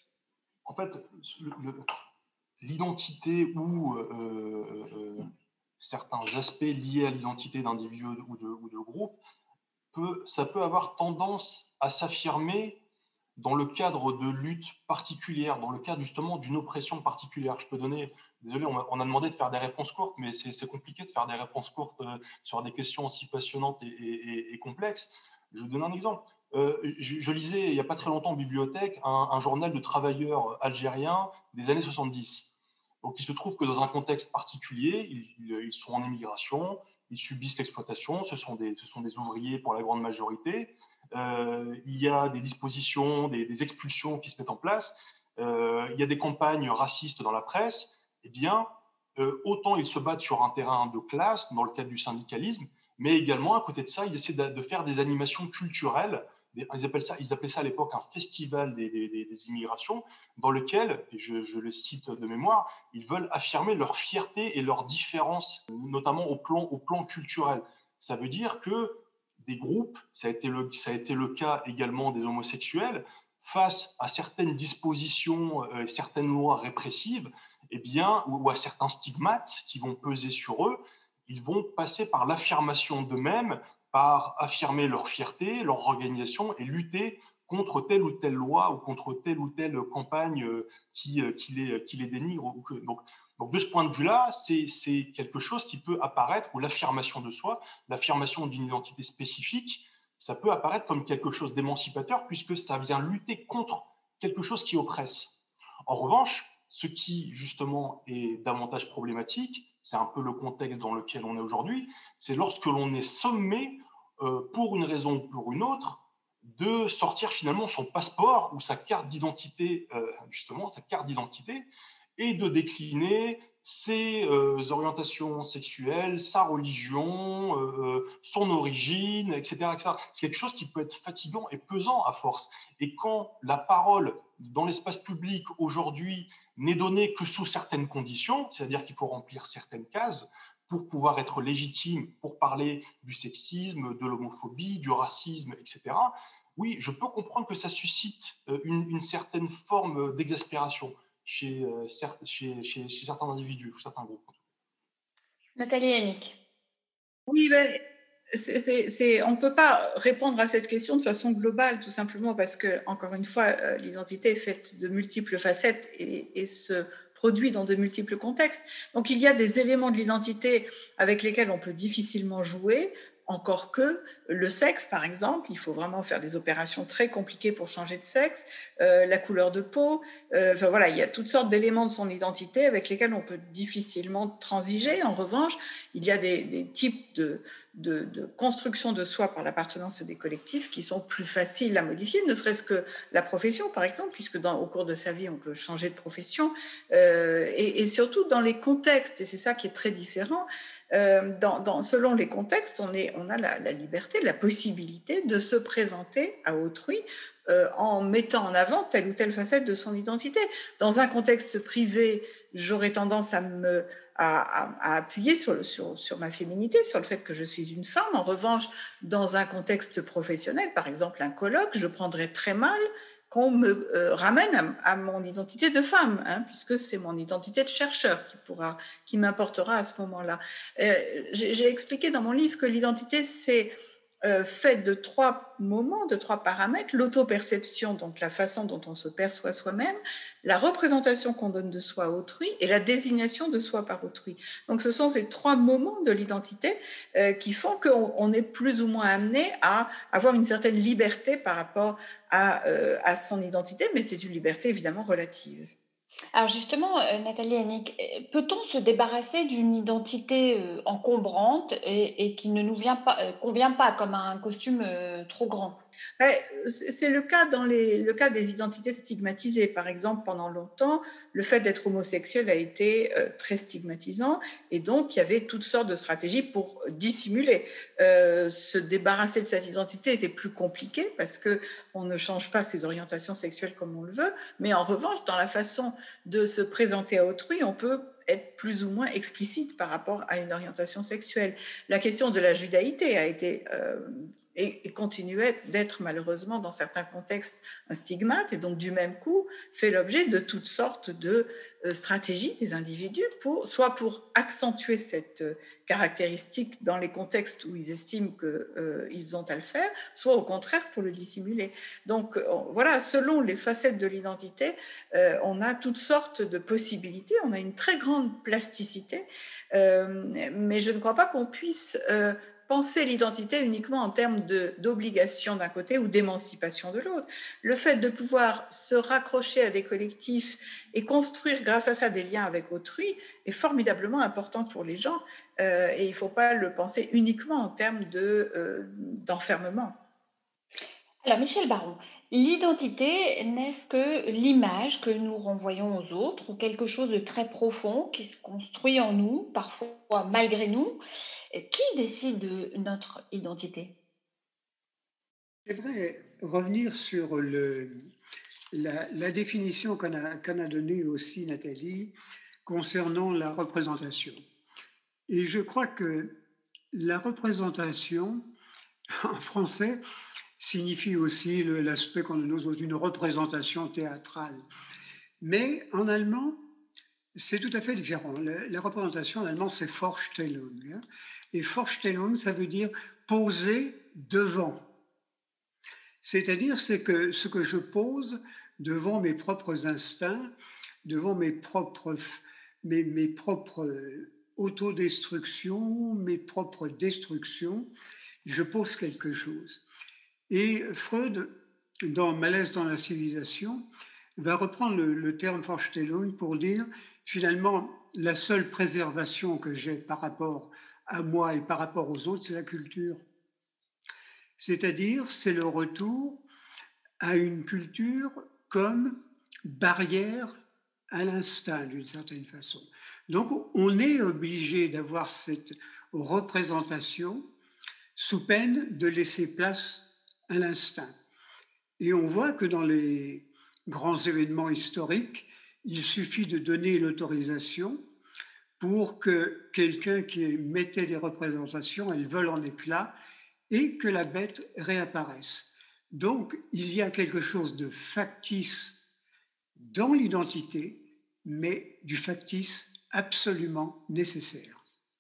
En fait, le, le, l'identité ou euh, euh, certains aspects liés à l'identité d'individus ou de, ou de groupes, peut, ça peut avoir tendance à s'affirmer dans le cadre de luttes particulières, dans le cadre justement d'une oppression particulière. Je peux donner, désolé, on a, on a demandé de faire des réponses courtes, mais c'est, c'est compliqué de faire des réponses courtes euh, sur des questions aussi passionnantes et, et, et complexes. Je vais vous donner un exemple. Euh, je, je lisais il n'y a pas très longtemps en bibliothèque un, un journal de travailleurs algériens des années soixante-dix. Donc il se trouve que dans un contexte particulier, ils, ils sont en émigration, ils subissent l'exploitation, ce sont des, ce sont des ouvriers pour la grande majorité. Euh, il y a des dispositions, des, des expulsions qui se mettent en place. Euh, il y a des campagnes racistes dans la presse. Eh bien, euh, autant ils se battent sur un terrain de classe, dans le cadre du syndicalisme, mais également, à côté de ça, ils essaient de faire des animations culturelles. Ils appellent ça, ils appelaient ça à l'époque un festival des, des, des immigrations, dans lequel, et je, je le cite de mémoire, ils veulent affirmer leur fierté et leur différence, notamment au plan, au plan culturel. Ça veut dire que des groupes, ça a été le, ça a été le cas également des homosexuels, face à certaines dispositions, euh, certaines lois répressives, eh bien, ou, ou à certains stigmates qui vont peser sur eux, ils vont passer par l'affirmation d'eux-mêmes, par affirmer leur fierté, leur organisation et lutter contre telle ou telle loi ou contre telle ou telle campagne qui, qui, les, qui les dénigre. Donc, donc de ce point de vue-là, c'est, c'est quelque chose qui peut apparaître, ou l'affirmation de soi, l'affirmation d'une identité spécifique, ça peut apparaître comme quelque chose d'émancipateur puisque ça vient lutter contre quelque chose qui oppresse. En revanche, ce qui justement est davantage problématique, c'est un peu le contexte dans lequel on est aujourd'hui, c'est lorsque l'on est sommé, euh, pour une raison ou pour une autre, de sortir finalement son passeport ou sa carte d'identité, euh, justement, sa carte d'identité, et de décliner ses euh, orientations sexuelles, sa religion, euh, son origine, et cetera, et cetera. C'est quelque chose qui peut être fatigant et pesant à force. Et quand la parole dans l'espace public aujourd'hui n'est donnée que sous certaines conditions, c'est-à-dire qu'il faut remplir certaines cases pour pouvoir être légitime, pour parler du sexisme, de l'homophobie, du racisme, et cetera, oui, je peux comprendre que ça suscite une, une certaine forme d'exaspération chez, euh, certes, chez, chez, chez certains individus, certains groupes. Nathalie Yannick. Oui, ben, c'est, c'est, c'est, on ne peut pas répondre à cette question de façon globale, tout simplement parce que, encore une fois, euh, l'identité est faite de multiples facettes et, et se produit dans de multiples contextes. Donc, il y a des éléments de l'identité avec lesquels on peut difficilement jouer. Encore que le sexe, par exemple, il faut vraiment faire des opérations très compliquées pour changer de sexe, euh, la couleur de peau, euh, enfin voilà, il y a toutes sortes d'éléments de son identité avec lesquels on peut difficilement transiger. En revanche, il y a des, des types de, de, de construction de soi par l'appartenance à des collectifs qui sont plus faciles à modifier, ne serait-ce que la profession, par exemple, puisque dans, au cours de sa vie, on peut changer de profession, euh, et, et surtout dans les contextes, et c'est ça qui est très différent. Euh, dans, dans, selon les contextes, on, est, on a la, la liberté, la possibilité de se présenter à autrui euh, en mettant en avant telle ou telle facette de son identité. Dans un contexte privé, j'aurais tendance à, me, à, à, à appuyer sur, sur, sur ma féminité, sur le fait que je suis une femme. En revanche, dans un contexte professionnel, par exemple un colloque, je prendrais très mal qu'on me euh, ramène à, à mon identité de femme, hein, puisque c'est mon identité de chercheur qui, pourra, qui m'importera à ce moment-là. Euh, j'ai, j'ai expliqué dans mon livre que l'identité, c'est euh, faite de trois moments, de trois paramètres: l'auto-perception, donc la façon dont on se perçoit soi-même, la représentation qu'on donne de soi à autrui et la désignation de soi par autrui. Donc ce sont ces trois moments de l'identité euh, qui font qu'on on est plus ou moins amené à avoir une certaine liberté par rapport à, euh, à son identité, mais c'est une liberté évidemment relative. Alors justement, euh, Nathalie Yannick, peut-on se débarrasser d'une identité euh, encombrante et, et qui ne nous vient pas, euh, convient pas, comme un costume euh, trop grand? C'est le cas dans les, le cas des identités stigmatisées. Par exemple, pendant longtemps, le fait d'être homosexuel a été euh, très stigmatisant et donc il y avait toutes sortes de stratégies pour dissimuler. Euh, se débarrasser de cette identité était plus compliqué parce qu'on ne change pas ses orientations sexuelles comme on le veut, mais en revanche, dans la façon de se présenter à autrui, on peut être plus ou moins explicite par rapport à une orientation sexuelle. La question de la judaïté a été... Euh, et, et continuait d'être malheureusement dans certains contextes un stigmate et donc du même coup fait l'objet de toutes sortes de euh, stratégies des individus, pour, soit pour accentuer cette euh, caractéristique dans les contextes où ils estiment qu'ils euh, ont à le faire, soit au contraire pour le dissimuler. Donc on, voilà, selon les facettes de l'identité, euh, on a toutes sortes de possibilités, on a une très grande plasticité, euh, mais je ne crois pas qu'on puisse... Euh, penser l'identité uniquement en termes de, d'obligation d'un côté ou d'émancipation de l'autre. Le fait de pouvoir se raccrocher à des collectifs et construire grâce à ça des liens avec autrui est formidablement important pour les gens euh, et il ne faut pas le penser uniquement en termes de, euh, d'enfermement. Alors Michel Baron, l'identité n'est-ce que l'image que nous renvoyons aux autres ou quelque chose de très profond qui se construit en nous, parfois malgré nous? Qui décide de notre identité? J'aimerais revenir sur le, la, la définition qu'en a, qu'en a donnée aussi Nathalie concernant la représentation. Et je crois que la représentation, en français, signifie aussi le, l'aspect qu'on nous dans une représentation théâtrale. Mais en allemand, c'est tout à fait différent. La, la représentation en allemand, c'est Vorstellung. Hein? Et Vorstellung, ça veut dire poser devant. C'est-à-dire, c'est que ce que je pose devant mes propres instincts, devant mes propres, mes, mes propres autodestructions, mes propres destructions, je pose quelque chose. Et Freud, dans Malaise dans la civilisation, va reprendre le, le terme Vorstellung pour dire, finalement, la seule préservation que j'ai par rapport à moi et par rapport aux autres, c'est la culture. C'est-à-dire, c'est le retour à une culture comme barrière à l'instinct, d'une certaine façon. Donc, on est obligé d'avoir cette représentation sous peine de laisser place à l'instinct. Et on voit que dans les grands événements historiques, il suffit de donner l'autorisation pour que quelqu'un qui mettait des représentations, elles volent en éclats et que la bête réapparaisse. Donc, il y a quelque chose de factice dans l'identité, mais du factice absolument nécessaire.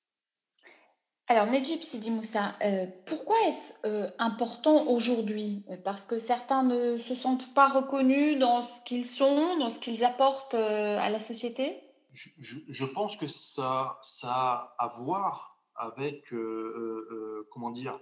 Alors, Nedjib Sidi Moussa, euh, pourquoi est-ce euh, important aujourd'hui? Parce que certains ne se sentent pas reconnus dans ce qu'ils sont, dans ce qu'ils apportent euh, à la société? je, je, je pense que ça, ça a à voir avec, euh, euh, comment dire,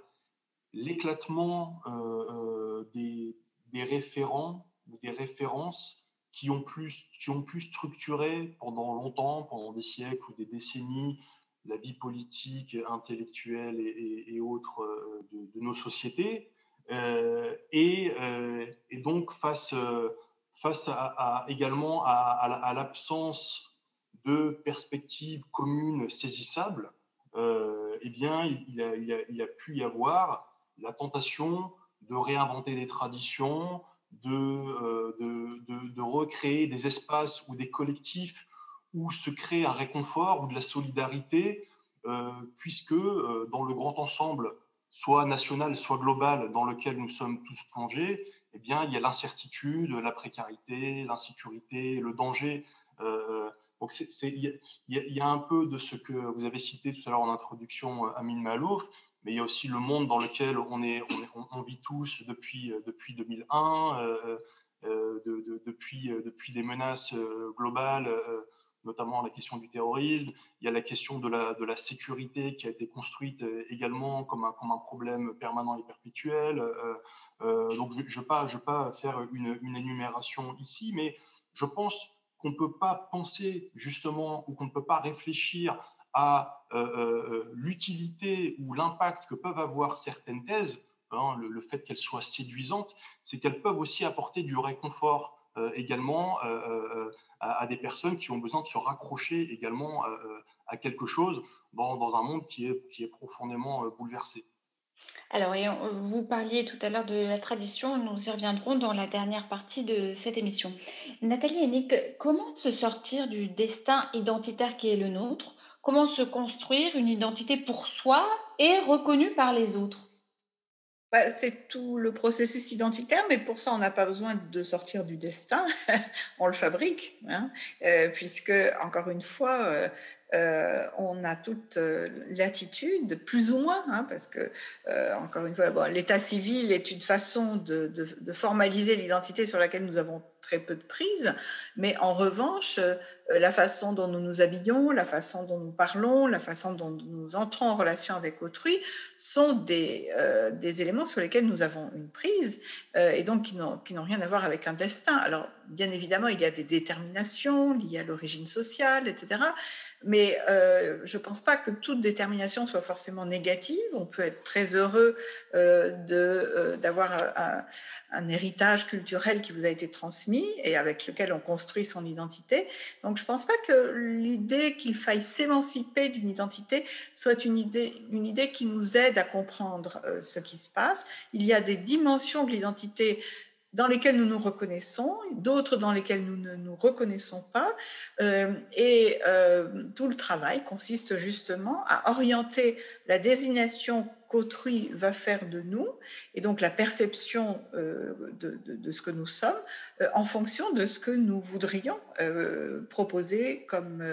l'éclatement euh, euh, des, des référents ou des références qui ont, plus, qui ont pu structurer pendant longtemps, pendant des siècles ou des décennies, la vie politique, intellectuelle et, et, et autres euh, de, de nos sociétés. Euh, et, euh, et donc, face, euh, face à, à, également à, à, à l'absence de perspectives communes saisissables, euh, eh bien, il a, il, a, il a pu y avoir la tentation de réinventer des traditions, de, euh, de, de, de recréer des espaces ou des collectifs où se crée un réconfort ou de la solidarité, euh, puisque euh, dans le grand ensemble, soit national, soit global, dans lequel nous sommes tous plongés, eh bien, il y a l'incertitude, la précarité, l'insécurité, le danger. Euh, donc, c'est, c'est, il, y a, il y a un peu de ce que vous avez cité tout à l'heure en introduction, Amin Maalouf, mais il y a aussi le monde dans lequel on, est, on, est, on vit tous depuis, depuis deux mille un, euh, euh, de, de, depuis, depuis des menaces globales, euh, notamment la question du terrorisme. Il y a la question de la, de la sécurité qui a été construite également comme un, comme un problème permanent et perpétuel. Euh, euh, donc, je ne vais pas, je vais pas faire une, une énumération ici, mais je pense qu'on ne peut pas penser justement ou qu'on ne peut pas réfléchir à euh, euh, l'utilité ou l'impact que peuvent avoir certaines thèses, hein, le, le fait qu'elles soient séduisantes, c'est qu'elles peuvent aussi apporter du réconfort euh, également euh, euh, à, à des personnes qui ont besoin de se raccrocher également euh, à quelque chose dans, dans un monde qui est, qui est profondément euh, bouleversé. Alors, et on- vous parliez tout à l'heure de la tradition, nous y reviendrons dans la dernière partie de cette émission. Nathalie Hennig, comment se sortir du destin identitaire qui est le nôtre? Comment se construire une identité pour soi et reconnue par les autres? Bah, c'est tout le processus identitaire, mais pour ça, on n'a pas besoin de sortir du destin, on le fabrique, hein, euh, puisque, encore une fois, euh, euh, on a toute euh, l'attitude, plus ou moins, hein, parce que, euh, encore une fois, bon, l'état civil est une façon de, de, de formaliser l'identité sur laquelle nous avons très peu de prise, mais en revanche, euh, la façon dont nous nous habillons, la façon dont nous parlons, la façon dont nous entrons en relation avec autrui sont des, euh, des éléments sur lesquels nous avons une prise euh, et donc qui n'ont, qui n'ont rien à voir avec un destin. Alors, bien évidemment, il y a des déterminations liées à l'origine sociale, et cetera. Mais euh, je ne pense pas que toute détermination soit forcément négative. On peut être très heureux euh, de, euh, d'avoir un, un héritage culturel qui vous a été transmis et avec lequel on construit son identité. Donc, je ne pense pas que l'idée qu'il faille s'émanciper d'une identité soit une idée, une idée qui nous aide à comprendre euh, ce qui se passe. Il y a des dimensions de l'identité dans lesquelles nous nous reconnaissons, d'autres dans lesquelles nous ne nous reconnaissons pas. Euh, et euh, tout le travail consiste justement à orienter la désignation qu'autrui va faire de nous, et donc la perception euh, de, de, de ce que nous sommes, euh, en fonction de ce que nous voudrions euh, proposer comme,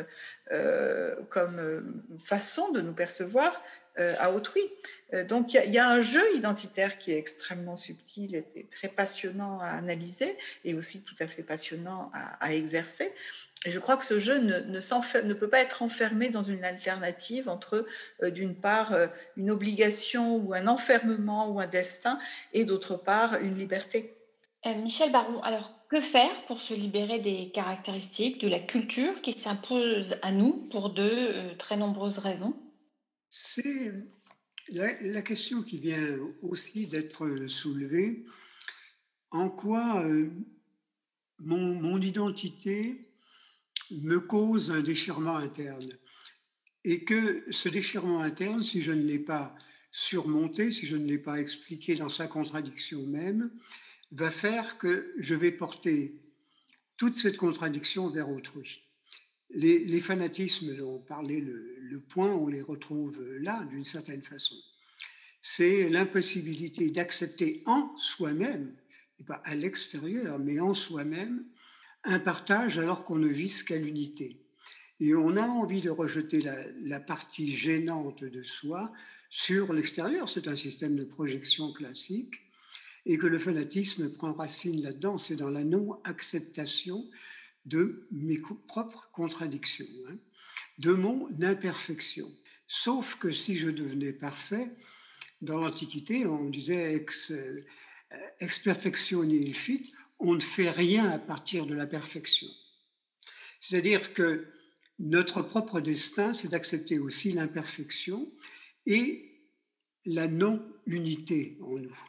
euh, comme façon de nous percevoir euh, à autrui. Euh, donc il y, y a un jeu identitaire qui est extrêmement subtil et, et très passionnant à analyser, et aussi tout à fait passionnant à, à exercer. Et je crois que ce jeu ne, ne, ne peut pas être enfermé dans une alternative entre, euh, d'une part, euh, une obligation ou un enfermement ou un destin, et d'autre part, une liberté. Euh, Michel Baron, alors que faire pour se libérer des caractéristiques de la culture qui s'impose à nous pour de euh, très nombreuses raisons? C'est la, la question qui vient aussi d'être soulevée. En quoi euh, mon, mon identité me cause un déchirement interne, et que ce déchirement interne, si je ne l'ai pas surmonté, si je ne l'ai pas expliqué dans sa contradiction même, va faire que je vais porter toute cette contradiction vers autrui. Les, les fanatismes dont parlait le, le point, on les retrouve là d'une certaine façon. C'est l'impossibilité d'accepter en soi-même, et pas à l'extérieur, mais en soi-même, un partage alors qu'on ne vise qu'à l'unité. Et on a envie de rejeter la, la partie gênante de soi sur l'extérieur. C'est un système de projection classique, et que le fanatisme prend racine là-dedans. C'est dans la non-acceptation de mes propres contradictions, hein, de mon imperfection. Sauf que si je devenais parfait, dans l'Antiquité, on disait ex, euh, ex perfectione nihil fit, on ne fait rien à partir de la perfection. C'est-à-dire que notre propre destin, c'est d'accepter aussi l'imperfection et la non-unité en nous.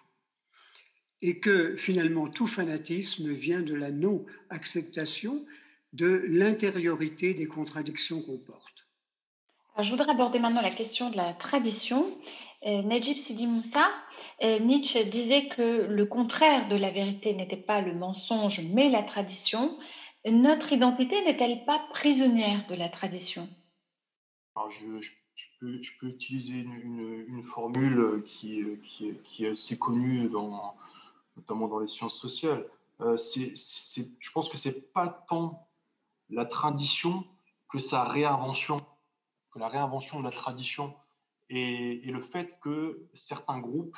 Et que finalement, tout fanatisme vient de la non-acceptation de l'intériorité des contradictions qu'on porte. Alors, je voudrais aborder maintenant la question de la tradition. Euh, Najib Sidi Moussa, euh, Nietzsche disait que le contraire de la vérité n'était pas le mensonge, mais la tradition. Notre identité n'est-elle pas prisonnière de la tradition? Alors je, je, je, peux, je peux utiliser une, une, une formule qui, qui, qui est assez connue, dans, notamment dans les sciences sociales. Euh, c'est, c'est, je pense que ce n'est pas tant la tradition que sa réinvention, que la réinvention de la tradition et, et le fait que certains groupes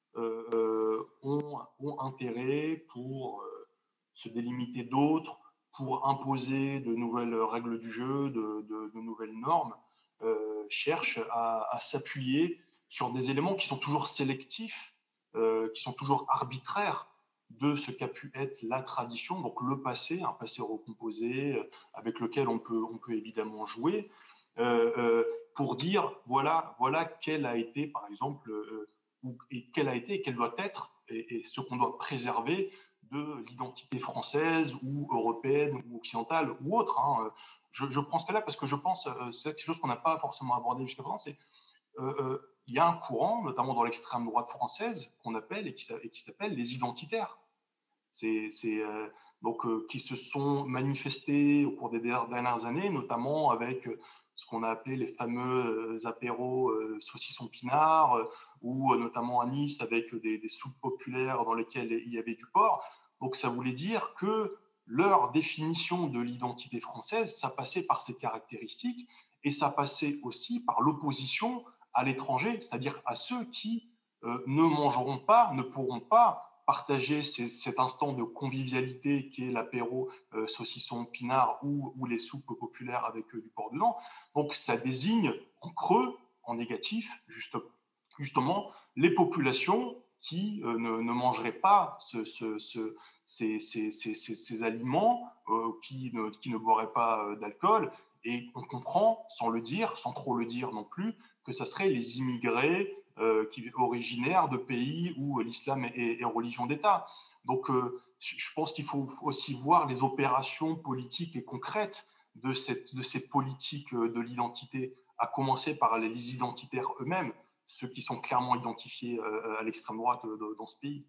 euh, ont, ont intérêt pour euh, se délimiter d'autres, pour imposer de nouvelles règles du jeu, de, de, de nouvelles normes, euh, cherchent à, à s'appuyer sur des éléments qui sont toujours sélectifs, euh, qui sont toujours arbitraires de ce qu'a pu être la tradition, donc le passé, un passé recomposé euh, avec lequel on peut, on peut évidemment jouer, euh, euh, pour dire voilà, voilà quelle a été, par exemple, euh, ou, et quelle a été et quelle doit être, et, et ce qu'on doit préserver de l'identité française ou européenne ou occidentale ou autre. Hein. Je, je prends ce cas-là parce que je pense, euh, c'est quelque chose qu'on n'a pas forcément abordé jusqu'à présent, c'est euh, euh, il y a un courant, notamment dans l'extrême droite française, qu'on appelle et qui, et qui s'appelle les identitaires. C'est, c'est, euh, donc, euh, qui se sont manifestés au cours des dernières années, notamment avec euh, ce qu'on a appelé les fameux euh, apéros euh, saucisson pinard, euh, ou euh, notamment à Nice avec des, des soupes populaires dans lesquelles il y avait du porc. Donc ça voulait dire que leur définition de l'identité française, ça passait par ces caractéristiques, et ça passait aussi par l'opposition à l'étranger, c'est-à-dire à ceux qui euh, ne mangeront pas, ne pourront pas partager ces, cet instant de convivialité qui est l'apéro euh, saucisson pinard ou, ou les soupes populaires avec euh, du porc dedans. Donc ça désigne en creux, en négatif, juste, justement, les populations qui euh, ne, ne mangeraient pas ce, ce, ce, ces, ces, ces, ces aliments, euh, qui, ne, qui ne boiraient pas euh, d'alcool. Et on comprend, sans le dire, sans trop le dire non plus, que ça serait les immigrés euh, qui, originaires de pays où l'islam est, est religion d'État. Donc, euh, je pense qu'il faut aussi voir les opérations politiques et concrètes de, cette, de ces politiques de l'identité, à commencer par les identitaires eux-mêmes, ceux qui sont clairement identifiés euh, à l'extrême droite euh, dans ce pays.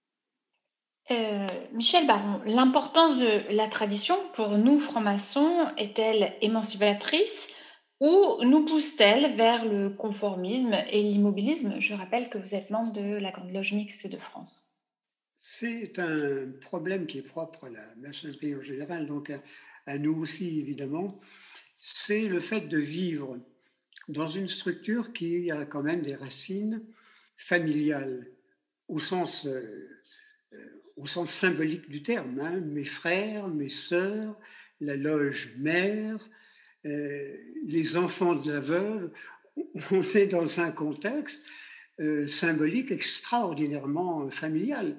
Euh, Michel Baron, l'importance de la tradition pour nous francs-maçons est-elle émancipatrice ou nous pousse-t-elle vers le conformisme et l'immobilisme? Je rappelle que vous êtes membre de la Grande Loge Mixte de France. C'est un problème qui est propre à la maçonnerie en général, donc à, à nous aussi évidemment. C'est le fait de vivre dans une structure qui a quand même des racines familiales, au sens... Euh, au sens symbolique du terme, hein, mes frères, mes sœurs, la loge mère, euh, les enfants de la veuve. On est dans un contexte euh, symbolique extraordinairement familial.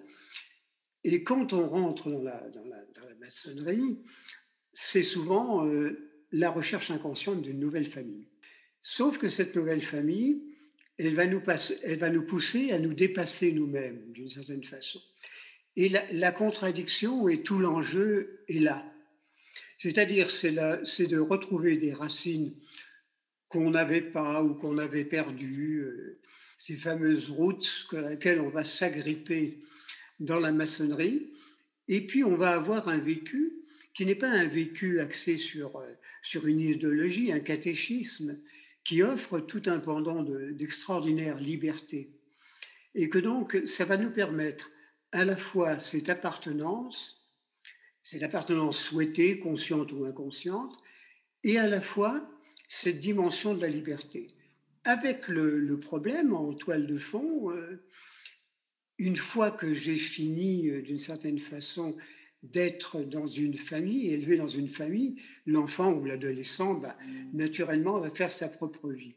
Et quand on rentre dans la, dans la, dans la maçonnerie, c'est souvent euh, la recherche inconsciente d'une nouvelle famille. Sauf que cette nouvelle famille, elle va nous, passer, elle va nous pousser à nous dépasser nous-mêmes, d'une certaine façon. Et la, la contradiction et tout l'enjeu est là. C'est-à-dire, c'est, la, c'est de retrouver des racines qu'on n'avait pas ou qu'on avait perdues, euh, ces fameuses routes sur lesquelles on va s'agripper dans la maçonnerie. Et puis, on va avoir un vécu qui n'est pas un vécu axé sur, sur une idéologie, un catéchisme, qui offre tout un pendant de, d'extraordinaire liberté. Et que donc, ça va nous permettre à la fois cette appartenance, cette appartenance souhaitée, consciente ou inconsciente, et à la fois cette dimension de la liberté. Avec le, le problème en toile de fond, euh, une fois que j'ai fini, euh, d'une certaine façon, d'être dans une famille, élevé dans une famille, l'enfant ou l'adolescent, bah, naturellement, va faire sa propre vie.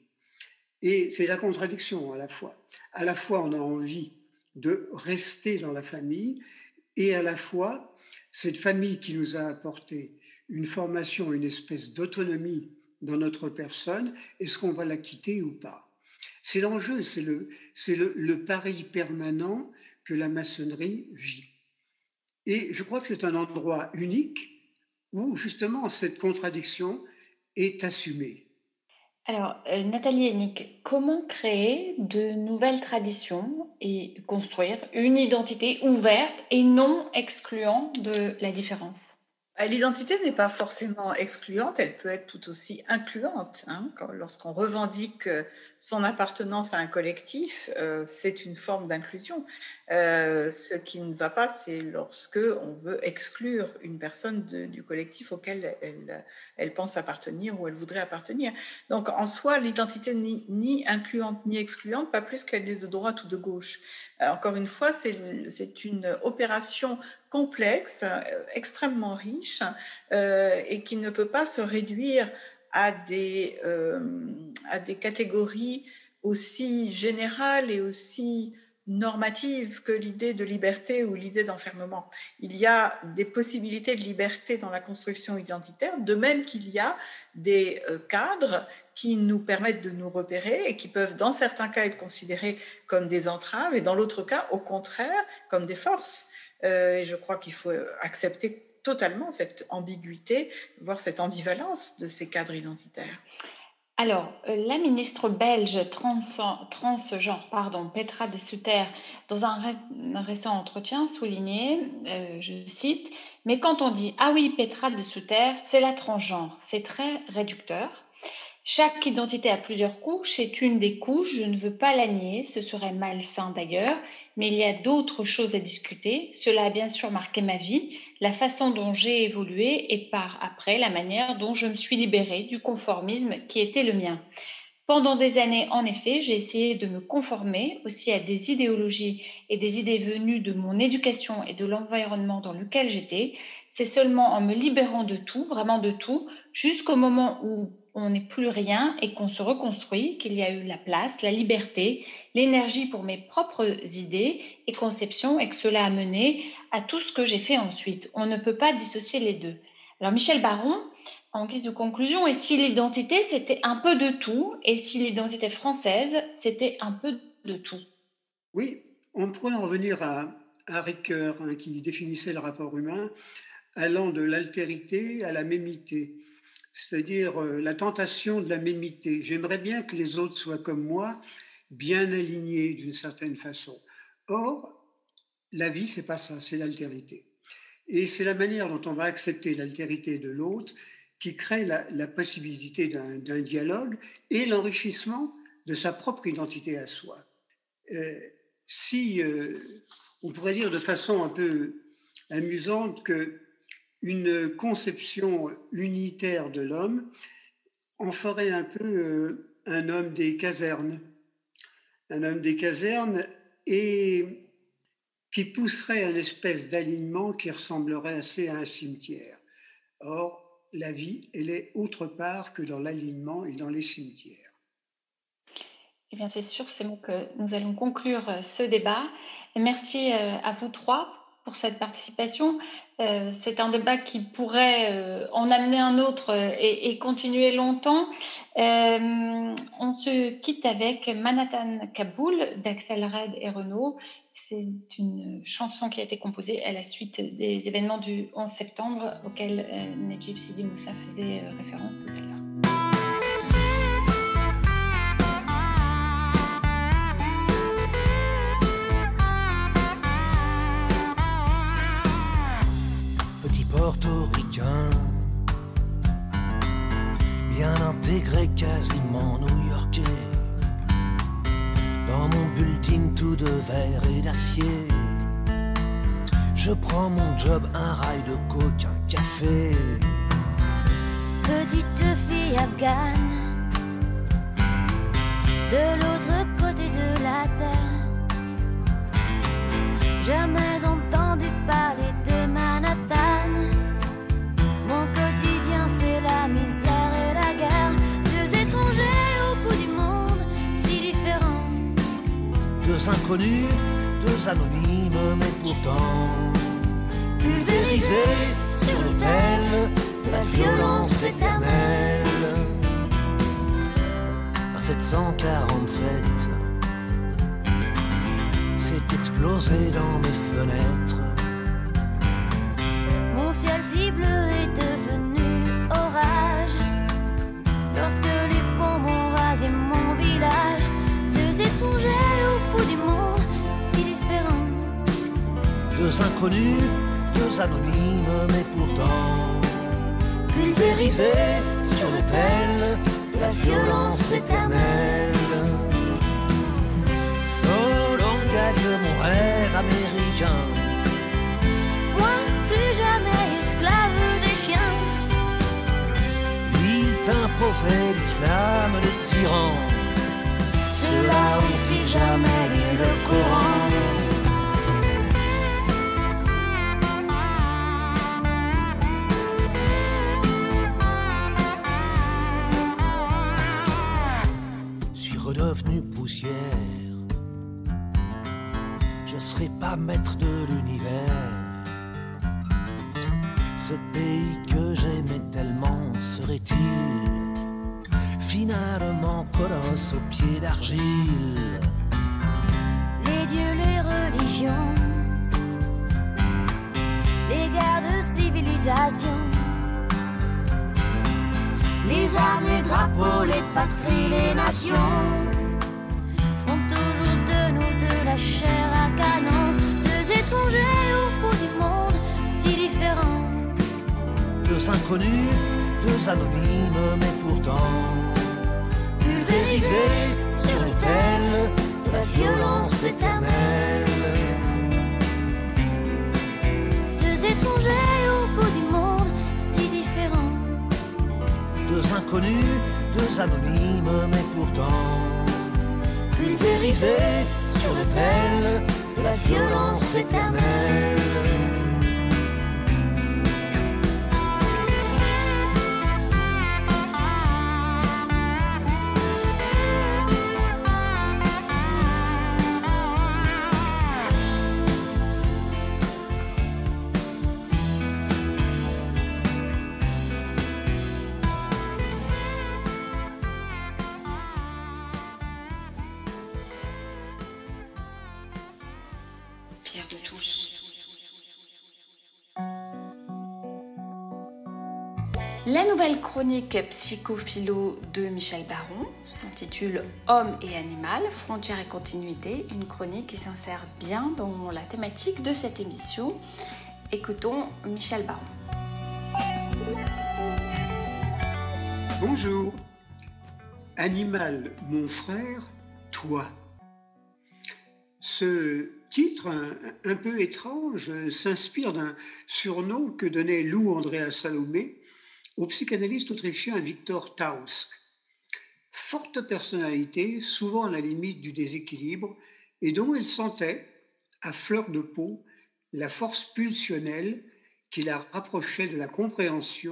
Et c'est la contradiction à la fois. À la fois, on a envie de rester dans la famille, et à la fois, cette famille qui nous a apporté une formation, une espèce d'autonomie dans notre personne, est-ce qu'on va la quitter ou pas? C'est l'enjeu, c'est le, c'est le, le pari permanent que la maçonnerie vit. Et je crois que c'est un endroit unique où justement cette contradiction est assumée. Alors, euh, Nathalie Hennig, comment créer de nouvelles traditions et construire une identité ouverte et non excluant de la différence? L'identité n'est pas forcément excluante, elle peut être tout aussi incluante. Hein. Quand, lorsqu'on revendique son appartenance à un collectif, euh, c'est une forme d'inclusion. Euh, ce qui ne va pas, c'est lorsque on veut exclure une personne de, du collectif auquel elle, elle pense appartenir ou elle voudrait appartenir. Donc, en soi, l'identité n'est ni incluante ni excluante, pas plus qu'elle est de droite ou de gauche. Euh, encore une fois, c'est, c'est une opération complexe, extrêmement riche, euh, et qui ne peut pas se réduire à des, euh, à des catégories aussi générales et aussi normatives que l'idée de liberté ou l'idée d'enfermement. Il y a des possibilités de liberté dans la construction identitaire, de même qu'il y a des euh, cadres qui nous permettent de nous repérer et qui peuvent, dans certains cas, être considérés comme des entraves et dans l'autre cas, au contraire, comme des forces. Euh, et je crois qu'il faut accepter totalement cette ambiguïté, voire cette ambivalence de ces cadres identitaires. Alors, euh, la ministre belge trans, transgenre, pardon, Petra de Sutter, dans un, ré, un récent entretien, soulignait, euh, je cite, « Mais quand on dit « Ah oui, Petra de Sutter, c'est la transgenre », c'est très réducteur. Chaque identité a plusieurs couches, c'est une des couches, je ne veux pas la nier, ce serait malsain d'ailleurs, mais il y a d'autres choses à discuter. Cela a bien sûr marqué ma vie, la façon dont j'ai évolué et par après la manière dont je me suis libérée du conformisme qui était le mien. Pendant des années, en effet, j'ai essayé de me conformer aussi à des idéologies et des idées venues de mon éducation et de l'environnement dans lequel j'étais. C'est seulement en me libérant de tout, vraiment de tout, jusqu'au moment où on n'est plus rien et qu'on se reconstruit, qu'il y a eu la place, la liberté, l'énergie pour mes propres idées et conceptions et que cela a mené à tout ce que j'ai fait ensuite. On ne peut pas dissocier les deux. Alors Michel Baron, en guise de conclusion, et si l'identité c'était un peu de tout, et si l'identité française c'était un peu de tout? Oui, on pourrait en revenir à, à Ricoeur, hein, qui définissait le rapport humain allant de l'altérité à la mémité. C'est-à-dire euh, la tentation de la mémité. J'aimerais bien que les autres soient comme moi, bien alignés d'une certaine façon. Or, la vie, c'est pas ça, c'est l'altérité. Et c'est la manière dont on va accepter l'altérité de l'autre qui crée la, la possibilité d'un, d'un dialogue et l'enrichissement de sa propre identité à soi. Euh, si, euh, on pourrait dire de façon un peu amusante que une conception unitaire de l'homme en ferait un peu euh, un homme des casernes. Un homme des casernes et qui pousserait à une espèce d'alignement qui ressemblerait assez à un cimetière. Or, la vie, elle est autre part que dans l'alignement et dans les cimetières. Eh bien, c'est sur ces mots que nous allons conclure ce débat. Et merci à vous trois pour cette participation. Euh, c'est un débat qui pourrait euh, en amener un autre et, et continuer longtemps. Euh, on se quitte avec Manhattan Kaboul d'Axel Red et Renaud. C'est une chanson qui a été composée à la suite des événements du onze septembre auxquels euh, Nedjib Sidi Moussa faisait euh, référence tout à l'heure. Portoricain, bien intégré, quasiment new-yorkais. Dans mon building tout de verre et d'acier, je prends mon job, un rail de coke, un café. Petite fille afghane, de l'autre côté de la terre, jamais entendu parler de Manhattan. Mon quotidien c'est la misère et la guerre. Deux étrangers au bout du monde, si différents. Deux inconnus, deux anonymes, mais pourtant pulvérisés sur l'autel de la violence éternelle. Un sept cent quarante-sept s'est explosé dans mes fenêtres. Mon ciel si bleu est devenu orage lorsque les bombes ont rasé mon village. Deux étrangers au bout du monde, si différents. Deux inconnus, deux anonymes, mais pourtant pulvérisés sur l'autel de la violence éternelle. Solon gagne mon rêve américain. Moi, plus jamais esclave des chiens. Il t'imposait l'islam de tyran. Ceux-là ont-ils jamais lu le Coran? Suis redevenu poussière. Je serai pas maître de l'univers. Ce pays que j'aimais tellement serait-il finalement colosse aux pieds d'argile? Les dieux, les religions, les guerres de civilisation, les armes, les drapeaux, les patries, les nations font toujours de nous de la chair à canon. Deux étrangers au bout du monde, si différents. Deux inconnus, deux anonymes, mais pourtant pulvérisés sur l'autel de la violence éternelle. Deux étrangers au bout du monde, si différents. Deux inconnus, deux anonymes, mais pourtant pulvérisés sur l'autel de la violence éternelle. Pierre de Touche. La nouvelle chronique psychophilo de Michel Baron s'intitule Homme et animal, frontières et continuité, une chronique qui s'insère bien dans la thématique de cette émission. Écoutons Michel Baron. Bonjour. Animal, mon frère, toi. Ce titre, un, un peu étrange, s'inspire d'un surnom que donnait Lou Andrea Salomé au psychanalyste autrichien Victor Tausk. Forte personnalité, souvent à la limite du déséquilibre, et dont il sentait, à fleur de peau, la force pulsionnelle qui la rapprochait de la compréhension,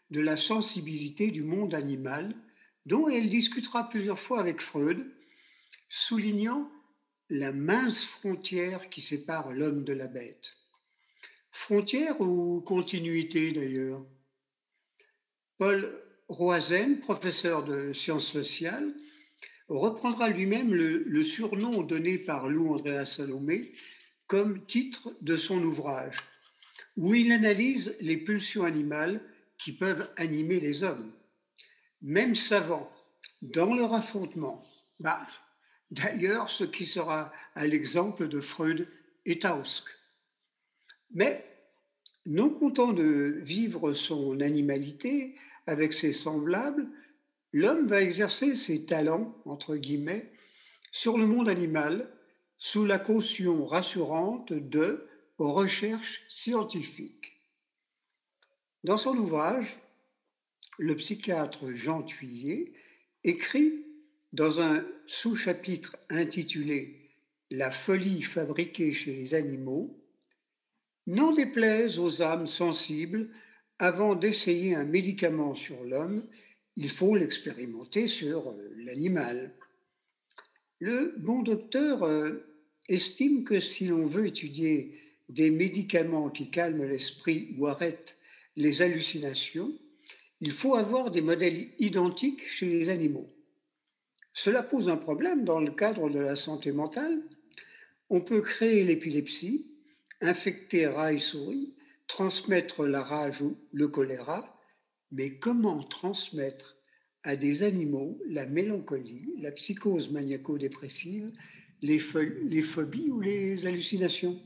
de la sensibilité du monde animal, dont elle discutera plusieurs fois avec Freud, soulignant la mince frontière qui sépare l'homme de la bête. Frontière ou continuité d'ailleurs? Paul Roazen, professeur de sciences sociales, reprendra lui-même le, le surnom donné par Lou Andrea Salomé comme titre de son ouvrage, où il analyse les pulsions animales qui peuvent animer les hommes. Même savants, dans leur affrontement, bah, d'ailleurs ce qui sera à l'exemple de Freud et Tausk. Mais, non content de vivre son animalité avec ses semblables, l'homme va exercer ses talents, entre guillemets, sur le monde animal sous la caution rassurante de recherches scientifiques. Dans son ouvrage, le psychiatre Jean Thuillier écrit dans un sous-chapitre intitulé « La folie fabriquée chez les animaux », n'en déplaise aux âmes sensibles, avant d'essayer un médicament sur l'homme, il faut l'expérimenter sur l'animal. Le bon docteur euh, estime que si l'on veut étudier des médicaments qui calment l'esprit ou arrêtent les hallucinations, il faut avoir des modèles identiques chez les animaux. Cela pose un problème dans le cadre de la santé mentale. On peut créer l'épilepsie, infecter rats et souris, transmettre la rage ou le choléra, mais comment transmettre à des animaux la mélancolie, la psychose maniaco-dépressive, les, pho- les phobies ou les hallucinations?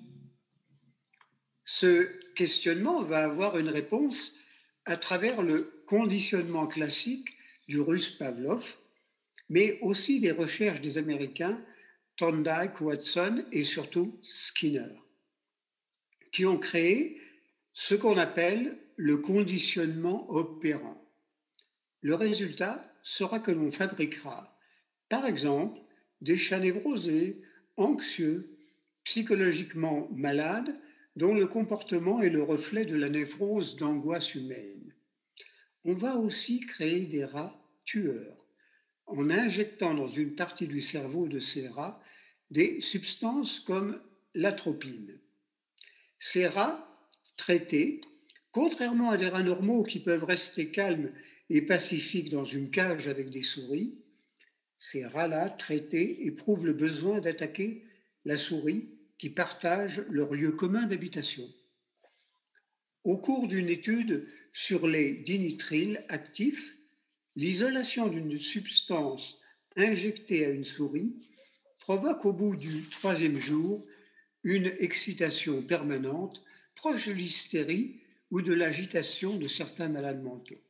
Ce questionnement va avoir une réponse à travers le conditionnement classique du russe Pavlov, mais aussi des recherches des Américains Thorndike, Watson et surtout Skinner, qui ont créé ce qu'on appelle le conditionnement opérant. Le résultat sera que l'on fabriquera, par exemple, des chats névrosés, anxieux, psychologiquement malades, dont le comportement est le reflet de la névrose d'angoisse humaine. On va aussi créer des rats tueurs, en injectant dans une partie du cerveau de ces rats des substances comme l'atropine. Ces rats traités, contrairement à des rats normaux qui peuvent rester calmes et pacifiques dans une cage avec des souris, ces rats-là traités éprouvent le besoin d'attaquer la souris qui partage leur lieu commun d'habitation. Au cours d'une étude sur les dinitryls actifs, l'isolation d'une substance injectée à une souris provoque au bout du troisième jour une excitation permanente proche de l'hystérie ou de l'agitation de certains malades mentaux.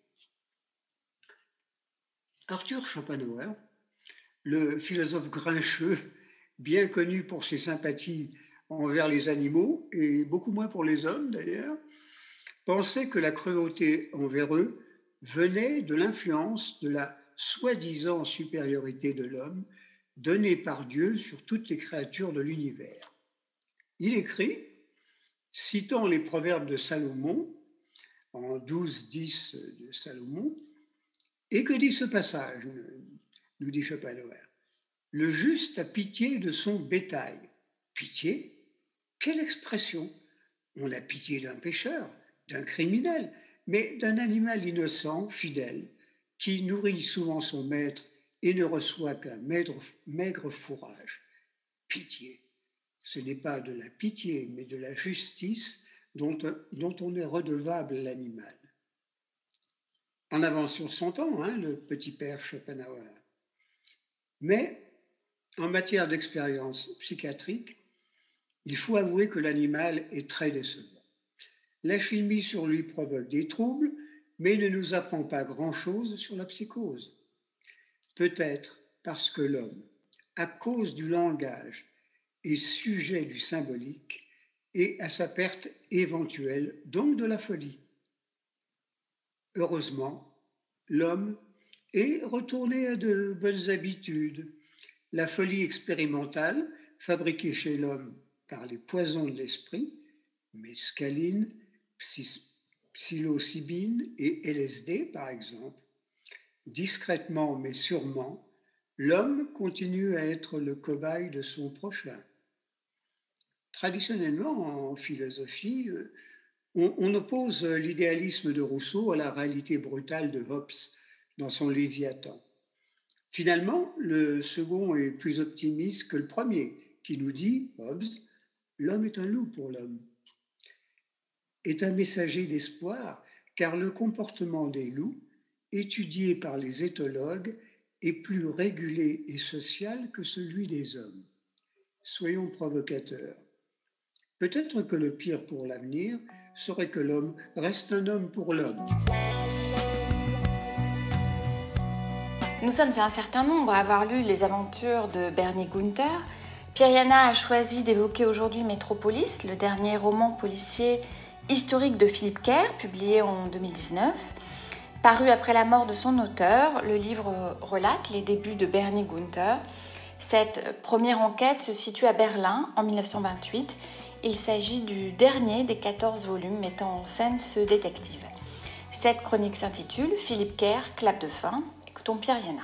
Arthur Schopenhauer, le philosophe grincheux, bien connu pour ses sympathies envers les animaux et beaucoup moins pour les hommes d'ailleurs, pensait que la cruauté envers eux venait de l'influence de la soi-disant supériorité de l'homme donnée par Dieu sur toutes les créatures de l'univers. Il écrit, citant les proverbes de Salomon, en douze dix de Salomon, et que dit ce passage, nous dit Schopenhauer. Le juste a pitié de son bétail. Pitié? Quelle expression! On a pitié d'un pécheur, d'un criminel, mais d'un animal innocent, fidèle, qui nourrit souvent son maître et ne reçoit qu'un maigre, maigre fourrage. Pitié. Ce n'est pas de la pitié, mais de la justice dont, dont on est redevable à l'animal. En avant sur son temps, hein, le petit père Schopenhauer. Mais en matière d'expérience psychiatrique, il faut avouer que l'animal est très décevant. La chimie sur lui provoque des troubles, mais ne nous apprend pas grand-chose sur la psychose. Peut-être parce que l'homme, à cause du langage, est sujet du symbolique et à sa perte éventuelle, donc de la folie. Heureusement, l'homme est retourné à de bonnes habitudes. La folie expérimentale, fabriquée chez l'homme par les poisons de l'esprit, mescaline, psilocybine et L S D par exemple, discrètement mais sûrement, l'homme continue à être le cobaye de son prochain. Traditionnellement, en philosophie, on, on oppose l'idéalisme de Rousseau à la réalité brutale de Hobbes dans son Léviathan. Finalement, le second est plus optimiste que le premier, qui nous dit, Hobbes, l'homme est un loup pour l'homme. Est un messager d'espoir, car le comportement des loups, étudié par les éthologues, est plus régulé et social que celui des hommes. Soyons provocateurs. Peut-être que le pire pour l'avenir serait que l'homme reste un homme pour l'homme. Nous sommes un certain nombre à avoir lu les aventures de Bernie Gunther. Pierre-Yana a choisi d'évoquer aujourd'hui Métropolis, le dernier roman policier historique de Philippe Kerr, publié en deux mille dix-neuf. Paru après la mort de son auteur, le livre relate les débuts de Bernie Gunther. Cette première enquête se situe à Berlin en dix-neuf cent vingt-huit. Il s'agit du dernier des quatorze volumes mettant en scène ce détective. Cette chronique s'intitule « Philippe Kerr, clap de fin ». Écoutons Pierre-Yana.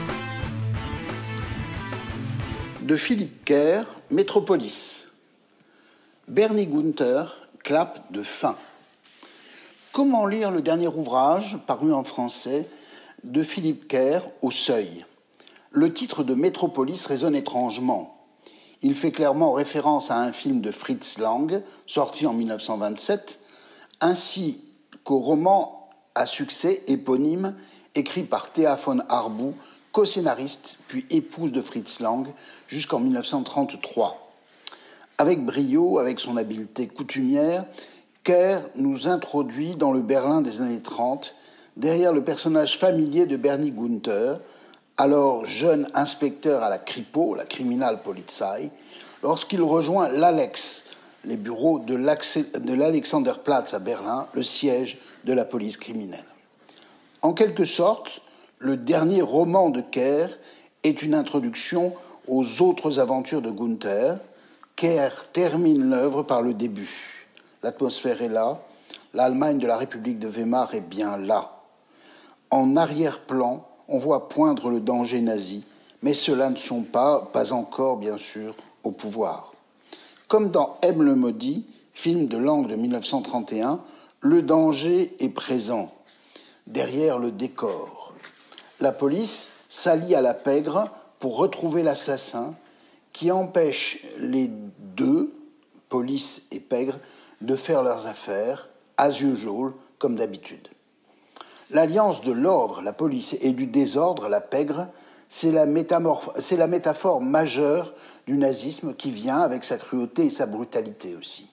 De Philippe Kerr, Métropolis. Bernie Gunther, clap de fin. Comment lire le dernier ouvrage, paru en français, de Philippe Kerr, Au Seuil ? Le titre de Métropolis résonne étrangement. Il fait clairement référence à un film de Fritz Lang, sorti en dix-neuf cent vingt-sept, ainsi qu'au roman à succès éponyme, écrit par Théa von Harbou, co-scénariste puis épouse de Fritz Lang, jusqu'en dix-neuf cent trente-trois. Avec brio, avec son habileté coutumière, Kerr nous introduit dans le Berlin des années trente, derrière le personnage familier de Bernie Gunther, alors jeune inspecteur à la Kripo, la Kriminalpolizei, lorsqu'il rejoint l'Alex, les bureaux de l'Alexanderplatz à Berlin, le siège de la police criminelle. En quelque sorte, le dernier roman de Kerr est une introduction aux autres aventures de Gunther. Kerr termine l'œuvre par le début. L'atmosphère est là, l'Allemagne de la République de Weimar est bien là. En arrière-plan, on voit poindre le danger nazi, mais ceux-là ne sont pas, pas encore, bien sûr, au pouvoir. Comme dans M le maudit, film de Lang de dix-neuf cent trente et un, le danger est présent, derrière le décor. La police s'allie à la pègre pour retrouver l'assassin qui empêche les deux, police et pègre, de faire leurs affaires, as usual, comme d'habitude. L'alliance de l'ordre, la police, et du désordre, la pègre, c'est la, c'est la métaphore majeure du nazisme qui vient avec sa cruauté et sa brutalité aussi.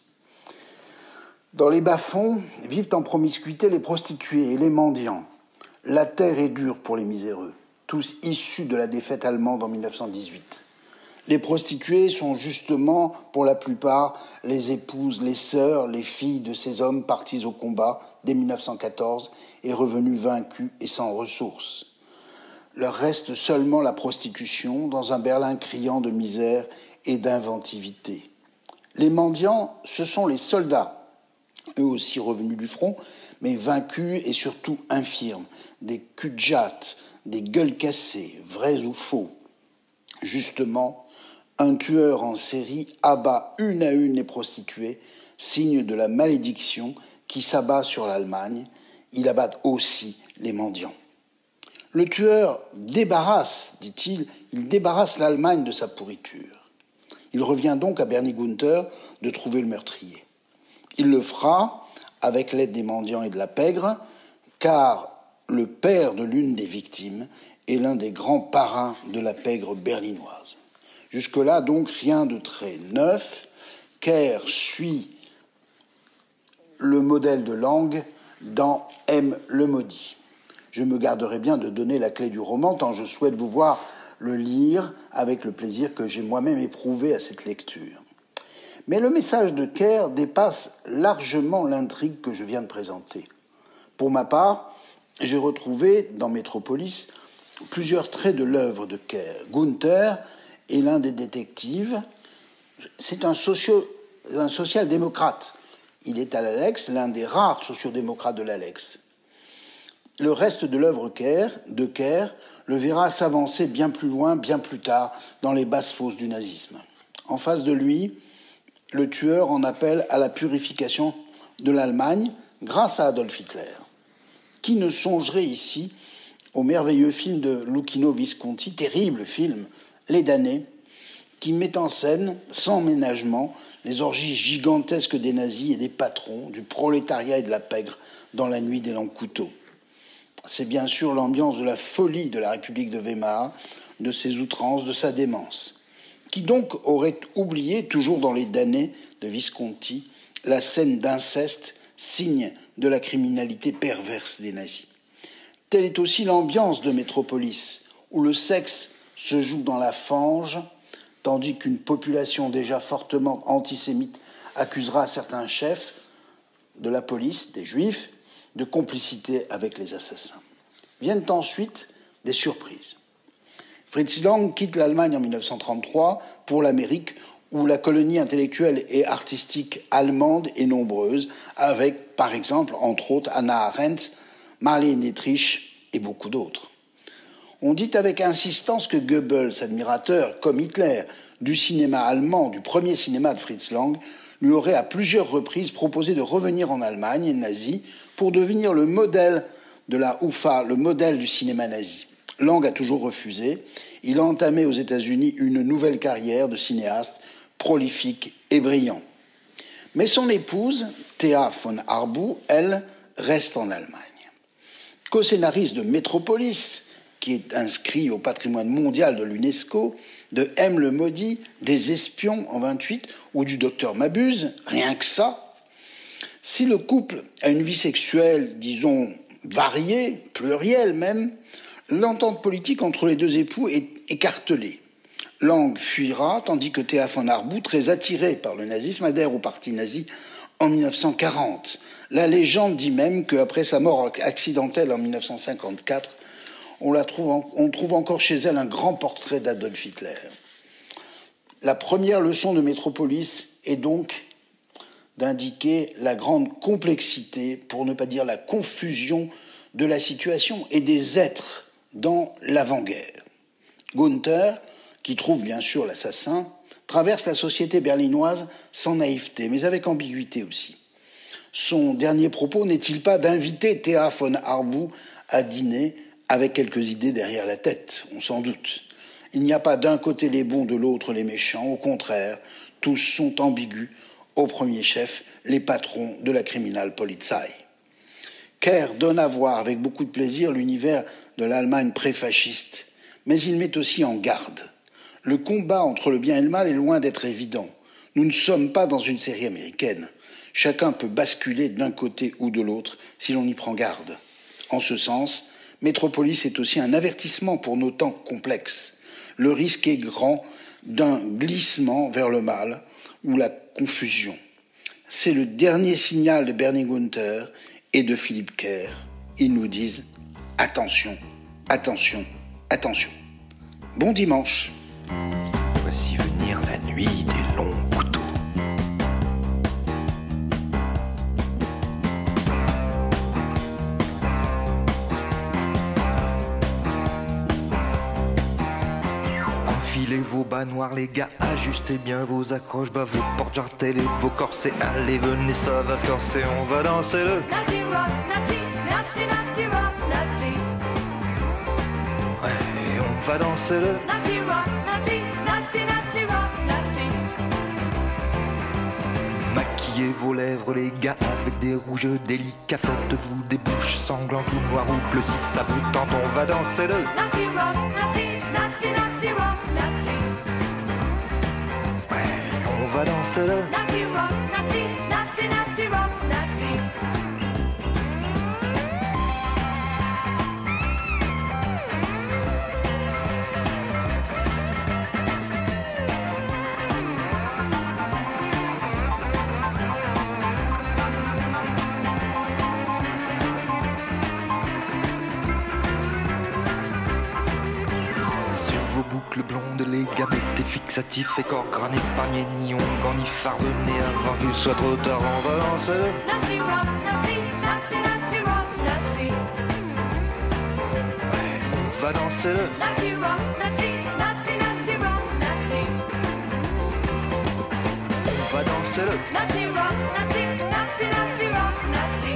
Dans les bas-fonds vivent en promiscuité les prostituées et les mendiants. La terre est dure pour les miséreux, tous issus de la défaite allemande en dix-neuf cent dix-huit. Les prostituées sont justement, pour la plupart, les épouses, les sœurs, les filles de ces hommes partis au combat dès dix-neuf cent quatorze et revenus vaincus et sans ressources. Leur reste seulement la prostitution dans un Berlin criant de misère et d'inventivité. Les mendiants, ce sont les soldats, eux aussi revenus du front, mais vaincus et surtout infirmes, des cul-de-jatte, des gueules cassées, vrais ou faux. Justement, un tueur en série abat une à une les prostituées, signe de la malédiction qui s'abat sur l'Allemagne. Il abat aussi les mendiants. Le tueur débarrasse, dit-il, il débarrasse l'Allemagne de sa pourriture. Il revient donc à Bernie Gunther de trouver le meurtrier. Il le fera avec l'aide des mendiants et de la pègre, car le père de l'une des victimes est l'un des grands parrains de la pègre berlinoise. Jusque-là, donc, rien de très neuf. Kerr suit le modèle de Lang dans M le maudit. Je me garderai bien de donner la clé du roman, tant je souhaite vous voir le lire avec le plaisir que j'ai moi-même éprouvé à cette lecture. Mais le message de Kerr dépasse largement l'intrigue que je viens de présenter. Pour ma part, j'ai retrouvé dans Métropolis plusieurs traits de l'œuvre de Kerr. Gunther est l'un des détectives. C'est un, socio, un social-démocrate. Il est à l'Alex l'un des rares sociodémocrates de l'Alex. Le reste de l'œuvre de Kerr le verra s'avancer bien plus loin, bien plus tard, dans les basses fosses du nazisme. En face de lui, le tueur en appelle à la purification de l'Allemagne grâce à Adolf Hitler. Qui ne songerait ici au merveilleux film de Luchino Visconti, terrible film, Les damnés, qui met en scène, sans ménagement, les orgies gigantesques des nazis et des patrons, du prolétariat et de la pègre dans la nuit des longs couteaux. C'est bien sûr l'ambiance de la folie de la République de Weimar, de ses outrances, de sa démence. Qui donc aurait oublié, toujours dans Les damnés de Visconti, la scène d'inceste, signe de la criminalité perverse des nazis. Telle est aussi l'ambiance de Métropolis, où le sexe se joue dans la fange, tandis qu'une population déjà fortement antisémite accusera certains chefs de la police, des juifs, de complicité avec les assassins. Viennent ensuite des surprises. Fritz Lang quitte l'Allemagne en mille neuf cent trente-trois pour l'Amérique, où la colonie intellectuelle et artistique allemande est nombreuse, avec, par exemple, entre autres, Hannah Arendt, Marlene Dietrich et beaucoup d'autres. On dit avec insistance que Goebbels, admirateur, comme Hitler, du cinéma allemand, du premier cinéma de Fritz Lang, lui aurait à plusieurs reprises proposé de revenir en Allemagne nazie pour devenir le modèle de la U F A, le modèle du cinéma nazi. Lang a toujours refusé. Il a entamé aux États-Unis une nouvelle carrière de cinéaste prolifique et brillant. Mais son épouse, Thea von Harbou, elle, reste en Allemagne. Co-scénariste de Métropolis, qui est inscrit au patrimoine mondial de l'UNESCO, de M le maudit, des espions en vingt-huit ou du docteur Mabuse, rien que ça. Si le couple a une vie sexuelle, disons, variée, plurielle même, l'entente politique entre les deux époux est écartelée. Lang fuira, tandis que Thea von Harbou, très attirée par le nazisme, adhère au parti nazi en mille neuf cent quarante. La légende dit même qu'après sa mort accidentelle en mille neuf cent cinquante-quatre, on, la trouve en, on trouve encore chez elle un grand portrait d'Adolf Hitler. La première leçon de Métropolis est donc d'indiquer la grande complexité, pour ne pas dire la confusion, de la situation et des êtres dans l'avant-guerre. Gunther, qui trouve bien sûr l'assassin, traverse la société berlinoise sans naïveté, mais avec ambiguïté aussi. Son dernier propos n'est-il pas d'inviter Thea von Harbou à dîner avec quelques idées derrière la tête? On s'en doute. Il n'y a pas d'un côté les bons, de l'autre les méchants. Au contraire, tous sont ambigus, au premier chef, les patrons de la Kriminalpolizei. Kerr donne à voir avec beaucoup de plaisir l'univers de l'Allemagne pré-fasciste, mais il met aussi en garde. Le combat entre le bien et le mal est loin d'être évident. Nous ne sommes pas dans une série américaine. Chacun peut basculer d'un côté ou de l'autre si l'on y prend garde. En ce sens, Métropolis est aussi un avertissement pour nos temps complexes. Le risque est grand d'un glissement vers le mal ou la confusion. C'est le dernier signal de Bernie Gunther et de Philippe Kerr. Ils nous disent « Attention, attention, attention ». Bon dimanche. Voici venir la nuit des longs couteaux. Enfilez vos bas noirs les gars, ajustez bien vos accroches, bas vos portes jartelles et vos corsets. Allez venez, ça va se corser, on va danser le Nazi rock, Nazi, Nazi, Nazi rock, Nazi. Ouais, on va danser le Nazi rock, Nazi, Nazi, Nazi rock, Nazi. Maquillez vos lèvres les gars avec des rouges délicats, faites-vous des bouches sanglantes ou noires ou bleues, si ça vous tente, on va danser le Nazi rock, Nazi, Nazi, Nazi rock, Nazi. Ouais, on va danser le Nazi rock, Nazi, Nazi, Nazi rock, Nazi. Sur vos boucles blondes, les gars, mettez fixatif et corps gras n'épargné ni onguent ni phare. Venez avant qu'il soit trop tard, on va danser le Nazi rock, Nazi, Nazi, Nazi rock, Nazi. Ouais, on va danser le Nazi rock, Nazi, Nazi, Nazi rock, Nazi. On va danser le Nazi rock, Nazi, Nazi, Nazi rock, Nazi.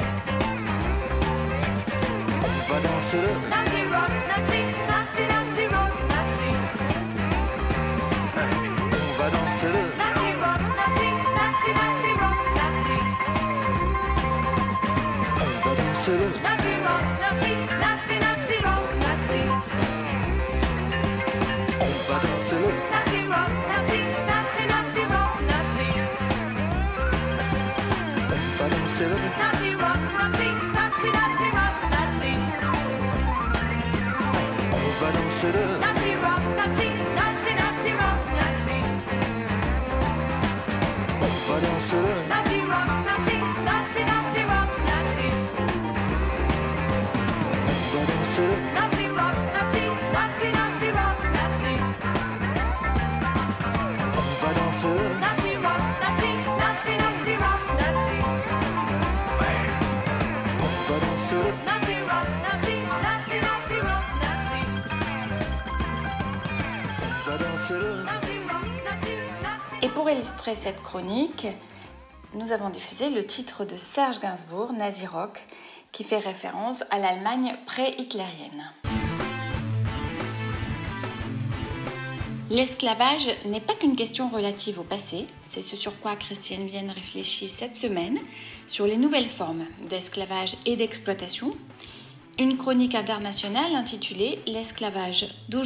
On va danser le Nazi rock, Nazi, Nazi, Nazi rock, Nazi. On va danser le Nazi rock, Nazi, Nazi, Nazi rock, Nazi. On va danser le Nazi rock, Nazi, Nazi, Nazi rock, Nazi. On va danser le Nazi rock, Nazi, Nazi, Nazi rock, Nazi. On va danser le Nazi rock, Nazi, Nazi, Nazi rock, Nazi. On va danser le Nazi rock, Nazi, Nazi, Nazi rock, Nazi. On va danser le Nazi rock, Nazi, Nazi, Nazi rock, Nazi. On va danser le Nazi rock, Nazi, Nazi, Nazi rock, Nazi. On va danser le Nazi rock, Nazi, Nazi, Nazi rock, Nazi. Ouais. On va danser le Nazi rock, Nazi, Nazi, Nazi rock, Nazi. On va danser le Nazi rock, Nazi, Nazi. Et pour illustrer cette chronique, nous avons diffusé le titre de Serge Gainsbourg, Nazi Rock, qui fait référence à l'Allemagne pré-hitlérienne. L'esclavage n'est pas qu'une question relative au passé, c'est ce sur quoi Christiane Vienne réfléchit cette semaine, sur les nouvelles formes d'esclavage et d'exploitation. Une chronique internationale intitulée « L'esclavage d'aujourd'hui ».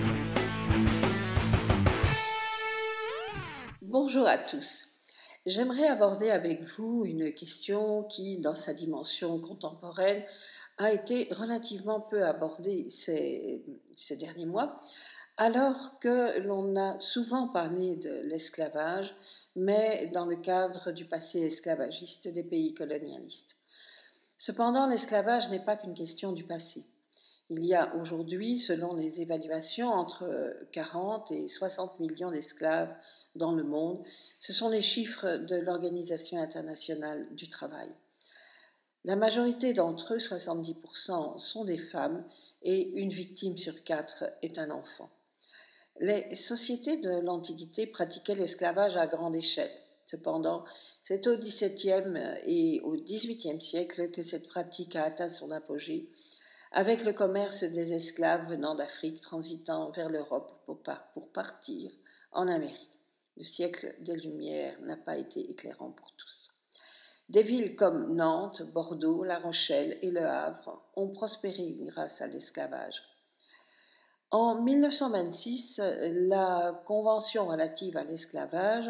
Bonjour à tous. J'aimerais aborder avec vous une question qui, dans sa dimension contemporaine, a été relativement peu abordée ces, ces derniers mois, alors que l'on a souvent parlé de l'esclavage, mais dans le cadre du passé esclavagiste des pays colonialistes. Cependant, l'esclavage n'est pas qu'une question du passé. Il y a aujourd'hui, selon les évaluations, entre quarante et soixante millions d'esclaves dans le monde. Ce sont les chiffres de l'Organisation internationale du travail. La majorité d'entre eux, soixante-dix pour cent, sont des femmes et une victime sur quatre est un enfant. Les sociétés de l'Antiquité pratiquaient l'esclavage à grande échelle. Cependant, c'est au dix-septième et au dix-huitième siècle que cette pratique a atteint son apogée, avec le commerce des esclaves venant d'Afrique transitant vers l'Europe pour, par, pour partir en Amérique. Le siècle des Lumières n'a pas été éclairant pour tous. Des villes comme Nantes, Bordeaux, La Rochelle et Le Havre ont prospéré grâce à l'esclavage. En mille neuf cent vingt-six, la Convention relative à l'esclavage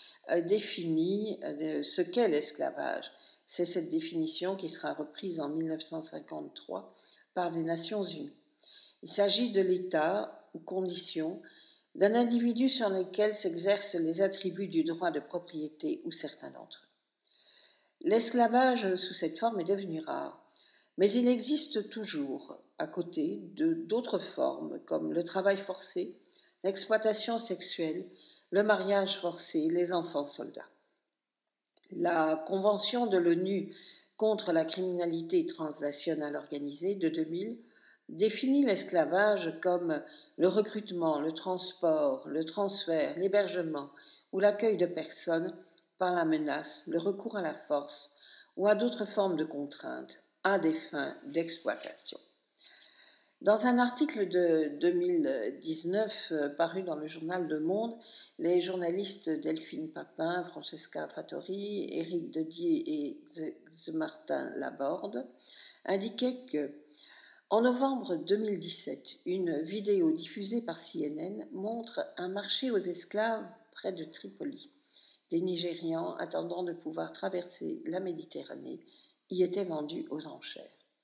définit ce qu'est l'esclavage. C'est cette définition qui sera reprise en mille neuf cent cinquante-trois par les Nations Unies. Il s'agit de l'état ou condition d'un individu sur lequel s'exercent les attributs du droit de propriété ou certains d'entre eux. L'esclavage sous cette forme est devenu rare, mais il existe toujours à côté de d'autres formes comme le travail forcé, l'exploitation sexuelle, le mariage forcé, les enfants soldats. La Convention de l'ONU contre la criminalité transnationale organisée de deux mille définit l'esclavage comme le recrutement, le transport, le transfert, l'hébergement ou l'accueil de personnes par la menace, le recours à la force ou à d'autres formes de contraintes à des fins d'exploitation. Dans un article de deux mille dix-neuf euh, paru dans le journal Le Monde, les journalistes Delphine Papin, Francesca Fattori, Éric Dedier et Martin Laborde indiquaient que, en novembre deux mille dix-sept, une vidéo diffusée par C N N montre un marché aux esclaves près de Tripoli. Des Nigérians attendant de pouvoir traverser la Méditerranée y étaient vendus aux enchères.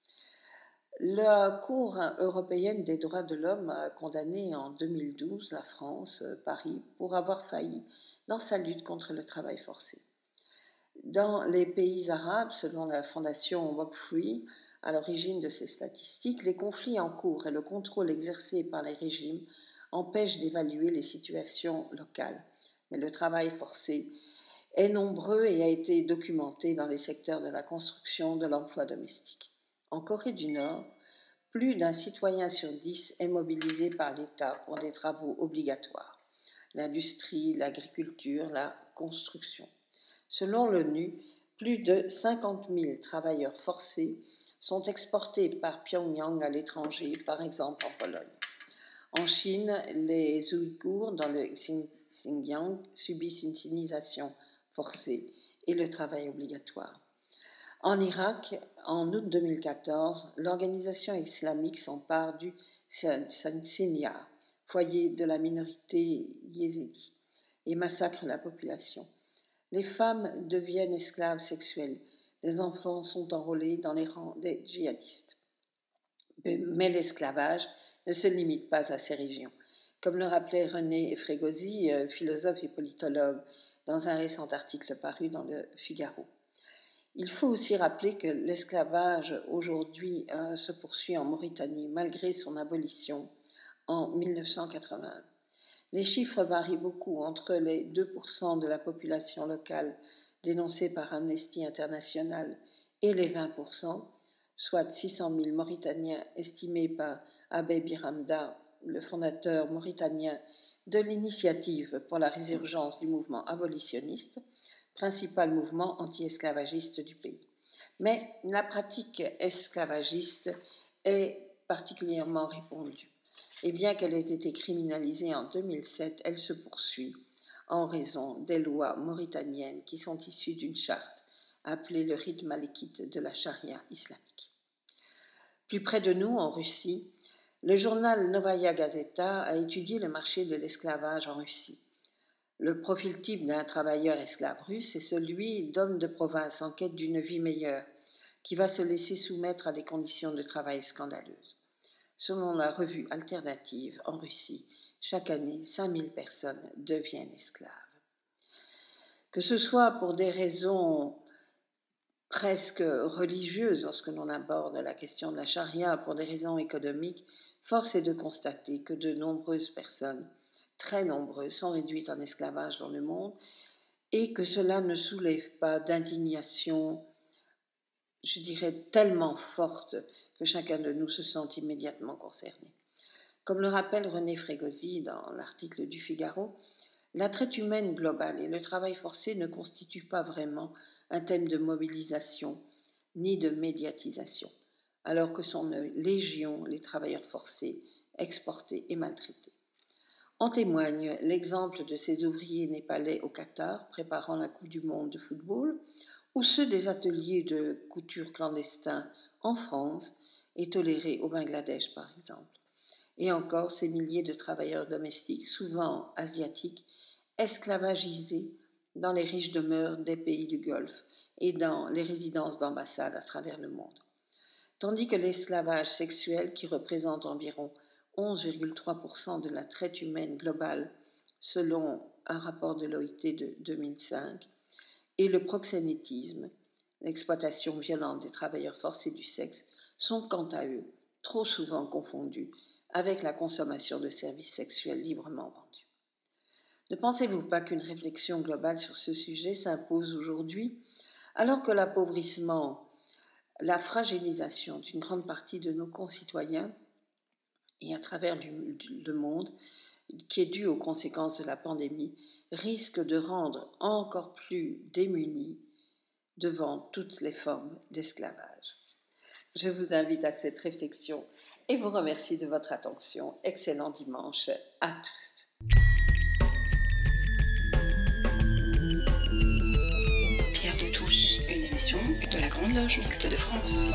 La Cour européenne des droits de l'homme a condamné en deux mille douze la France, Paris, pour avoir failli dans sa lutte contre le travail forcé. Dans les pays arabes, selon la fondation Walk Free, à l'origine de ces statistiques, les conflits en cours et le contrôle exercé par les régimes empêche d'évaluer les situations locales. Mais le travail forcé est nombreux et a été documenté dans les secteurs de la construction, de l'emploi domestique. En Corée du Nord, plus d'un citoyen sur dix est mobilisé par l'État pour des travaux obligatoires, l'industrie, l'agriculture, la construction. Selon l'ONU, plus de cinquante mille travailleurs forcés sont exportés par Pyongyang à l'étranger, par exemple en Pologne. En Chine, les Ouïghours dans le Xinjiang subissent une sinisation forcée et le travail obligatoire. En Irak, en août deux mille quatorze, l'organisation islamique s'empare du Sinjar, foyer de la minorité yézidi, et massacre la population. Les femmes deviennent esclaves sexuelles, les enfants sont enrôlés dans les rangs des djihadistes. Mais l'esclavage ne se limite pas à ces régions. Comme le rappelait René Frégosi, philosophe et politologue, dans un récent article paru dans le Figaro. Il faut aussi rappeler que l'esclavage aujourd'hui euh, se poursuit en Mauritanie malgré son abolition en mille neuf cent quatre-vingt-un. Les chiffres varient beaucoup entre les deux pour cent de la population locale dénoncée par Amnesty International et les vingt pour cent, soit six cent mille Mauritaniens estimés par Abbé Biramda, le fondateur mauritanien de l'initiative pour la résurgence du mouvement abolitionniste, principal mouvement anti-esclavagiste du pays. Mais la pratique esclavagiste est particulièrement répandue. Et bien qu'elle ait été criminalisée en deux mille sept, elle se poursuit en raison des lois mauritaniennes qui sont issues d'une charte appelée le rite malékite de la charia islamique. Plus près de nous, en Russie, le journal Novaya Gazeta a étudié le marché de l'esclavage en Russie. Le profil type d'un travailleur esclave russe est celui d'homme de province en quête d'une vie meilleure, qui va se laisser soumettre à des conditions de travail scandaleuses. Selon la revue Alternative, en Russie, chaque année, cinq mille personnes deviennent esclaves. Que ce soit pour des raisons presque religieuses lorsque l'on aborde la question de la charia, pour des raisons économiques, force est de constater que de nombreuses personnes, très nombreuses, sont réduites en esclavage dans le monde et que cela ne soulève pas d'indignation, je dirais, tellement forte que chacun de nous se sent immédiatement concerné. Comme le rappelle René Frégosi dans l'article du Figaro, la traite humaine globale et le travail forcé ne constituent pas vraiment un thème de mobilisation ni de médiatisation, alors que sont légion les travailleurs forcés, exportés et maltraités. En témoigne l'exemple de ces ouvriers népalais au Qatar préparant la Coupe du Monde de football, ou ceux des ateliers de couture clandestins en France et tolérés au Bangladesh par exemple. Et encore ces milliers de travailleurs domestiques, souvent asiatiques, esclavagisés dans les riches demeures des pays du Golfe et dans les résidences d'ambassades à travers le monde. Tandis que l'esclavage sexuel, qui représente environ onze virgule trois pour cent de la traite humaine globale selon un rapport de l'O I T de deux mille cinq, et le proxénétisme, l'exploitation violente des travailleurs forcés du sexe, sont quant à eux trop souvent confondus avec la consommation de services sexuels librement vendus. Ne pensez-vous pas qu'une réflexion globale sur ce sujet s'impose aujourd'hui, alors que l'appauvrissement, la fragilisation d'une grande partie de nos concitoyens et à travers du, du, le monde, qui est due aux conséquences de la pandémie, risque de rendre encore plus démunis devant toutes les formes d'esclavage. Je vous invite à cette réflexion et vous remercie de votre attention. Excellent dimanche à tous. Pierre de Touche, une émission de la Grande Loge Mixte de France.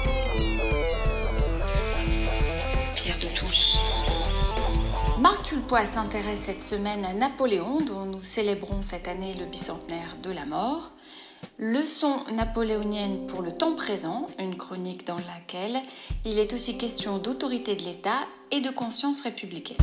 Pierre de Touche. Marc Tulpois s'intéresse cette semaine à Napoléon, dont nous célébrons cette année le bicentenaire de la mort. Leçon napoléonienne pour le temps présent, une chronique dans laquelle il est aussi question d'autorité de l'État et de conscience républicaine.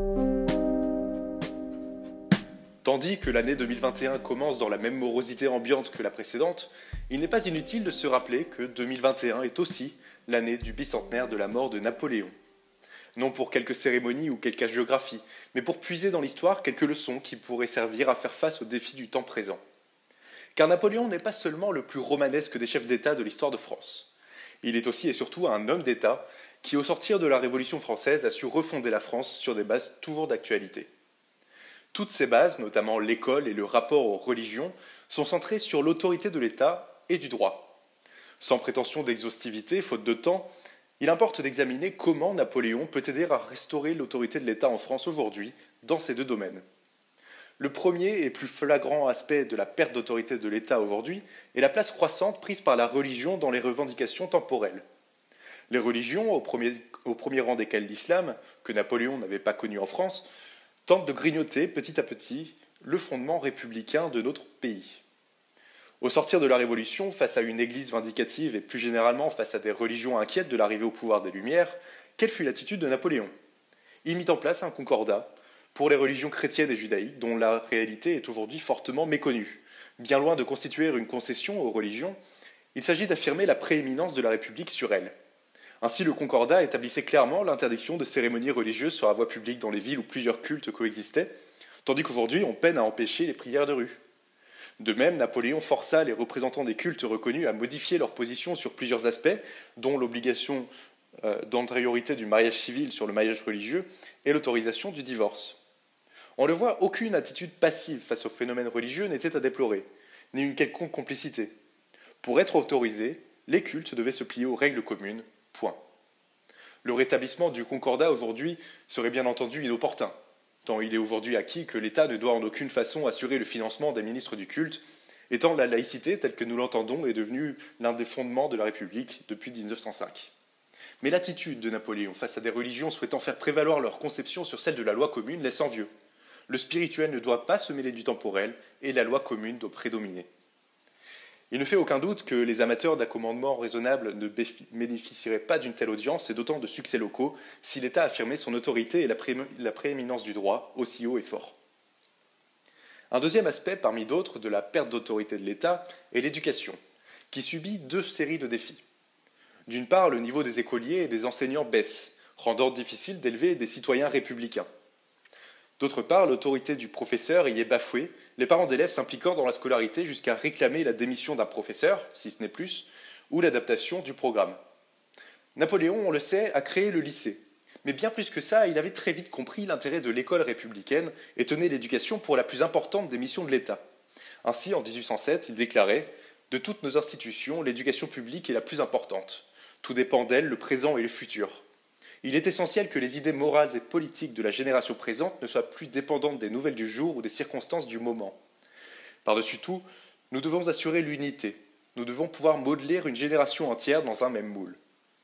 Tandis que l'année deux mille vingt et un commence dans la même morosité ambiante que la précédente, il n'est pas inutile de se rappeler que deux mille vingt et un est aussi l'année du bicentenaire de la mort de Napoléon. non pour quelques cérémonies ou quelques géographies, mais pour puiser dans l'histoire quelques leçons qui pourraient servir à faire face aux défis du temps présent. Car Napoléon n'est pas seulement le plus romanesque des chefs d'État de l'histoire de France. Il est aussi et surtout un homme d'État qui, au sortir de la Révolution française, a su refonder la France sur des bases toujours d'actualité. Toutes ces bases, notamment l'école et le rapport aux religions, sont centrées sur l'autorité de l'État et du droit. Sans prétention d'exhaustivité, faute de temps, il importe d'examiner comment Napoléon peut aider à restaurer l'autorité de l'État en France aujourd'hui dans ces deux domaines. Le premier et plus flagrant aspect de la perte d'autorité de l'État aujourd'hui est la place croissante prise par la religion dans les revendications temporelles. Les religions, au premier, au premier rang desquelles l'islam, que Napoléon n'avait pas connu en France, tentent de grignoter petit à petit le fondement républicain de notre pays. Au sortir de la Révolution, face à une église vindicative et plus généralement face à des religions inquiètes de l'arrivée au pouvoir des Lumières, quelle fut l'attitude de Napoléon ? Il mit en place un concordat pour les religions chrétiennes et judaïques, dont la réalité est aujourd'hui fortement méconnue. Bien loin de constituer une concession aux religions, il s'agit d'affirmer la prééminence de la République sur elles. Ainsi, le Concordat établissait clairement l'interdiction de cérémonies religieuses sur la voie publique dans les villes où plusieurs cultes coexistaient, tandis qu'aujourd'hui, on peine à empêcher les prières de rue. De même, Napoléon força les représentants des cultes reconnus à modifier leur position sur plusieurs aspects, dont l'obligation euh, d'antériorité du mariage civil sur le mariage religieux et l'autorisation du divorce. On le voit, aucune attitude passive face au phénomène religieux n'était à déplorer, ni une quelconque complicité. Pour être autorisés, les cultes devaient se plier aux règles communes, point. Le rétablissement du concordat aujourd'hui serait bien entendu inopportun, tant il est aujourd'hui acquis que l'État ne doit en aucune façon assurer le financement des ministres du culte, étant la laïcité telle que nous l'entendons est devenue l'un des fondements de la République depuis dix-neuf cent cinq. Mais l'attitude de Napoléon face à des religions souhaitant faire prévaloir leur conception sur celle de la loi commune laisse envieux. Le spirituel ne doit pas se mêler du temporel et la loi commune doit prédominer. Il ne fait aucun doute que les amateurs d'un commandement raisonnable ne bénéficieraient pas d'une telle audience et d'autant de succès locaux si l'État affirmait son autorité et la, pré- la prééminence du droit aussi haut et fort. Un deuxième aspect parmi d'autres de la perte d'autorité de l'État est l'éducation, qui subit deux séries de défis. D'une part, le niveau des écoliers et des enseignants baisse, rendant difficile d'élever des citoyens républicains. D'autre part, l'autorité du professeur y est bafouée, les parents d'élèves s'impliquant dans la scolarité jusqu'à réclamer la démission d'un professeur, si ce n'est plus, ou l'adaptation du programme. Napoléon, on le sait, a créé le lycée. Mais bien plus que ça, il avait très vite compris l'intérêt de l'école républicaine et tenait l'éducation pour la plus importante des missions de l'État. Ainsi, en dix-huit cent sept, il déclarait « De toutes nos institutions, l'éducation publique est la plus importante. Tout dépend d'elle, le présent et le futur. Il est essentiel que les idées morales et politiques de la génération présente ne soient plus dépendantes des nouvelles du jour ou des circonstances du moment. Par-dessus tout, nous devons assurer l'unité. Nous devons pouvoir modeler une génération entière dans un même moule. »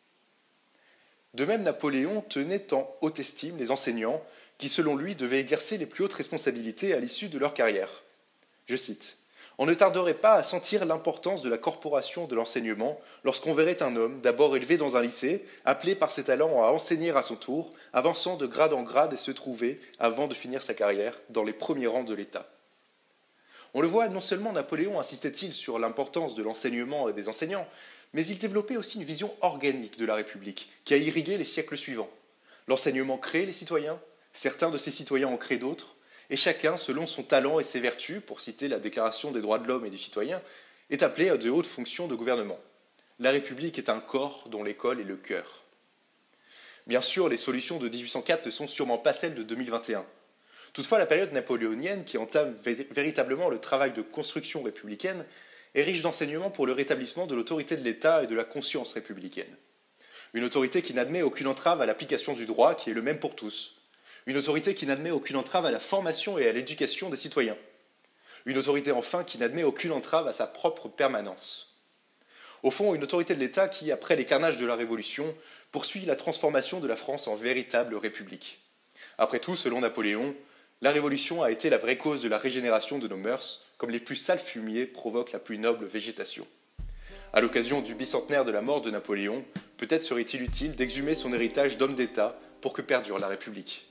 De même, Napoléon tenait en haute estime les enseignants qui, selon lui, devaient exercer les plus hautes responsabilités à l'issue de leur carrière. Je cite « On ne tarderait pas à sentir l'importance de la corporation de l'enseignement lorsqu'on verrait un homme, d'abord élevé dans un lycée, appelé par ses talents à enseigner à son tour, avançant de grade en grade et se trouver, avant de finir sa carrière, dans les premiers rangs de l'État. » On le voit, non seulement Napoléon insistait-il sur l'importance de l'enseignement et des enseignants, mais il développait aussi une vision organique de la République, qui a irrigué les siècles suivants. L'enseignement crée les citoyens, certains de ces citoyens en créent d'autres, et chacun, selon son talent et ses vertus, pour citer la Déclaration des droits de l'homme et du citoyen, est appelé à de hautes fonctions de gouvernement. La République est un corps dont l'école est le cœur. Bien sûr, les solutions de dix-huit cent quatre ne sont sûrement pas celles de deux mille vingt et un. Toutefois, la période napoléonienne, qui entame vé- véritablement le travail de construction républicaine, est riche d'enseignements pour le rétablissement de l'autorité de l'État et de la conscience républicaine. Une autorité qui n'admet aucune entrave à l'application du droit, qui est le même pour tous. Une autorité qui n'admet aucune entrave à la formation et à l'éducation des citoyens. Une autorité enfin qui n'admet aucune entrave à sa propre permanence. Au fond, une autorité de l'État qui, après les carnages de la Révolution, poursuit la transformation de la France en véritable république. Après tout, selon Napoléon, la Révolution a été la vraie cause de la régénération de nos mœurs, comme les plus sales fumiers provoquent la plus noble végétation. À l'occasion du bicentenaire de la mort de Napoléon, peut-être serait-il utile d'exhumer son héritage d'homme d'État pour que perdure la République.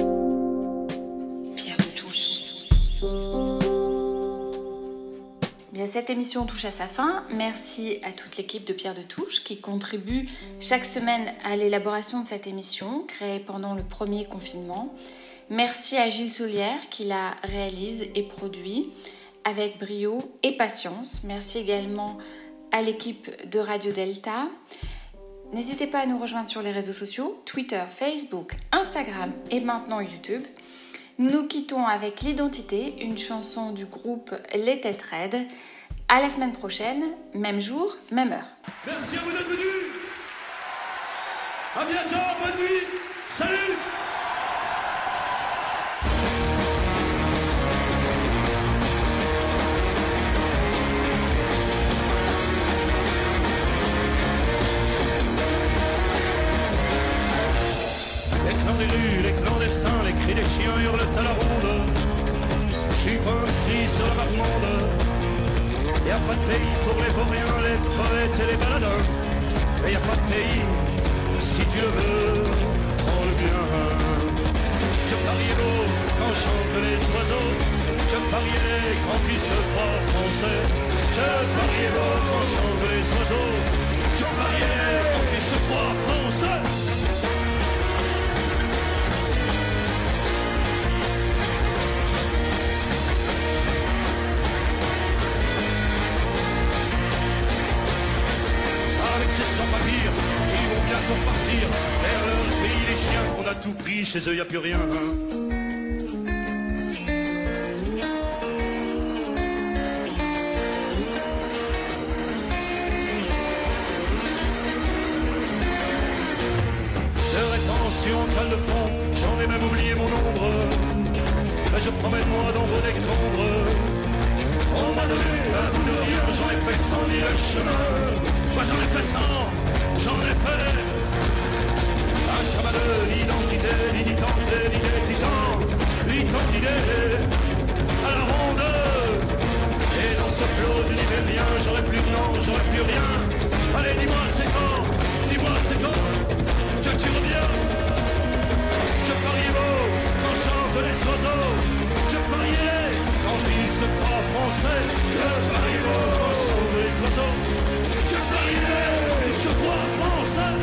Pierre de Touche. Bien, cette émission touche à sa fin. Merci à toute l'équipe de Pierre de Touche qui contribue chaque semaine à l'élaboration de cette émission créée pendant le premier confinement. Merci à Gilles Soulière qui la réalise et produit avec brio et patience. Merci également à l'équipe de Radio Delta. N'hésitez pas à nous rejoindre sur les réseaux sociaux, Twitter, Facebook, Instagram et maintenant YouTube. Nous nous quittons avec l'identité, une chanson du groupe Les Têtes Raides. À la semaine prochaine, même jour, même heure. Merci à vous d'être venus. À bientôt, bonne nuit. Salut. Les clans des rues, les clandestins, les cris des chiens hurlent à la ronde. Je suis pas inscrit sur la map monde. Y a pas de pays pour les vauriens, les poètes et les baladins. Et y a pas de pays, si tu le veux, prends-le bien. Je pariais beau quand chantent les oiseaux. Je pariais quand ils se croient français. Je pariais beau quand chantent les oiseaux. Je pariais quand ils se croient français. Sans-papiers qui vont bientôt repartir vers leur pays les chiens. On a tout pris, chez eux y a plus rien. De rétention en cale de fond, j'en ai même oublié mon nombre. Mais je promets de moi dans vos décombres. On m'a donné un bout de rien, j'en ai fait cent mille chemins. Moi j'en ai fait cent, j'en ai fait un chemin de l'identité, l'identité, l'idée titan, l'identité à la ronde. Et dans ce flot de libérien, j'aurai plus de nom, j'aurai plus rien. Allez, dis-moi c'est quand, dis-moi c'est quand que tu reviens. Je pariais beau quand chantent les oiseaux. Je pariais quand ils se croient français. Je pariais beau quand chantent les oiseaux. Je pariais quand ils se croient français.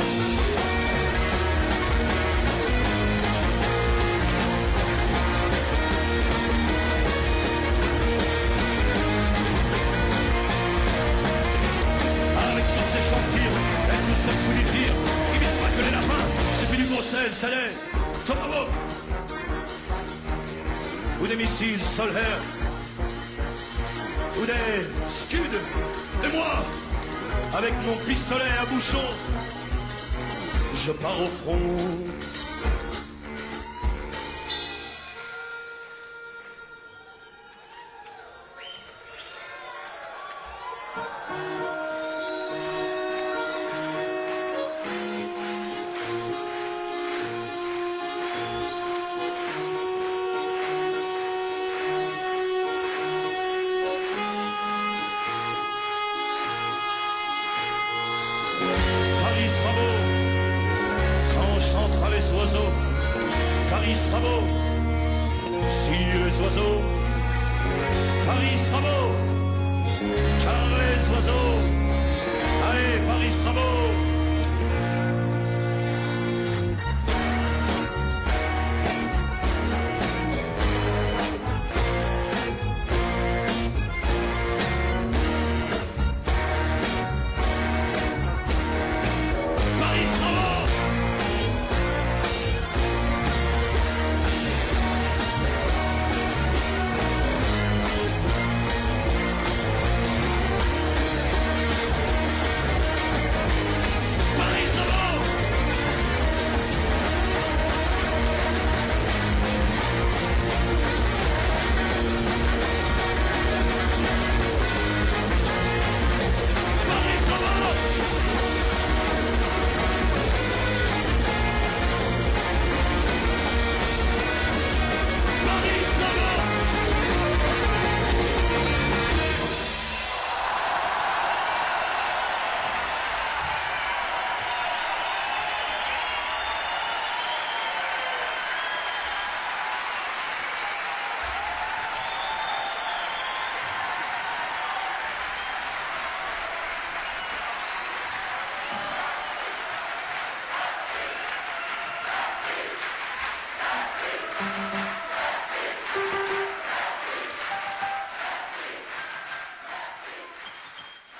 Avec tous ces champions et tous ces fous du tir qui visent pas que les lapins, c'est plus du gros sel, ça l'est. Tomahawk ou des missiles solaires ou des scuds. Et moi, avec mon pistolet à bouchon, je pars au front. Paris sera beau, si les oiseaux, Paris sera beau, car les oiseaux, allez, Paris sera beau.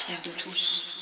Pierre de Touche.